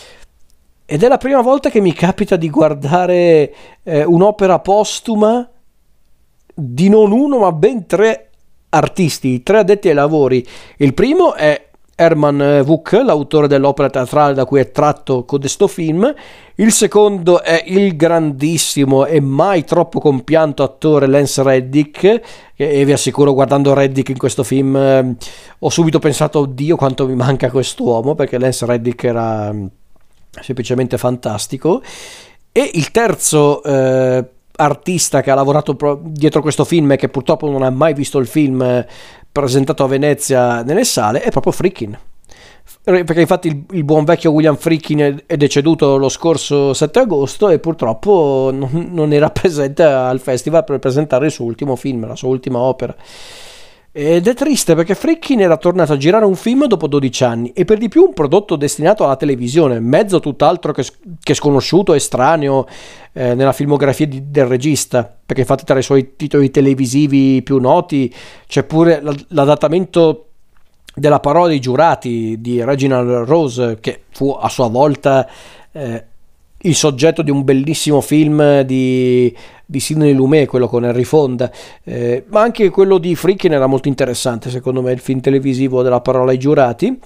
Ed è la prima volta che mi capita di guardare un'opera postuma di non uno, ma ben tre artisti, tre addetti ai lavori. Il primo è Herman Wouk, l'autore dell'opera teatrale da cui è tratto codesto film. Il secondo è il grandissimo e mai troppo compianto attore Lance Reddick, e vi assicuro, guardando Reddick in questo film ho subito pensato, oddio quanto mi manca quest'uomo, perché Lance Reddick era semplicemente fantastico. E il terzo artista che ha lavorato dietro questo film e che purtroppo non ha mai visto il film presentato a Venezia nelle sale è proprio Friedkin, perché infatti il buon vecchio William Friedkin è deceduto lo scorso 7 agosto e purtroppo non era presente al festival per presentare il suo ultimo film, la sua ultima opera. Ed è triste, perché Friedkin era tornato a girare un film dopo 12 anni, e per di più un prodotto destinato alla televisione, mezzo tutt'altro che sconosciuto e estraneo nella filmografia del regista, perché infatti tra i suoi titoli televisivi più noti c'è pure l'adattamento della parola dei giurati di Reginald Rose, che fu a sua volta il soggetto di un bellissimo film di Sidney Lumet, quello con Henry Fonda, ma anche quello di Friedkin era molto interessante, secondo me, il film televisivo della parola ai giurati.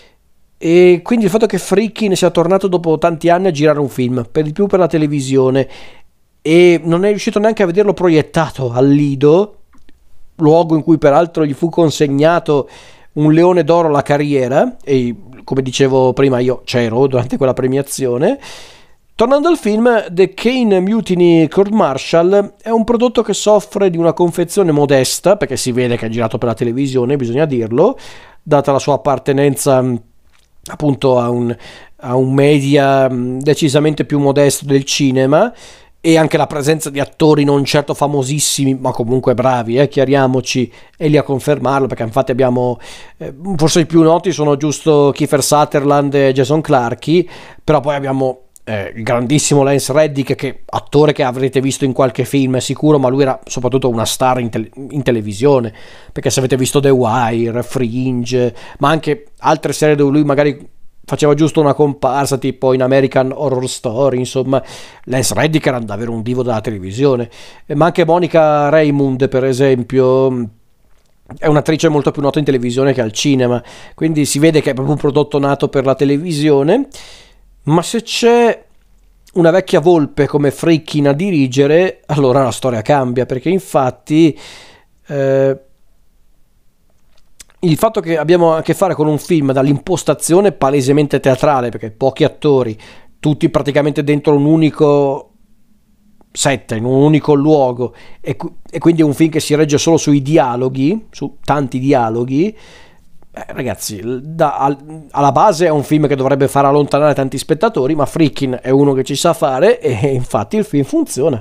E quindi il fatto che Friedkin sia tornato dopo tanti anni a girare un film, per di più per la televisione, e non è riuscito neanche a vederlo proiettato al Lido, luogo in cui peraltro gli fu consegnato un Leone d'Oro alla carriera, e come dicevo prima io c'ero durante quella premiazione. Tornando al film, The Kane Mutiny Court Martial è un prodotto che soffre di una confezione modesta, perché si vede che è girato per la televisione, bisogna dirlo, data la sua appartenenza appunto a un media decisamente più modesto del cinema, e anche la presenza di attori non certo famosissimi, ma comunque bravi, chiariamoci, e lì a confermarlo, perché infatti abbiamo, forse i più noti sono giusto Kiefer Sutherland e Jason Clarke, però poi abbiamo il grandissimo Lance Reddick, che attore che avrete visto in qualche film sicuro, ma lui era soprattutto una star in televisione, perché se avete visto The Wire, Fringe, ma anche altre serie dove lui magari faceva giusto una comparsa, tipo in American Horror Story, insomma, Lance Reddick era davvero un divo della televisione. Ma anche Monica Raymund, per esempio, è un'attrice molto più nota in televisione che al cinema, quindi si vede che è proprio un prodotto nato per la televisione. Ma se c'è una vecchia volpe come Friedkin a dirigere, allora la storia cambia, perché infatti il fatto che abbiamo a che fare con un film dall'impostazione palesemente teatrale, perché pochi attori, tutti praticamente dentro un unico set, in un unico luogo, e quindi è un film che si regge solo sui dialoghi, su tanti dialoghi, ragazzi, alla base è un film che dovrebbe far allontanare tanti spettatori, ma Friedkin è uno che ci sa fare, e infatti il film funziona,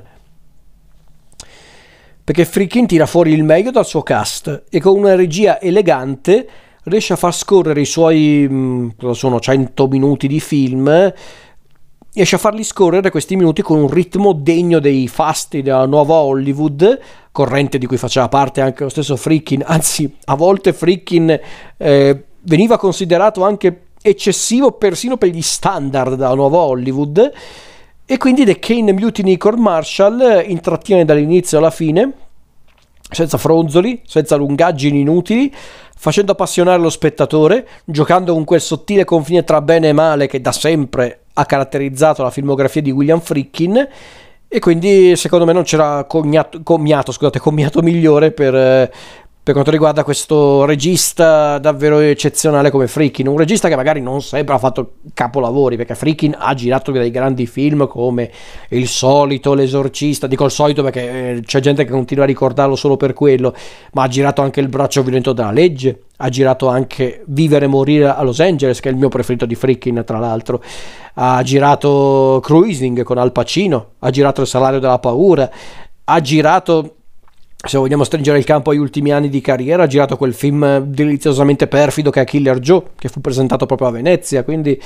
perché Friedkin tira fuori il meglio dal suo cast, e con una regia elegante riesce a far scorrere i suoi sono 100 minuti di film, riesce a farli scorrere questi minuti con un ritmo degno dei fasti della nuova Hollywood, corrente di cui faceva parte anche lo stesso Friedkin. Anzi, a volte Friedkin veniva considerato anche eccessivo persino per gli standard della nuova Hollywood, e quindi The Kane Mutiny Court Martial intrattiene dall'inizio alla fine, senza fronzoli, senza lungaggini inutili, facendo appassionare lo spettatore, giocando con quel sottile confine tra bene e male che da sempre ha caratterizzato la filmografia di William Friedkin, e quindi secondo me non c'era commiato migliore per quanto riguarda questo regista davvero eccezionale come Friedkin, un regista che magari non sempre ha fatto capolavori, perché Friedkin ha girato dei grandi film come Il Solito, L'Esorcista, dico il solito perché c'è gente che continua a ricordarlo solo per quello, ma ha girato anche Il braccio violento della legge, ha girato anche Vivere e morire a Los Angeles, che è il mio preferito di Friedkin tra l'altro, ha girato Cruising con Al Pacino, ha girato Il salario della paura, ha girato, se vogliamo stringere il campo agli ultimi anni di carriera, ha girato quel film deliziosamente perfido che è Killer Joe, che fu presentato proprio a Venezia. Quindi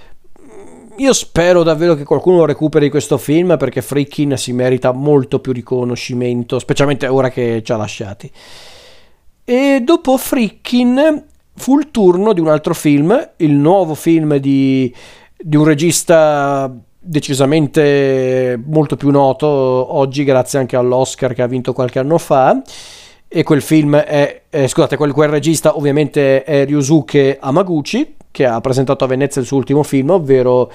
io spero davvero che qualcuno recuperi questo film, perché Friedkin si merita molto più riconoscimento, specialmente ora che ci ha lasciati. E dopo Friedkin fu il turno di un altro film, il nuovo film di un regista decisamente molto più noto oggi, grazie anche all'Oscar che ha vinto qualche anno fa. E quel film scusate, quel regista ovviamente è Ryusuke Hamaguchi, che ha presentato a Venezia il suo ultimo film, ovvero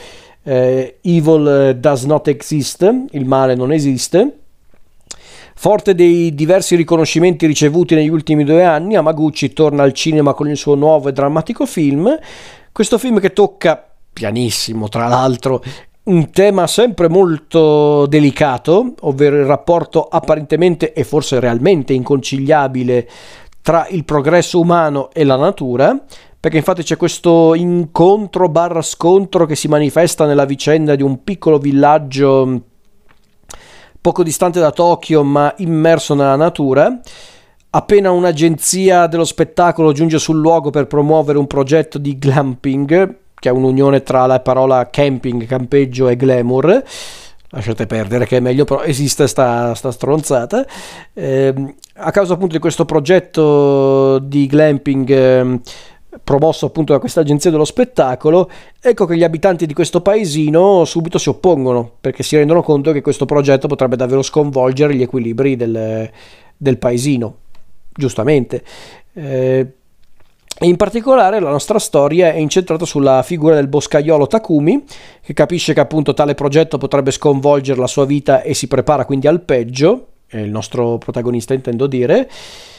Evil Does Not Exist, il male non esiste. Forte dei diversi riconoscimenti ricevuti negli ultimi 2 anni, Hamaguchi torna al cinema con il suo nuovo e drammatico film. Questo film che tocca, pianissimo tra l'altro, un tema sempre molto delicato, ovvero il rapporto apparentemente e forse realmente inconciliabile tra il progresso umano e la natura, perché infatti c'è questo incontro barra scontro che si manifesta nella vicenda di un piccolo villaggio poco distante da Tokyo ma immerso nella natura. Appena un'agenzia dello spettacolo giunge sul luogo per promuovere un progetto di glamping, che è un'unione tra la parola camping, campeggio, e glamour, lasciate perdere che è meglio, però esiste sta stronzata, a causa appunto di questo progetto di glamping promosso appunto da questa agenzia dello spettacolo, ecco che gli abitanti di questo paesino subito si oppongono, perché si rendono conto che questo progetto potrebbe davvero sconvolgere gli equilibri del paesino, giustamente. E in particolare la nostra storia è incentrata sulla figura del boscaiolo Takumi, che capisce che appunto tale progetto potrebbe sconvolgere la sua vita e si prepara quindi al peggio, è il nostro protagonista intendo dire,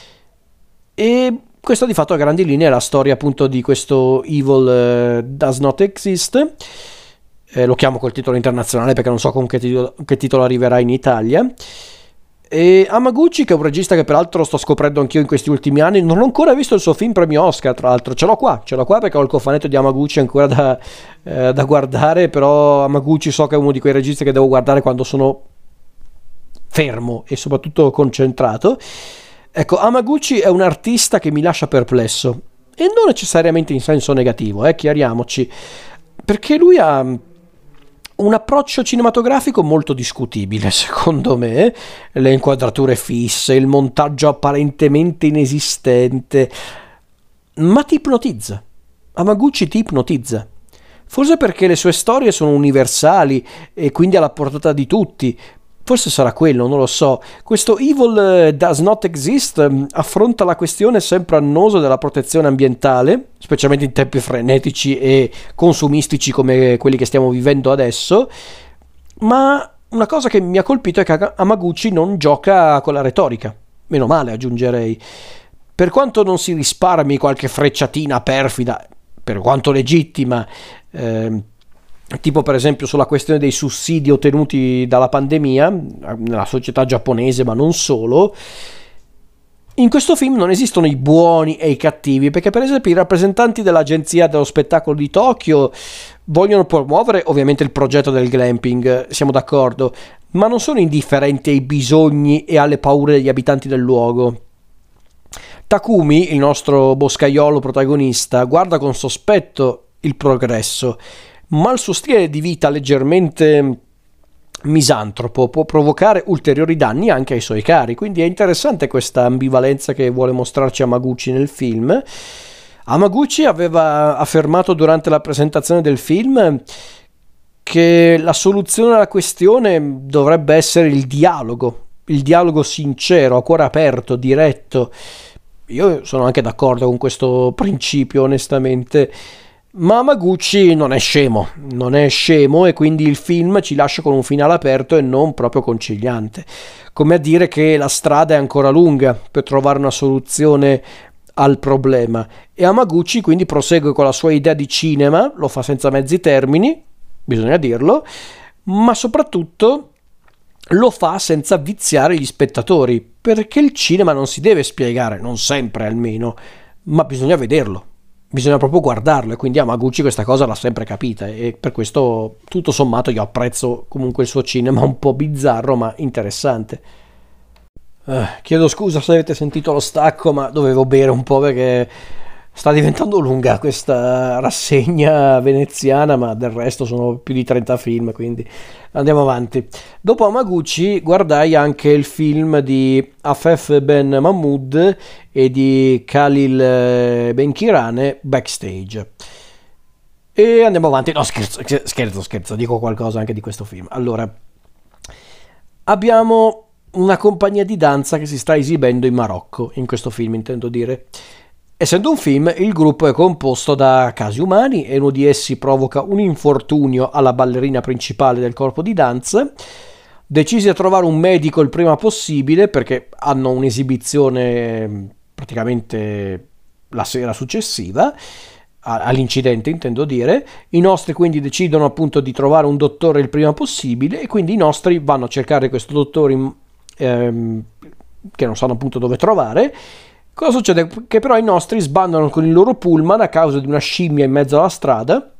e questo di fatto a grandi linee è la storia appunto di questo Evil Does Not Exist. Lo chiamo col titolo internazionale perché non so con che titolo arriverà in Italia. E Hamaguchi, che è un regista che peraltro sto scoprendo anch'io in questi ultimi anni, non ho ancora visto il suo film premio Oscar, tra l'altro ce l'ho qua perché ho il cofanetto di Hamaguchi ancora da guardare, però Hamaguchi so che è uno di quei registi che devo guardare quando sono fermo e soprattutto concentrato. Ecco, Hamaguchi è un artista che mi lascia perplesso, e non necessariamente in senso negativo, chiariamoci, perché lui ha un approccio cinematografico molto discutibile, secondo me, le inquadrature fisse, il montaggio apparentemente inesistente, ma ti ipnotizza. Hamaguchi ti ipnotizza. Forse perché le sue storie sono universali e quindi alla portata di tutti. Forse sarà quello, non lo so. Questo Evil Does Not Exist affronta la questione sempre annosa della protezione ambientale, specialmente in tempi frenetici e consumistici come quelli che stiamo vivendo adesso, ma una cosa che mi ha colpito è che Hamaguchi non gioca con la retorica. Meno male, aggiungerei. Per quanto non si risparmi qualche frecciatina perfida, per quanto legittima, tipo per esempio sulla questione dei sussidi ottenuti dalla pandemia nella società giapponese, ma non solo, in questo film non esistono i buoni e i cattivi, perché per esempio i rappresentanti dell'agenzia dello spettacolo di Tokyo vogliono promuovere ovviamente il progetto del glamping, siamo d'accordo, ma non sono indifferenti ai bisogni e alle paure degli abitanti del luogo. Takumi, il nostro boscaiolo protagonista, guarda con sospetto il progresso, ma il suo stile di vita leggermente misantropo può provocare ulteriori danni anche ai suoi cari, quindi è interessante questa ambivalenza che vuole mostrarci Hamaguchi nel film. Hamaguchi aveva affermato durante la presentazione del film che la soluzione alla questione dovrebbe essere il dialogo sincero, a cuore aperto, diretto. Io sono anche d'accordo con questo principio, onestamente. Ma Hamaguchi non è scemo e quindi il film ci lascia con un finale aperto e non proprio conciliante. Come a dire che la strada è ancora lunga per trovare una soluzione al problema. E Hamaguchi quindi prosegue con la sua idea di cinema, lo fa senza mezzi termini, bisogna dirlo, ma soprattutto lo fa senza viziare gli spettatori, perché il cinema non si deve spiegare, non sempre almeno, ma bisogna vederlo. Bisogna proprio guardarlo e quindi Hamaguchi questa cosa l'ha sempre capita e per questo tutto sommato io apprezzo comunque il suo cinema un po' bizzarro ma interessante. Chiedo scusa se avete sentito lo stacco, ma dovevo bere un po' perché sta diventando lunga questa rassegna veneziana, ma del resto sono più di 30 film, quindi andiamo avanti. Dopo Hamaguchi guardai anche il film di Afef Ben Mahmood e di Khalil Benkirane, Backstage. E andiamo avanti. No, scherzo, dico qualcosa anche di questo film. Allora, abbiamo una compagnia di danza che si sta esibendo in Marocco, in questo film intendo dire. Essendo un film, il gruppo è composto da casi umani e uno di essi provoca un infortunio alla ballerina principale del corpo di danza. Decisi a trovare un medico il prima possibile perché hanno un'esibizione praticamente la sera successiva all'incidente intendo dire. I nostri quindi decidono appunto di trovare un dottore il prima possibile e quindi i nostri vanno a cercare questo dottore che non sanno appunto dove trovare. Cosa succede? Che però i nostri sbandano con il loro pullman a causa di una scimmia in mezzo alla strada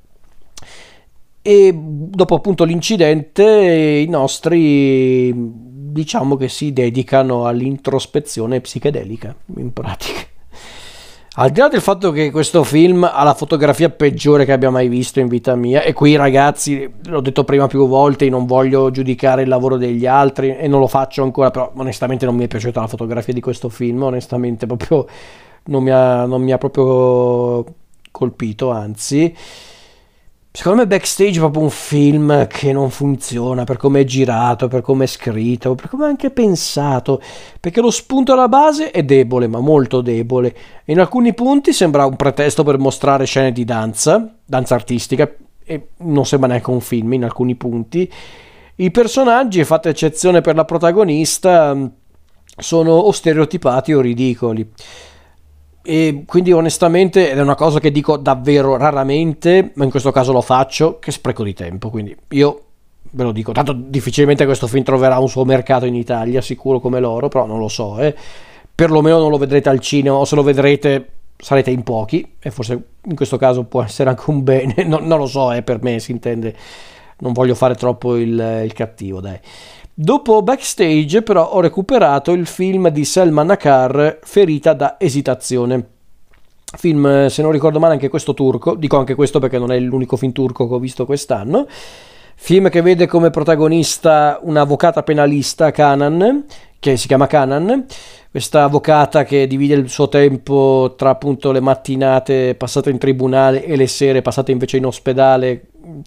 e dopo appunto l'incidente i nostri diciamo che si dedicano all'introspezione psichedelica in pratica. Al di là del fatto che questo film ha la fotografia peggiore che abbia mai visto in vita mia, e qui ragazzi, l'ho detto prima più volte, non voglio giudicare il lavoro degli altri e non lo faccio ancora, però onestamente non mi è piaciuta la fotografia di questo film, onestamente proprio non mi ha proprio colpito, anzi. Secondo me Backstage è proprio un film che non funziona per come è girato, per come è scritto, per come è anche pensato, perché lo spunto alla base è debole, ma molto debole. In alcuni punti sembra un pretesto per mostrare scene di danza artistica, e non sembra neanche un film in alcuni punti. I personaggi, fatta eccezione per la protagonista, sono o stereotipati o ridicoli. E quindi onestamente, ed è una cosa che dico davvero raramente, ma in questo caso lo faccio, che spreco di tempo, quindi io ve lo dico, tanto difficilmente questo film troverà un suo mercato in Italia, sicuro come loro, però non lo so, perlomeno non lo vedrete al cinema, o se lo vedrete sarete in pochi, e forse in questo caso può essere anche un bene, non lo so, per me si intende, non voglio fare troppo il cattivo, dai. Dopo Backstage però ho recuperato il film di Selma Nakar, Ferita da esitazione. Film, se non ricordo male, anche questo turco, dico anche questo perché non è l'unico film turco che ho visto quest'anno. Film che vede come protagonista un'avvocata penalista, Canan, che si chiama Canan, questa avvocata che divide il suo tempo tra appunto le mattinate passate in tribunale e le sere passate invece in ospedale,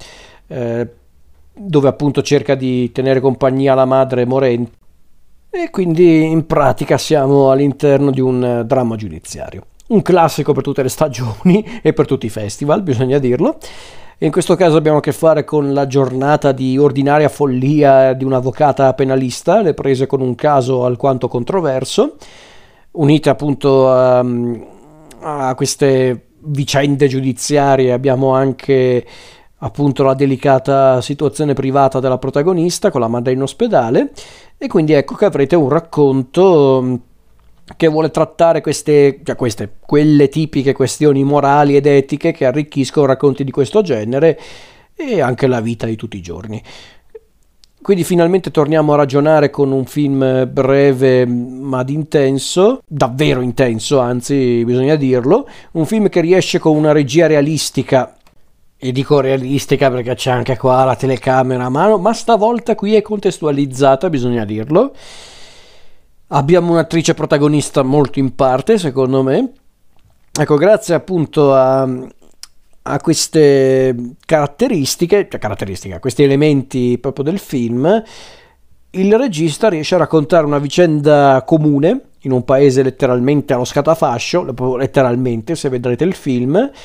dove appunto cerca di tenere compagnia alla madre morente, e quindi in pratica siamo all'interno di un dramma giudiziario. Un classico per tutte le stagioni e per tutti i festival, bisogna dirlo. E in questo caso abbiamo a che fare con la giornata di ordinaria follia di un'avvocata penalista, le prese con un caso alquanto controverso, unite appunto a queste vicende giudiziarie. Abbiamo anche appunto la delicata situazione privata della protagonista con la madre in ospedale, e quindi ecco che avrete un racconto che vuole trattare quelle tipiche questioni morali ed etiche che arricchiscono racconti di questo genere e anche la vita di tutti i giorni. Quindi finalmente torniamo a ragionare con un film breve ma intenso, davvero intenso, anzi bisogna dirlo, un film che riesce con una regia realistica. E dico realistica perché c'è anche qua la telecamera a mano, ma stavolta qui è contestualizzata, bisogna dirlo. Abbiamo un'attrice protagonista molto in parte, secondo me. Ecco, grazie appunto a queste caratteristiche, a questi elementi proprio del film, il regista riesce a raccontare una vicenda comune in un paese letteralmente allo scatafascio, letteralmente, se vedrete il film,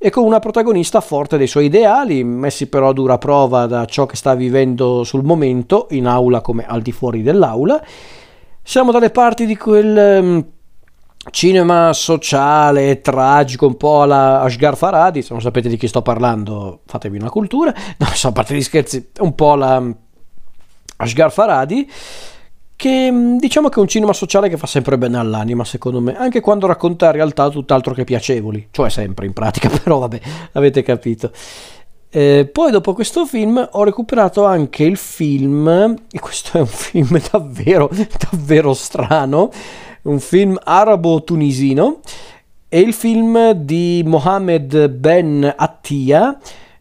e con una protagonista forte dei suoi ideali, messi però a dura prova da ciò che sta vivendo sul momento, in aula come al di fuori dell'aula. Siamo dalle parti di quel cinema sociale, tragico, un po' alla Asghar Farhadi. Se non sapete di chi sto parlando, fatevi una cultura. No, a parte gli scherzi, un po' la Asghar Farhadi, che diciamo che è un cinema sociale che fa sempre bene all'anima, secondo me, anche quando racconta realtà tutt'altro che piacevoli, cioè sempre in pratica, però vabbè, avete capito. Poi dopo questo film ho recuperato anche il film, e questo è un film davvero, davvero strano, un film arabo-tunisino, è il film di Mohamed Ben Attia,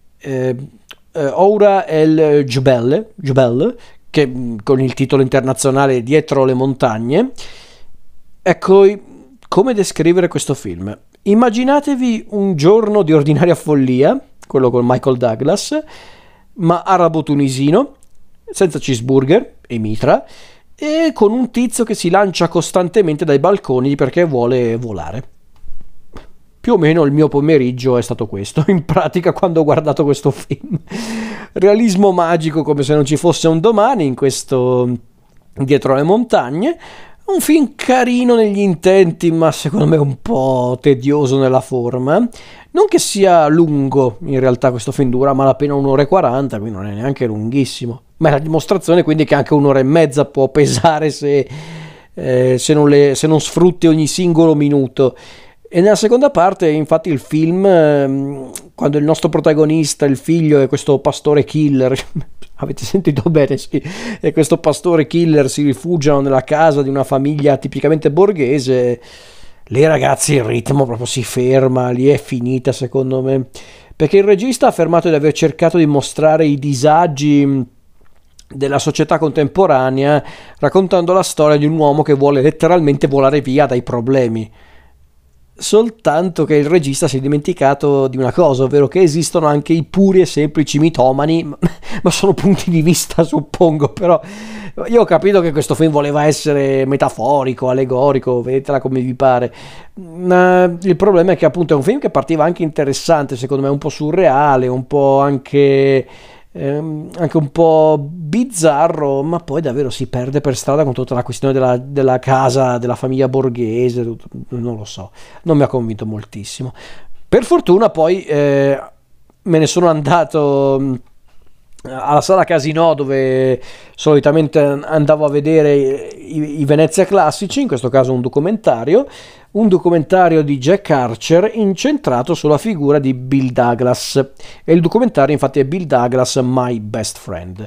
Oura El Jebel, che con il titolo internazionale Dietro le montagne. Ecco, come descrivere questo film? Immaginatevi un giorno di ordinaria follia, quello con Michael Douglas, ma arabo-tunisino, senza cheeseburger e mitra, e con un tizio che si lancia costantemente dai balconi perché vuole volare. Più o meno il mio pomeriggio è stato questo, in pratica, quando ho guardato questo film. Realismo magico come se non ci fosse un domani in questo Dietro le montagne. Un film carino negli intenti, ma secondo me un po' tedioso nella forma. Non che sia lungo, in realtà questo film dura malapena 1 ora e 40, quindi non è neanche lunghissimo. Ma è la dimostrazione quindi che anche 1 ora e mezza può pesare se non sfrutti ogni singolo minuto. E nella seconda parte, infatti, il film, quando il nostro protagonista, il figlio, è questo pastore killer, avete sentito bene, sì, e questo pastore killer si rifugiano nella casa di una famiglia tipicamente borghese, lì ragazzi il ritmo proprio si ferma, lì è finita secondo me, perché il regista ha affermato di aver cercato di mostrare i disagi della società contemporanea, raccontando la storia di un uomo che vuole letteralmente volare via dai problemi. Soltanto che il regista si è dimenticato di una cosa, ovvero che esistono anche i puri e semplici mitomani, ma sono punti di vista, suppongo. Però io ho capito che questo film voleva essere metaforico, allegorico, vedetela come vi pare. Ma il problema è che appunto è un film che partiva anche interessante, secondo me un po' surreale, un po' anche un po' bizzarro, ma poi davvero si perde per strada con tutta la questione della casa, della famiglia borghese, non lo so, non mi ha convinto moltissimo. Per fortuna poi me ne sono andato alla sala Casino, dove solitamente andavo a vedere i Venezia classici, in questo caso un documentario di Jack Archer incentrato sulla figura di Bill Douglas, e il documentario infatti è Bill Douglas My Best Friend.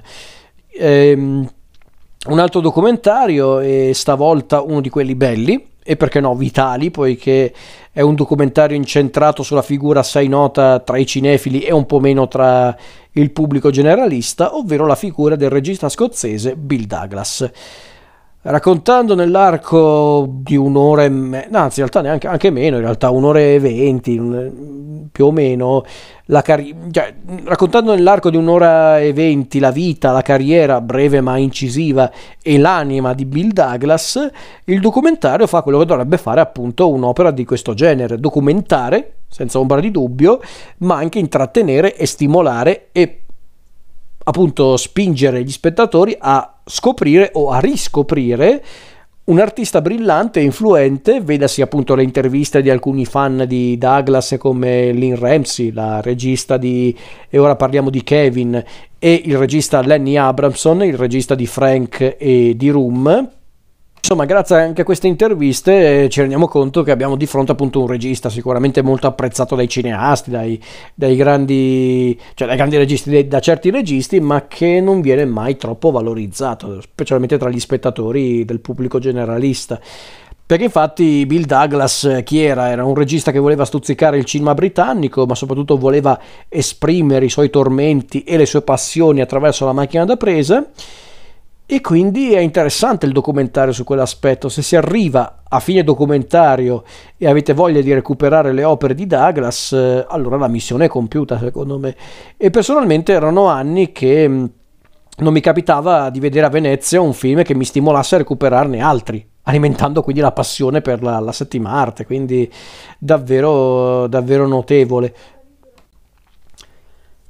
Un altro documentario, e stavolta uno di quelli belli, e perché no vitali, poiché è un documentario incentrato sulla figura assai nota tra i cinefili e un po' meno tra il pubblico generalista, ovvero la figura del regista scozzese Bill Douglas, raccontando nell'arco di 1 ora e mezza, no, anzi in realtà neanche, anche meno, in realtà 1 ora e 20 più o meno, raccontando nell'arco di 1 ora e 20 la vita, la carriera breve ma incisiva e l'anima di Bill Douglas. Il documentario fa quello che dovrebbe fare appunto un'opera di questo genere: documentare senza ombra di dubbio, ma anche intrattenere e stimolare e appunto spingere gli spettatori a scoprire o a riscoprire un artista brillante e influente. Vedasi appunto le interviste di alcuni fan di Douglas come Lynn Ramsey, la regista di E ora parliamo di Kevin, e il regista Lenny Abramson, il regista di Frank e di Room. Insomma, grazie anche a queste interviste ci rendiamo conto che abbiamo di fronte appunto un regista sicuramente molto apprezzato dai cineasti, dai grandi registi, da certi registi, ma che non viene mai troppo valorizzato, specialmente tra gli spettatori del pubblico generalista. Perché infatti Bill Douglas chi era? Era un regista che voleva stuzzicare il cinema britannico, ma soprattutto voleva esprimere i suoi tormenti e le sue passioni attraverso la macchina da presa. E quindi è interessante il documentario su quell'aspetto. Se si arriva a fine documentario e avete voglia di recuperare le opere di Douglas, allora la missione è compiuta secondo me. E personalmente erano anni che non mi capitava di vedere a Venezia un film che mi stimolasse a recuperarne altri, alimentando quindi la passione per la settima arte, quindi davvero davvero notevole.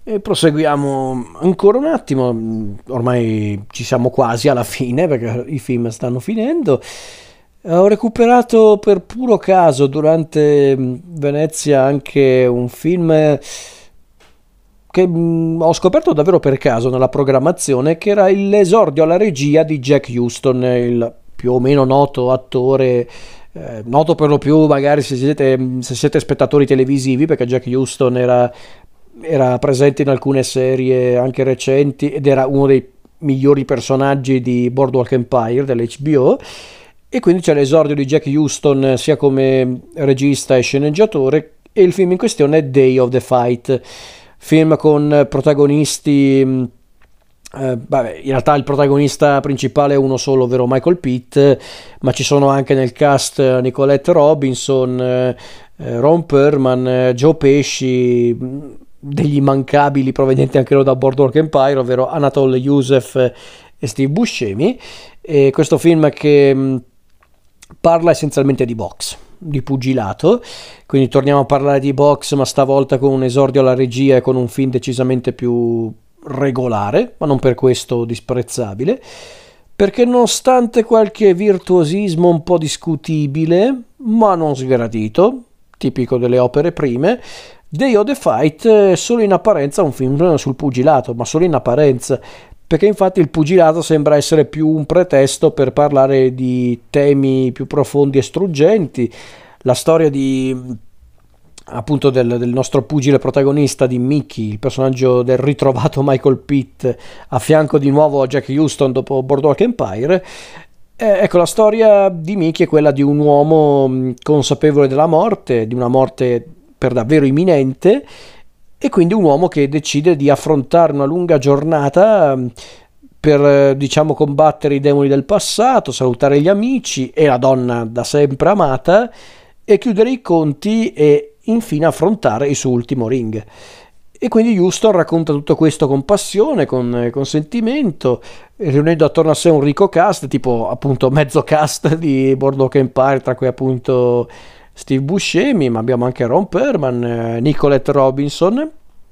E proseguiamo ancora un attimo, ormai ci siamo quasi alla fine perché i film stanno finendo. Ho recuperato per puro caso durante Venezia anche un film che ho scoperto davvero per caso nella programmazione, che era l'esordio alla regia di Jack Huston, il più o meno noto attore, noto per lo più magari se siete spettatori televisivi, perché Jack Huston era presente in alcune serie anche recenti ed era uno dei migliori personaggi di Boardwalk Empire dell'HBO. E quindi c'è l'esordio di Jack Huston sia come regista e sceneggiatore, e il film in questione è Day of the Fight, film con protagonisti, vabbè, in realtà il protagonista principale è uno solo, ovvero Michael Pitt, ma ci sono anche nel cast Nicolette Robinson, Ron Perlman, Joe Pesci, degli immancabili provenienti anche loro da Boardwalk Empire, ovvero Anatole Youssef e Steve Buscemi. E questo film che parla essenzialmente di box, di pugilato, quindi torniamo a parlare di box, ma stavolta con un esordio alla regia e con un film decisamente più regolare, ma non per questo disprezzabile, perché nonostante qualche virtuosismo un po' discutibile, ma non sgradito, tipico delle opere prime, Day of the Fight è solo in apparenza un film sul pugilato, ma solo in apparenza, perché infatti il pugilato sembra essere più un pretesto per parlare di temi più profondi e struggenti. La storia di appunto del nostro pugile protagonista, di Mickey, il personaggio del ritrovato Michael Pitt a fianco di nuovo a Jack Huston dopo Boardwalk Empire. Ecco, la storia di Mickey è quella di un uomo consapevole della morte, di una morte per davvero imminente, e quindi un uomo che decide di affrontare una lunga giornata per, diciamo, combattere i demoni del passato, salutare gli amici e la donna da sempre amata, e chiudere i conti e infine affrontare il suo ultimo ring. E quindi Houston racconta tutto questo con passione, con sentimento, riunendo attorno a sé un ricco cast, tipo appunto mezzo cast di Boardwalk Empire, tra cui appunto Steve Buscemi, ma abbiamo anche Ron Perlman, Nicolette Robinson,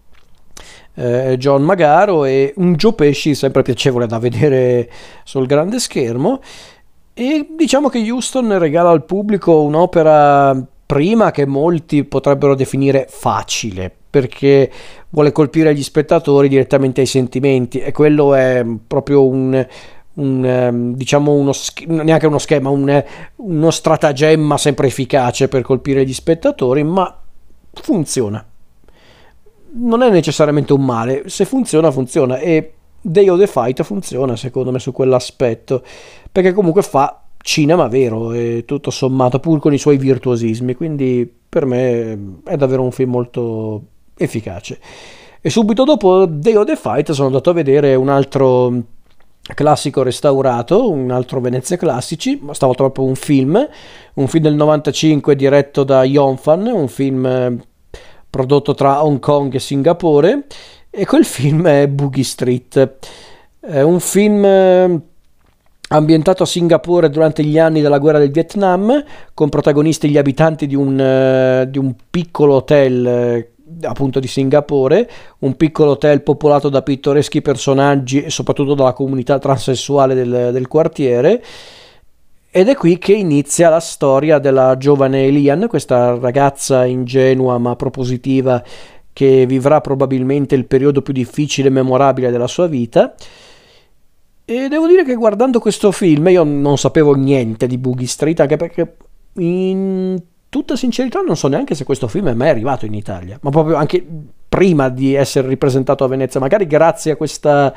John Magaro e un Joe Pesci sempre piacevole da vedere sul grande schermo. E diciamo che Houston regala al pubblico un'opera prima che molti potrebbero definire facile, perché vuole colpire gli spettatori direttamente ai sentimenti, e quello è proprio diciamo neanche uno schema, uno stratagemma sempre efficace per colpire gli spettatori, ma funziona. Non è necessariamente un male, se funziona funziona, e Day of the Fight funziona secondo me su quell'aspetto, perché comunque fa cinema vero e tutto sommato, pur con i suoi virtuosismi, quindi per me è davvero un film molto efficace. E subito dopo Day of the Fight sono andato a vedere un altro classico restaurato, un altro Venezia Classici, ma stavolta proprio un film del 95 diretto da Yonfan, un film prodotto tra Hong Kong e Singapore, e quel film è Boogie Street. È un film ambientato a Singapore durante gli anni della guerra del Vietnam, con protagonisti gli abitanti di un piccolo hotel, appunto di Singapore, un piccolo hotel popolato da pittoreschi personaggi e soprattutto dalla comunità transessuale del quartiere. Ed è qui che inizia la storia della giovane Elian, questa ragazza ingenua ma propositiva che vivrà probabilmente il periodo più difficile e memorabile della sua vita. E devo dire che guardando questo film io non sapevo niente di Boogie Street, anche perché in tutta sincerità non so neanche se questo film è mai arrivato in Italia, ma proprio anche prima di essere ripresentato a Venezia, magari grazie a questa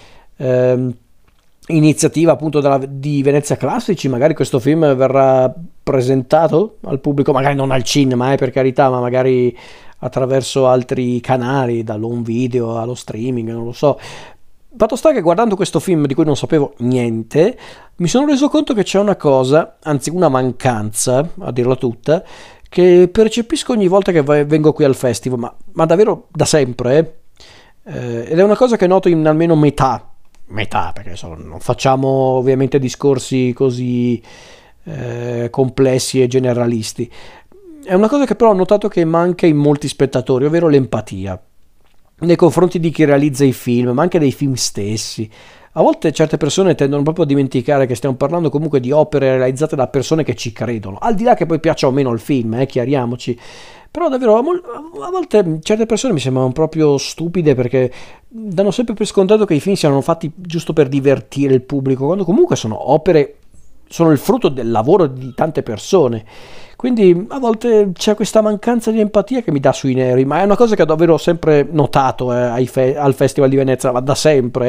iniziativa appunto di Venezia Classici, magari questo film verrà presentato al pubblico, magari non al cinema, per carità, ma magari attraverso altri canali, dall'home video allo streaming, non lo so. Fatto sta che guardando questo film di cui non sapevo niente, mi sono reso conto che c'è una cosa, anzi una mancanza, a dirla tutta, che percepisco ogni volta che vengo qui al festival, ma davvero da sempre, ed è una cosa che noto in almeno metà, perché non facciamo ovviamente discorsi così complessi e generalisti. È una cosa che però ho notato che manca in molti spettatori, ovvero l'empatia. nei confronti di chi realizza i film, ma anche dei film stessi. A volte certe persone tendono proprio a dimenticare che stiamo parlando comunque di opere realizzate da persone che ci credono, al di là che poi piaccia o meno il film, chiariamoci. Però davvero a volte certe persone mi sembrano proprio stupide perché danno sempre per scontato che i film siano fatti giusto per divertire il pubblico, quando comunque sono opere, sono il frutto del lavoro di tante persone. Quindi a volte c'è questa mancanza di empatia che mi dà sui neri, ma è una cosa che ho davvero sempre notato al Festival di Venezia, ma da sempre.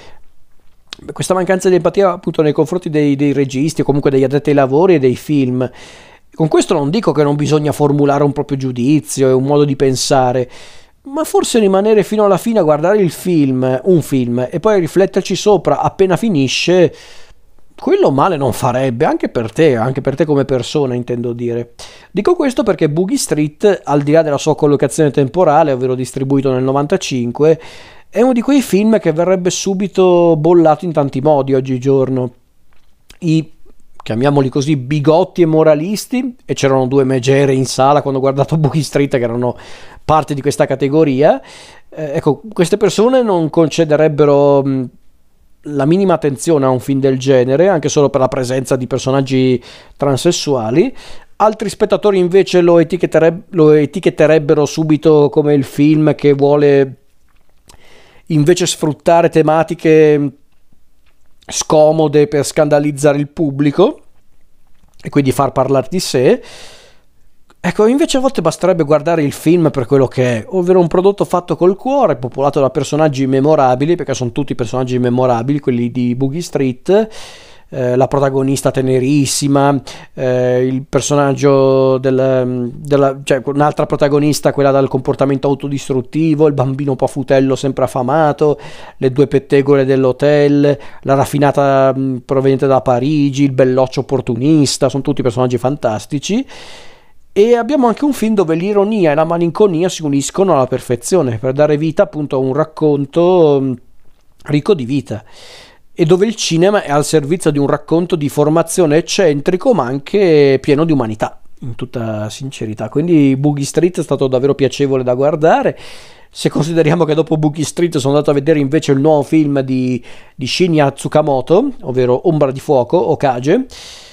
Questa mancanza di empatia appunto nei confronti dei registi o comunque degli addetti ai lavori e dei film. Con questo non dico che non bisogna formulare un proprio giudizio e un modo di pensare, ma forse rimanere fino alla fine a guardare un film, e poi rifletterci sopra appena finisce, quello male non farebbe, anche per te come persona, intendo dire. Dico questo perché Boogie Street, al di là della sua collocazione temporale, ovvero distribuito nel 95, è uno di quei film che verrebbe subito bollato in tanti modi oggigiorno. I, chiamiamoli così, bigotti e moralisti, e c'erano due megere in sala quando ho guardato Boogie Street che erano parte di questa categoria, ecco, queste persone non concederebbero la minima attenzione a un film del genere, anche solo per la presenza di personaggi transessuali. Altri spettatori invece lo etichetterebbero subito come il film che vuole invece sfruttare tematiche scomode per scandalizzare il pubblico e quindi far parlare di sé. Ecco, invece a volte basterebbe guardare il film per quello che è, ovvero un prodotto fatto col cuore, popolato da personaggi memorabili, perché sono tutti personaggi memorabili, quelli di Boogie Street, la protagonista tenerissima, il personaggio cioè un'altra protagonista, quella dal comportamento autodistruttivo, il bambino pafutello sempre affamato, le due pettegole dell'hotel, la raffinata proveniente da Parigi, il belloccio opportunista, sono tutti personaggi fantastici. E abbiamo anche un film dove l'ironia e la malinconia si uniscono alla perfezione per dare vita appunto a un racconto ricco di vita, e dove il cinema è al servizio di un racconto di formazione eccentrico ma anche pieno di umanità, in tutta sincerità. Quindi Boogie Street è stato davvero piacevole da guardare. Se consideriamo che dopo Boogie Street sono andato a vedere invece il nuovo film di Shinya Tsukamoto, ovvero Ombra di Fuoco, Okage.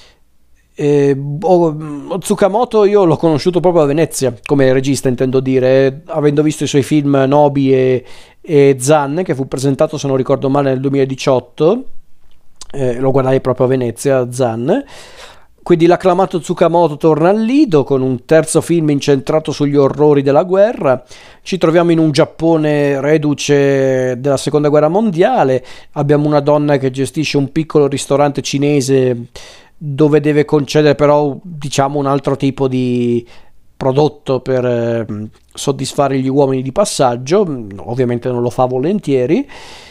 Tsukamoto io l'ho conosciuto proprio a Venezia come regista, intendo dire, avendo visto i suoi film Nobi e Zan, che fu presentato, se non ricordo male, nel 2018. Lo guardai proprio a Venezia, Zan. Quindi l'acclamato Tsukamoto torna al Lido con un terzo film incentrato sugli orrori della guerra. Ci troviamo in un Giappone reduce della seconda guerra mondiale. Abbiamo una donna che gestisce un piccolo ristorante cinese dove deve concedere però, diciamo, un altro tipo di prodotto per soddisfare gli uomini di passaggio. Ovviamente non lo fa volentieri.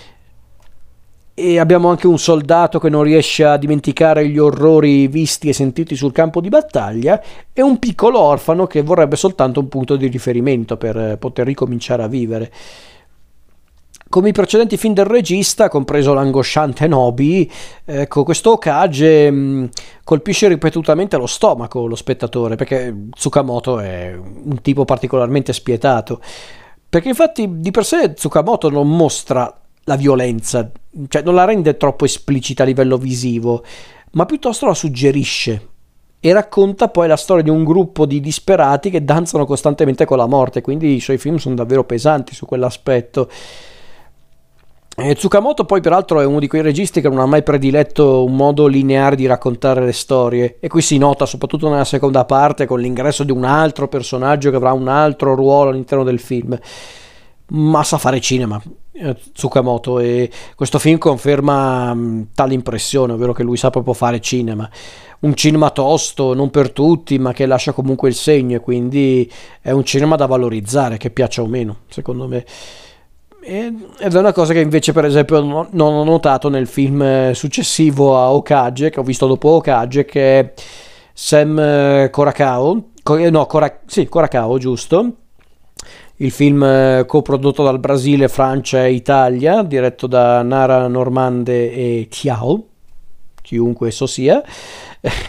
E abbiamo anche un soldato che non riesce a dimenticare gli orrori visti e sentiti sul campo di battaglia, e un piccolo orfano che vorrebbe soltanto un punto di riferimento per poter ricominciare a vivere. Come i precedenti film del regista, compreso l'angosciante Nobi, ecco, questo Okage colpisce ripetutamente lo stomaco, lo spettatore, perché Tsukamoto è un tipo particolarmente spietato. Perché infatti di per sé Tsukamoto non mostra la violenza, cioè non la rende troppo esplicita a livello visivo, ma piuttosto la suggerisce. E racconta poi la storia di un gruppo di disperati che danzano costantemente con la morte, quindi i suoi film sono davvero pesanti su quell'aspetto. Tsukamoto poi peraltro è uno di quei registi che non ha mai prediletto un modo lineare di raccontare le storie, e qui si nota soprattutto nella seconda parte con l'ingresso di un altro personaggio che avrà un altro ruolo all'interno del film, ma sa fare cinema Tsukamoto, e questo film conferma tale impressione, ovvero che lui sa proprio fare cinema, un cinema tosto, non per tutti, ma che lascia comunque il segno, e quindi è un cinema da valorizzare, che piaccia o meno, secondo me. Ed è una cosa che invece per esempio non ho notato nel film successivo a Okage, che ho visto dopo Okage, che è Sam Korakao, Korakao, giusto? Il film coprodotto dal Brasile, Francia e Italia, diretto da Nara Normande e chiunque esso sia.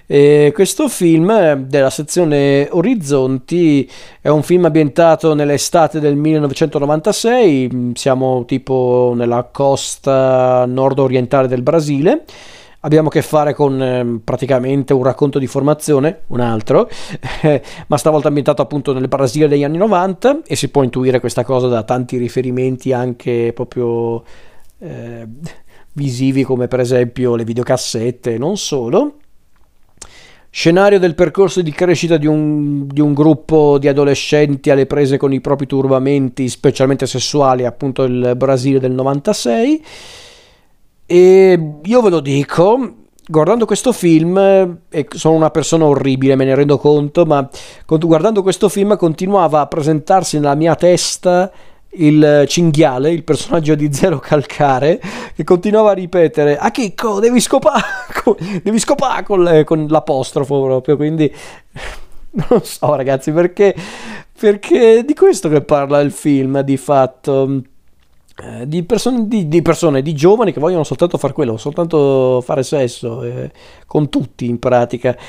Questo film della sezione Orizzonti è un film ambientato nell'estate del 1996, siamo tipo nella costa nord-orientale del Brasile. Abbiamo a che fare con praticamente un racconto di formazione, un altro, ma stavolta ambientato appunto nel Brasile degli anni 90 e si può intuire questa cosa da tanti riferimenti anche proprio eh, visivi come per esempio le videocassette e non solo. Scenario del percorso di crescita di un gruppo di adolescenti alle prese con i propri turbamenti, specialmente sessuali, appunto il Brasile del 96. E io ve lo dico, guardando questo film, e sono una persona orribile, me ne rendo conto, ma guardando questo film continuava a presentarsi nella mia testa il cinghiale, il personaggio di Zero Calcare, che continuava a ripetere: a Chicco, devi scopare, devi scopare con l'apostrofo proprio, quindi non so ragazzi, perché di questo che parla il film di fatto. Di persone, di giovani che vogliono soltanto fare quello, soltanto fare sesso con tutti in pratica.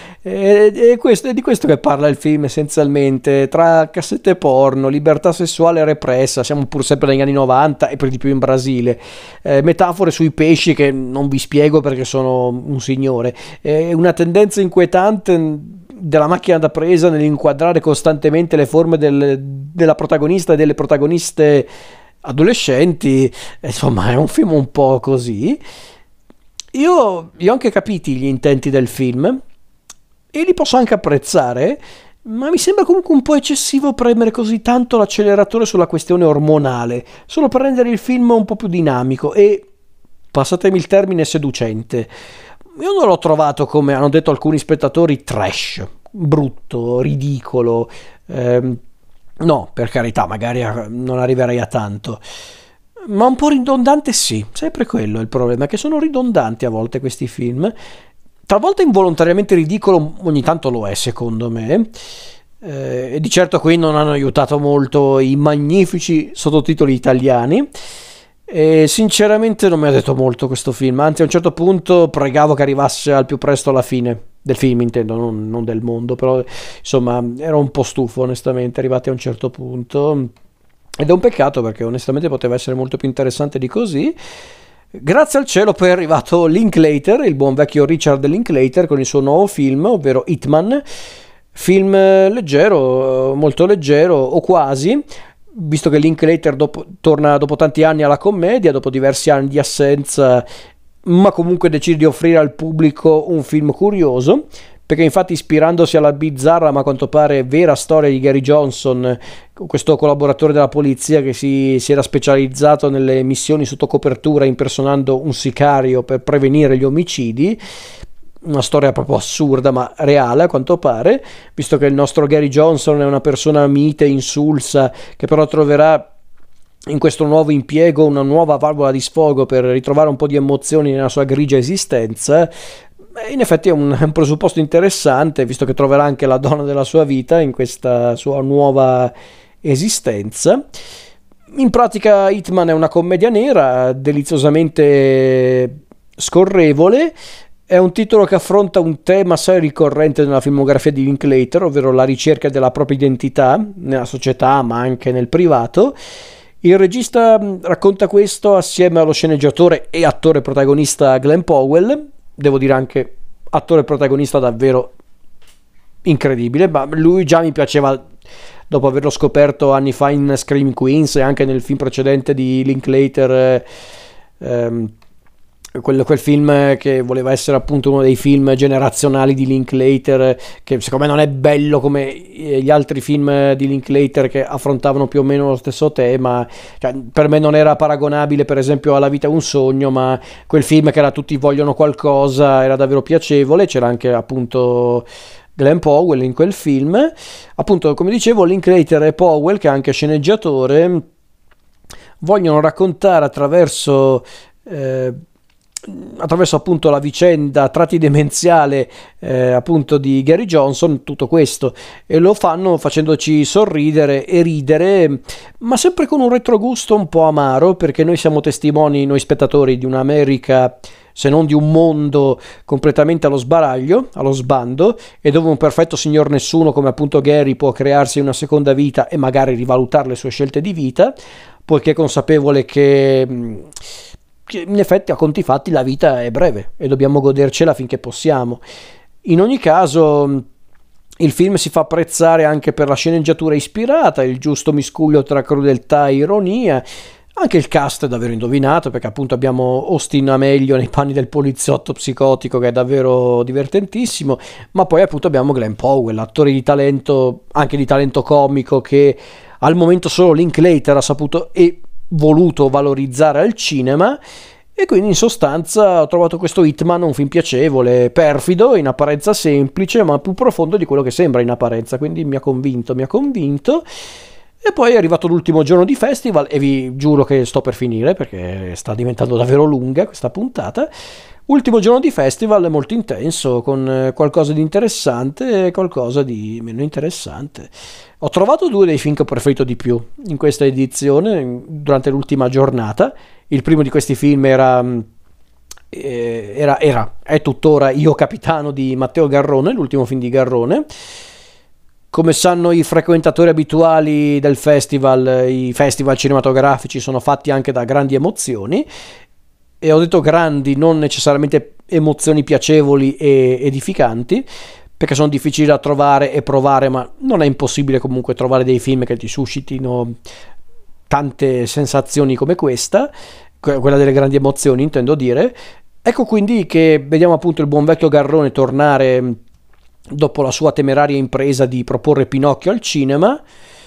È di questo che parla il film essenzialmente, tra cassette porno, libertà sessuale repressa, siamo pur sempre negli anni 90 e per di più in Brasile, metafore sui pesci che non vi spiego perché sono un signore, una tendenza inquietante della macchina da presa nell'inquadrare costantemente le forme della protagonista e delle protagoniste adolescenti. Insomma è un film un po' così. Io ho anche capiti gli intenti del film e li posso anche apprezzare, ma mi sembra comunque un po' eccessivo premere così tanto l'acceleratore sulla questione ormonale, solo per rendere il film un po' più dinamico e, passatemi il termine, seducente. Io non l'ho trovato, come hanno detto alcuni spettatori, trash, brutto, ridicolo. No, per carità, magari non arriverei a tanto, ma un po' ridondante sì, sempre quello è il problema, che sono ridondanti a volte questi film, talvolta involontariamente ridicolo, ogni tanto lo è secondo me, e di certo qui non hanno aiutato molto i magnifici sottotitoli italiani, e sinceramente non mi ha detto molto questo film, anzi a un certo punto pregavo che arrivasse al più presto alla fine del film, intendo, non del mondo, però insomma ero un po' stufo onestamente arrivati a un certo punto, ed è un peccato perché onestamente poteva essere molto più interessante di così. Grazie al cielo poi è arrivato Linklater, il buon vecchio Richard Linklater, con il suo nuovo film, ovvero Hitman, film leggero, molto leggero o quasi, visto che Linklater torna dopo tanti anni alla commedia, dopo diversi anni di assenza, ma comunque decide di offrire al pubblico un film curioso, perché infatti ispirandosi alla bizzarra ma a quanto pare vera storia di Gary Johnson, questo collaboratore della polizia che si era specializzato nelle missioni sotto copertura impersonando un sicario per prevenire gli omicidi, una storia proprio assurda ma reale a quanto pare, visto che il nostro Gary Johnson è una persona mite, insulsa, che però troverà in questo nuovo impiego una nuova valvola di sfogo per ritrovare un po' di emozioni nella sua grigia esistenza. In effetti è un presupposto interessante, visto che troverà anche la donna della sua vita in questa sua nuova esistenza. In pratica Hitman è una commedia nera deliziosamente scorrevole. È un titolo che affronta un tema assai ricorrente nella filmografia di Linklater, ovvero la ricerca della propria identità nella società ma anche nel privato. Il regista racconta questo assieme allo sceneggiatore e attore protagonista Glenn Powell, devo dire anche attore protagonista davvero incredibile, ma lui già mi piaceva dopo averlo scoperto anni fa in Scream Queens e anche nel film precedente di Linklater, quel film che voleva essere appunto uno dei film generazionali di Linklater, che secondo me non è bello come gli altri film di Linklater che affrontavano più o meno lo stesso tema, cioè, per me non era paragonabile per esempio a La vita è un sogno, ma quel film che era Tutti vogliono qualcosa era davvero piacevole, c'era anche appunto Glenn Powell in quel film, appunto come dicevo Linklater e Powell, che è anche sceneggiatore, vogliono raccontare attraverso appunto la vicenda a tratti demenziale appunto di Gary Johnson tutto questo, e lo fanno facendoci sorridere e ridere, ma sempre con un retrogusto un po' amaro, perché noi siamo testimoni, noi spettatori, di un'America se non di un mondo completamente allo sbaraglio, allo sbando, e dove un perfetto signor nessuno come appunto Gary può crearsi una seconda vita e magari rivalutare le sue scelte di vita, poiché è consapevole che in effetti a conti fatti la vita è breve e dobbiamo godercela finché possiamo. In ogni caso il film si fa apprezzare anche per la sceneggiatura ispirata, il giusto miscuglio tra crudeltà e ironia. Anche il cast è davvero indovinato, perché appunto abbiamo Austin Amelio nei panni del poliziotto psicotico, che è davvero divertentissimo, ma poi appunto abbiamo Glenn Powell, attore di talento, anche di talento comico, che al momento solo Linklater ha saputo e voluto valorizzare al cinema. E quindi in sostanza ho trovato questo Hitman un film piacevole, perfido, in apparenza semplice, ma più profondo di quello che sembra in apparenza, quindi mi ha convinto, mi ha convinto. E poi è arrivato l'ultimo giorno di festival e vi giuro che sto per finire perché sta diventando davvero lunga questa puntata. Ultimo giorno di festival molto intenso, con qualcosa di interessante e qualcosa di meno interessante. Ho trovato due dei film che ho preferito di più in questa edizione, durante l'ultima giornata. Il primo di questi film è tuttora Io Capitano di Matteo Garrone, l'ultimo film di Garrone. Come sanno i frequentatori abituali del festival, i festival cinematografici sono fatti anche da grandi emozioni, e ho detto grandi, non necessariamente emozioni piacevoli e edificanti, perché sono difficili da trovare e provare, ma non è impossibile comunque trovare dei film che ti suscitino tante sensazioni come questa, quella delle grandi emozioni intendo dire. Ecco quindi che vediamo appunto il buon vecchio Garrone tornare dopo la sua temeraria impresa di proporre Pinocchio al cinema,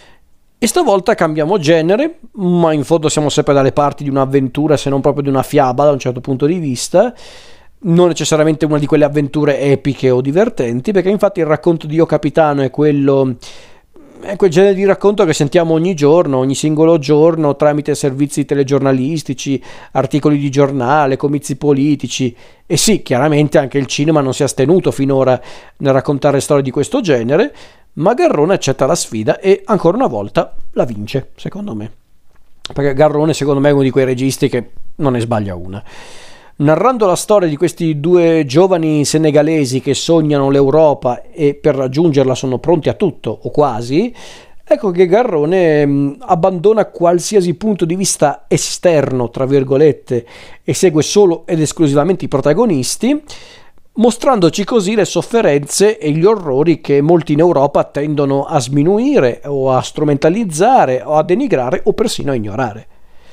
e stavolta cambiamo genere, ma in fondo siamo sempre dalle parti di un'avventura, se non proprio di una fiaba da un certo punto di vista, non necessariamente una di quelle avventure epiche o divertenti, perché infatti il racconto di Io Capitano è quel genere di racconto che sentiamo ogni giorno, ogni singolo giorno, tramite servizi telegiornalistici, articoli di giornale, comizi politici. E sì, chiaramente anche il cinema non si è astenuto finora nel raccontare storie di questo genere, ma Garrone accetta la sfida e ancora una volta la vince, secondo me. Perché Garrone secondo me è uno di quei registi che non ne sbaglia una. Narrando la storia di questi due giovani senegalesi che sognano l'Europa e per raggiungerla sono pronti a tutto, o quasi, ecco che Garrone abbandona qualsiasi punto di vista esterno, tra virgolette, e segue solo ed esclusivamente i protagonisti, mostrandoci così le sofferenze e gli orrori che molti in Europa tendono a sminuire o a strumentalizzare o a denigrare o persino a ignorare.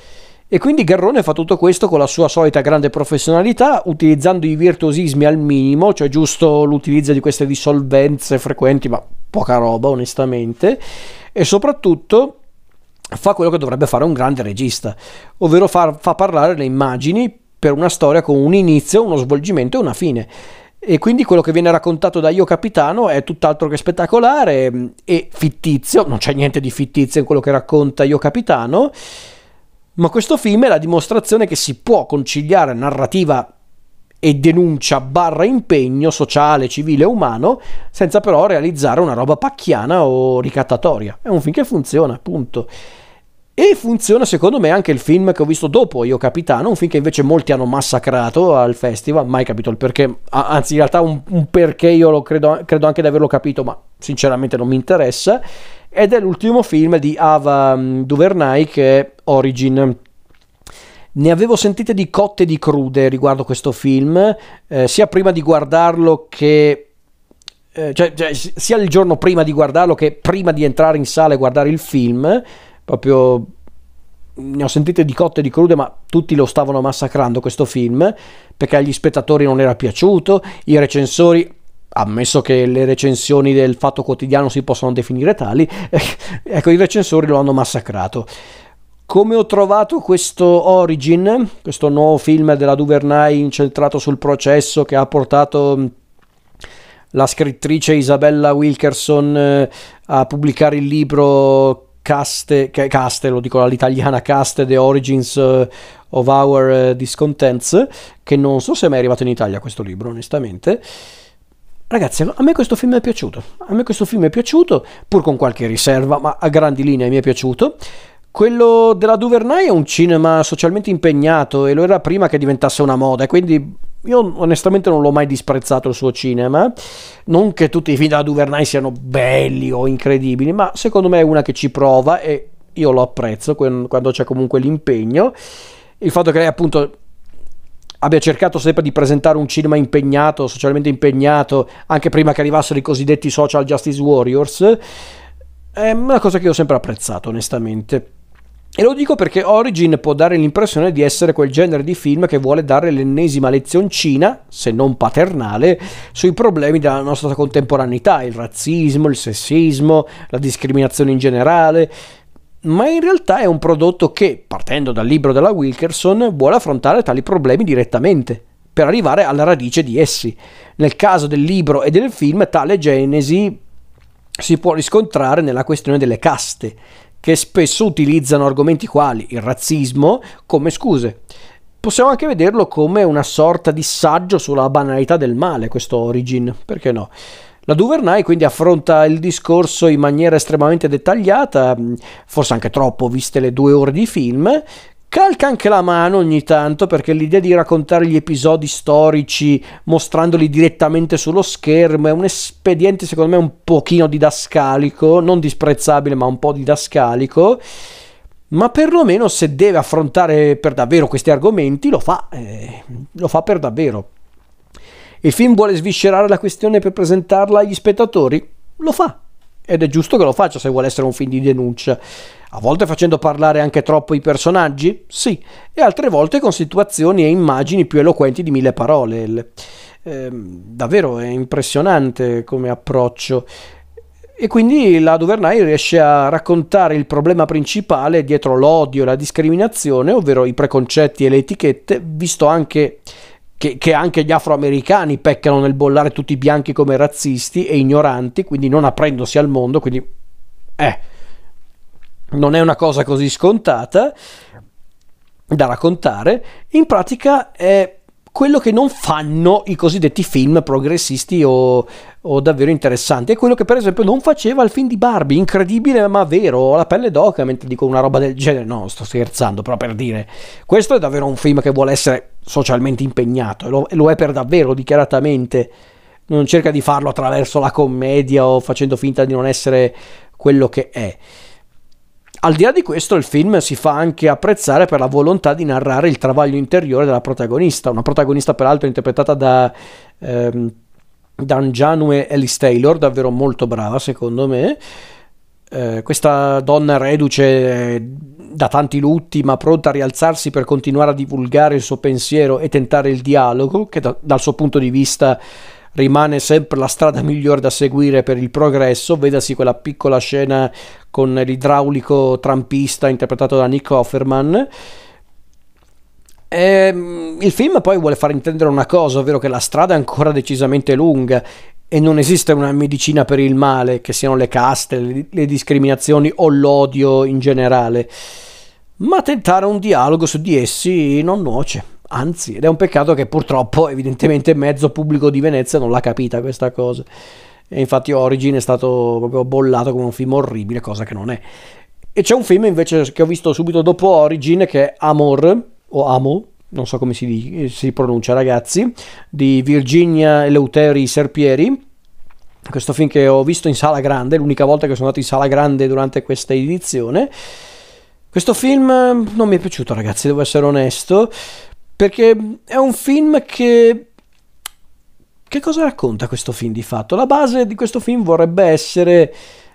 E quindi Garrone fa tutto questo con la sua solita grande professionalità, utilizzando i virtuosismi al minimo, cioè giusto l'utilizzo di queste dissolvenze frequenti, ma poca roba onestamente, e soprattutto fa quello che dovrebbe fare un grande regista, ovvero fa parlare le immagini per una storia con un inizio, uno svolgimento e una fine. E quindi quello che viene raccontato da Io Capitano è tutt'altro che spettacolare e fittizio, non c'è niente di fittizio in quello che racconta Io Capitano, ma questo film è la dimostrazione che si può conciliare narrativa e denuncia barra impegno sociale, civile e umano, senza però realizzare una roba pacchiana o ricattatoria. È un film che funziona, appunto. E funziona secondo me anche il film che ho visto dopo Io Capitano, un film che invece molti hanno massacrato al festival, mai capito il perché, anzi in realtà un perché io lo credo anche di averlo capito, ma sinceramente non mi interessa, ed è l'ultimo film di Ava DuVernay, che è Origin. Ne avevo sentite di cotte e di crude riguardo questo film, sia prima di guardarlo che sia il giorno prima di guardarlo che prima di entrare in sala e guardare il film. Proprio ne ho sentite di cotte e di crude, ma tutti lo stavano massacrando questo film perché agli spettatori non era piaciuto, i recensori, ammesso che le recensioni del Fatto Quotidiano si possano definire tali, ecco, i recensori lo hanno massacrato. Come ho trovato questo Origin, questo nuovo film della DuVernay incentrato sul processo che ha portato la scrittrice Isabella Wilkerson a pubblicare il libro Caste, lo dico all'italiana, Caste, The Origins of Our Discontents, che non so se è mai arrivato in Italia questo libro, onestamente. Ragazzi, a me questo film è piaciuto, pur con qualche riserva, ma a grandi linee mi è piaciuto. Quello della DuVernay è un cinema socialmente impegnato e lo era prima che diventasse una moda, e quindi io onestamente non l'ho mai disprezzato il suo cinema, non che tutti i film della Duvernay siano belli o incredibili, ma secondo me è una che ci prova e io lo apprezzo quando c'è comunque l'impegno. Il fatto che lei appunto abbia cercato sempre di presentare un cinema impegnato, socialmente impegnato, anche prima che arrivassero i cosiddetti social justice warriors, è una cosa che ho sempre apprezzato onestamente. E lo dico perché Origin può dare l'impressione di essere quel genere di film che vuole dare l'ennesima lezioncina, se non paternale, sui problemi della nostra contemporaneità, il razzismo, il sessismo, la discriminazione in generale, ma in realtà è un prodotto che, partendo dal libro della Wilkerson, vuole affrontare tali problemi direttamente, per arrivare alla radice di essi. Nel caso del libro e del film, tale genesi si può riscontrare nella questione delle caste, che spesso utilizzano argomenti quali il razzismo come scuse. Possiamo anche vederlo come una sorta di saggio sulla banalità del male, questo Origin, perché no? La Duvernay quindi affronta il discorso in maniera estremamente dettagliata, forse anche troppo viste le 2 ore di film. Calca anche la mano ogni tanto, perché l'idea di raccontare gli episodi storici mostrandoli direttamente sullo schermo è un espediente secondo me un pochino didascalico, non disprezzabile ma un po' didascalico, ma perlomeno se deve affrontare per davvero questi argomenti lo fa per davvero. Il film vuole sviscerare la questione per presentarla agli spettatori? Lo fa. Ed è giusto che lo faccia se vuole essere un film di denuncia. A volte facendo parlare anche troppo i personaggi? Sì. E altre volte con situazioni e immagini più eloquenti di 1000 parole. Davvero è impressionante come approccio. E quindi la Duvernay riesce a raccontare il problema principale dietro l'odio e la discriminazione, ovvero i preconcetti e le etichette, visto anche che anche gli afroamericani peccano nel bollare tutti i bianchi come razzisti e ignoranti, quindi non aprendosi al mondo, quindi non è una cosa così scontata da raccontare. In pratica è quello che non fanno i cosiddetti film progressisti o davvero interessanti. È quello che per esempio non faceva il film di Barbie, incredibile ma vero, ho la pelle d'oca mentre dico una roba del genere. No, sto scherzando, però per dire, questo è davvero un film che vuole essere socialmente impegnato e lo è per davvero, dichiaratamente. Non cerca di farlo attraverso la commedia o facendo finta di non essere quello che è. Al di là di questo, il film si fa anche apprezzare per la volontà di narrare il travaglio interiore della protagonista, una protagonista peraltro interpretata da Danjanue Ellis Taylor, davvero molto brava secondo me. Questa donna reduce da tanti lutti ma pronta a rialzarsi per continuare a divulgare il suo pensiero e tentare il dialogo, che dal suo punto di vista rimane sempre la strada migliore da seguire per il progresso. Vedasi quella piccola scena con l'idraulico trampista interpretato da Nick Offerman. Il film poi vuole far intendere una cosa, ovvero che la strada è ancora decisamente lunga e non esiste una medicina per il male, che siano le caste, le discriminazioni o l'odio in generale, ma tentare un dialogo su di essi non nuoce. Anzi, ed è un peccato che purtroppo evidentemente mezzo pubblico di Venezia non l'ha capita questa cosa. E infatti Origin è stato proprio bollato come un film orribile, cosa che non è. E c'è un film invece che ho visto subito dopo Origin, che è Amor, o Amo, non so come si pronuncia ragazzi, di Virginia Eleuteri Serpieri. Questo film che ho visto in sala grande, l'unica volta che sono andato in sala grande durante questa edizione. Questo film non mi è piaciuto ragazzi, devo essere onesto, perché è un film che cosa racconta questo film di fatto? La base di questo film vorrebbe essere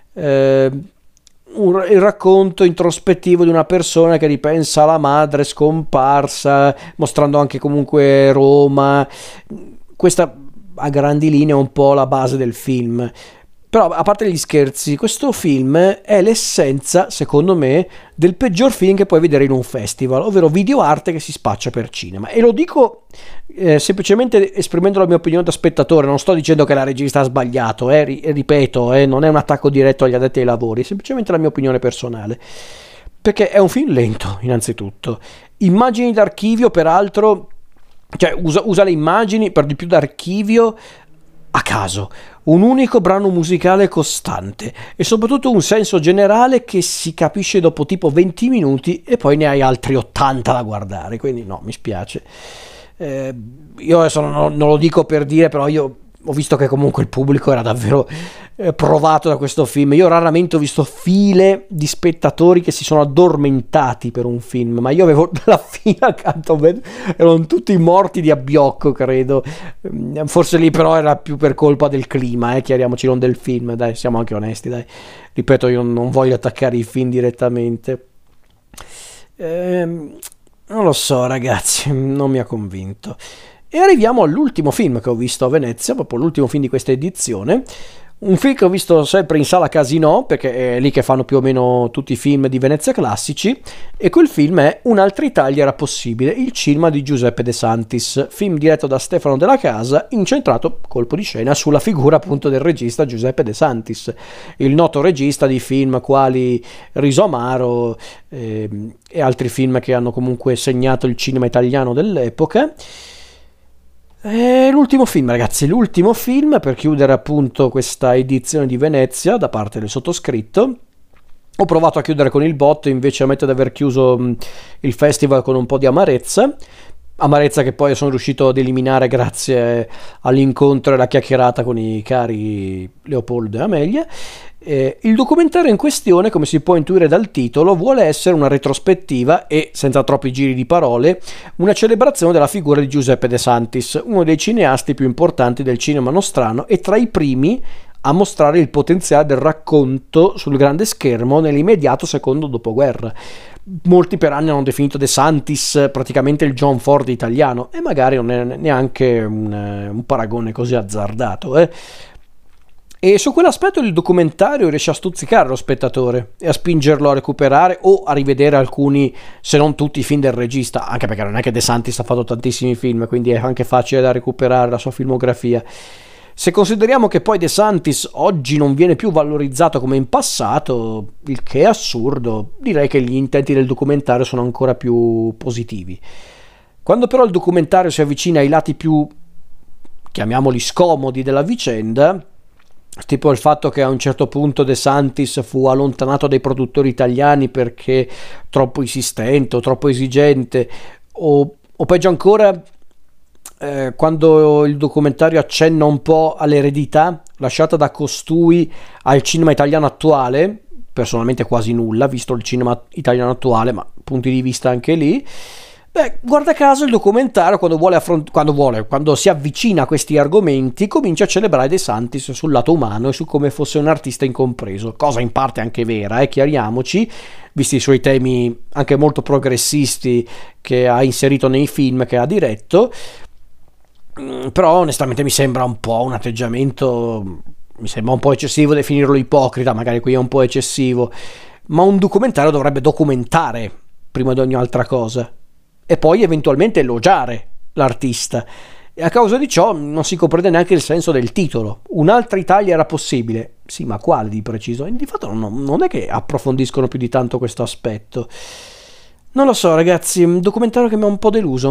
il racconto introspettivo di una persona che ripensa alla madre scomparsa, mostrando anche comunque Roma. Questa a grandi linee è un po' la base del film. Però a parte gli scherzi, questo film è l'essenza, secondo me, del peggior film che puoi vedere in un festival, ovvero videoarte che si spaccia per cinema. E lo dico semplicemente esprimendo la mia opinione da spettatore, non sto dicendo che la regista ha sbagliato, ripeto, non è un attacco diretto agli addetti ai lavori, è semplicemente la mia opinione personale. Perché è un film lento, innanzitutto. Immagini d'archivio, peraltro, cioè usa le immagini per di più d'archivio a caso, un unico brano musicale costante e soprattutto un senso generale che si capisce dopo tipo 20 minuti e poi ne hai altri 80 da guardare, quindi no, mi spiace. Io adesso non lo dico per dire, però io ho visto che comunque il pubblico era davvero provato da questo film. Io raramente ho visto file di spettatori che si sono addormentati per un film, ma io avevo la fila accanto a me, erano tutti morti di abbiocco, credo. Forse lì però era più per colpa del clima, chiariamoci, non del film, dai, siamo anche onesti, dai. Ripeto, io non voglio attaccare i film direttamente. Non lo so, ragazzi, non mi ha convinto. E arriviamo all'ultimo film che ho visto a Venezia, proprio l'ultimo film di questa edizione. Un film che ho visto sempre in sala Casino, perché è lì che fanno più o meno tutti i film di Venezia classici, e quel film è Un'altra Italia era possibile, il cinema di Giuseppe De Santis, film diretto da Stefano Della Casa, incentrato, colpo di scena, sulla figura appunto del regista Giuseppe De Santis, il noto regista di film quali Riso Amaro e altri film che hanno comunque segnato il cinema italiano dell'epoca. L'ultimo film, ragazzi, l'ultimo film per chiudere appunto questa edizione di Venezia da parte del sottoscritto. Ho provato a chiudere con il botto, invece ammetto di aver chiuso il festival con un po' di amarezza. Amarezza che poi sono riuscito ad eliminare grazie all'incontro e alla chiacchierata con i cari Leopoldo e Amelia. Il documentario in questione, come si può intuire dal titolo, vuole essere una retrospettiva e, senza troppi giri di parole, una celebrazione della figura di Giuseppe De Santis, uno dei cineasti più importanti del cinema nostrano e tra i primi a mostrare il potenziale del racconto sul grande schermo nell'immediato secondo dopoguerra. Molti per anni hanno definito De Santis praticamente il John Ford italiano, e magari non è neanche un paragone così azzardato, E su quell'aspetto il documentario riesce a stuzzicare lo spettatore e a spingerlo a recuperare o a rivedere alcuni, se non tutti, i film del regista, anche perché non è che De Santis ha fatto tantissimi film, quindi è anche facile da recuperare la sua filmografia. Se consideriamo che poi De Santis oggi non viene più valorizzato come in passato, il che è assurdo, direi che gli intenti del documentario sono ancora più positivi. Quando però il documentario si avvicina ai lati più, chiamiamoli, scomodi della vicenda, tipo il fatto che a un certo punto De Santis fu allontanato dai produttori italiani perché troppo insistente o troppo esigente, o peggio ancora quando il documentario accenna un po' all'eredità lasciata da costui al cinema italiano attuale, personalmente quasi nulla visto il cinema italiano attuale, ma punti di vista anche lì. Beh, guarda caso il documentario quando si avvicina a questi argomenti comincia a celebrare De Santis sul lato umano e su come fosse un artista incompreso, cosa in parte anche vera, chiariamoci, visti i suoi temi anche molto progressisti che ha inserito nei film che ha diretto. Però onestamente mi sembra un po' un atteggiamento, mi sembra un po' eccessivo definirlo ipocrita, magari qui è un po' eccessivo, ma un documentario dovrebbe documentare prima di ogni altra cosa e poi eventualmente elogiare l'artista, e a causa di ciò non si comprende neanche il senso del titolo. Un'altra Italia era possibile, sì, ma quale di preciso? Di fatto non è che approfondiscono più di tanto questo aspetto. Non lo so, ragazzi, un documentario che mi ha un po' deluso,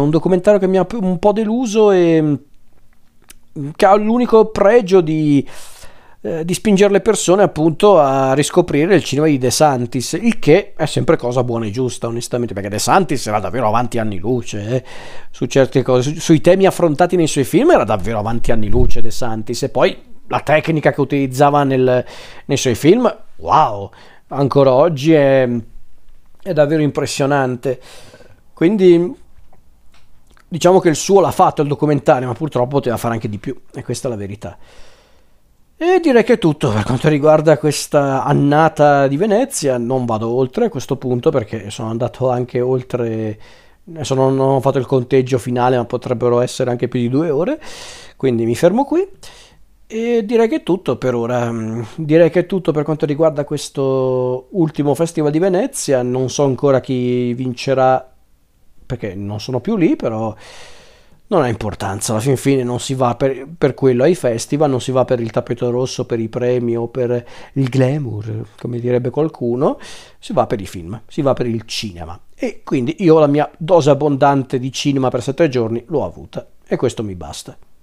e che ha l'unico pregio di spingere le persone appunto a riscoprire il cinema di De Santis, il che è sempre cosa buona e giusta, onestamente, perché De Santis era davvero avanti anni luce, su certe cose, sui temi affrontati nei suoi film era davvero avanti anni luce De Santis, e poi la tecnica che utilizzava nei suoi film, wow, ancora oggi è davvero impressionante. Quindi diciamo che il suo l'ha fatto il documentario, ma purtroppo poteva fare anche di più, e questa è la verità. E direi che è tutto per quanto riguarda questa annata di Venezia. Non vado oltre a questo punto perché sono andato anche oltre, adesso non ho fatto il conteggio finale, ma potrebbero essere anche più di 2 ore, quindi mi fermo qui. E direi che è tutto per ora. Direi che è tutto per quanto riguarda questo ultimo Festival di Venezia. Non so ancora chi vincerà perché non sono più lì, però non ha importanza. Alla fin fine non si va per quello ai festival, non si va per il tappeto rosso, per i premi o per il glamour, come direbbe qualcuno. Si va per i film, si va per il cinema. E quindi io la mia dose abbondante di cinema per 7 giorni l'ho avuta, e questo mi basta.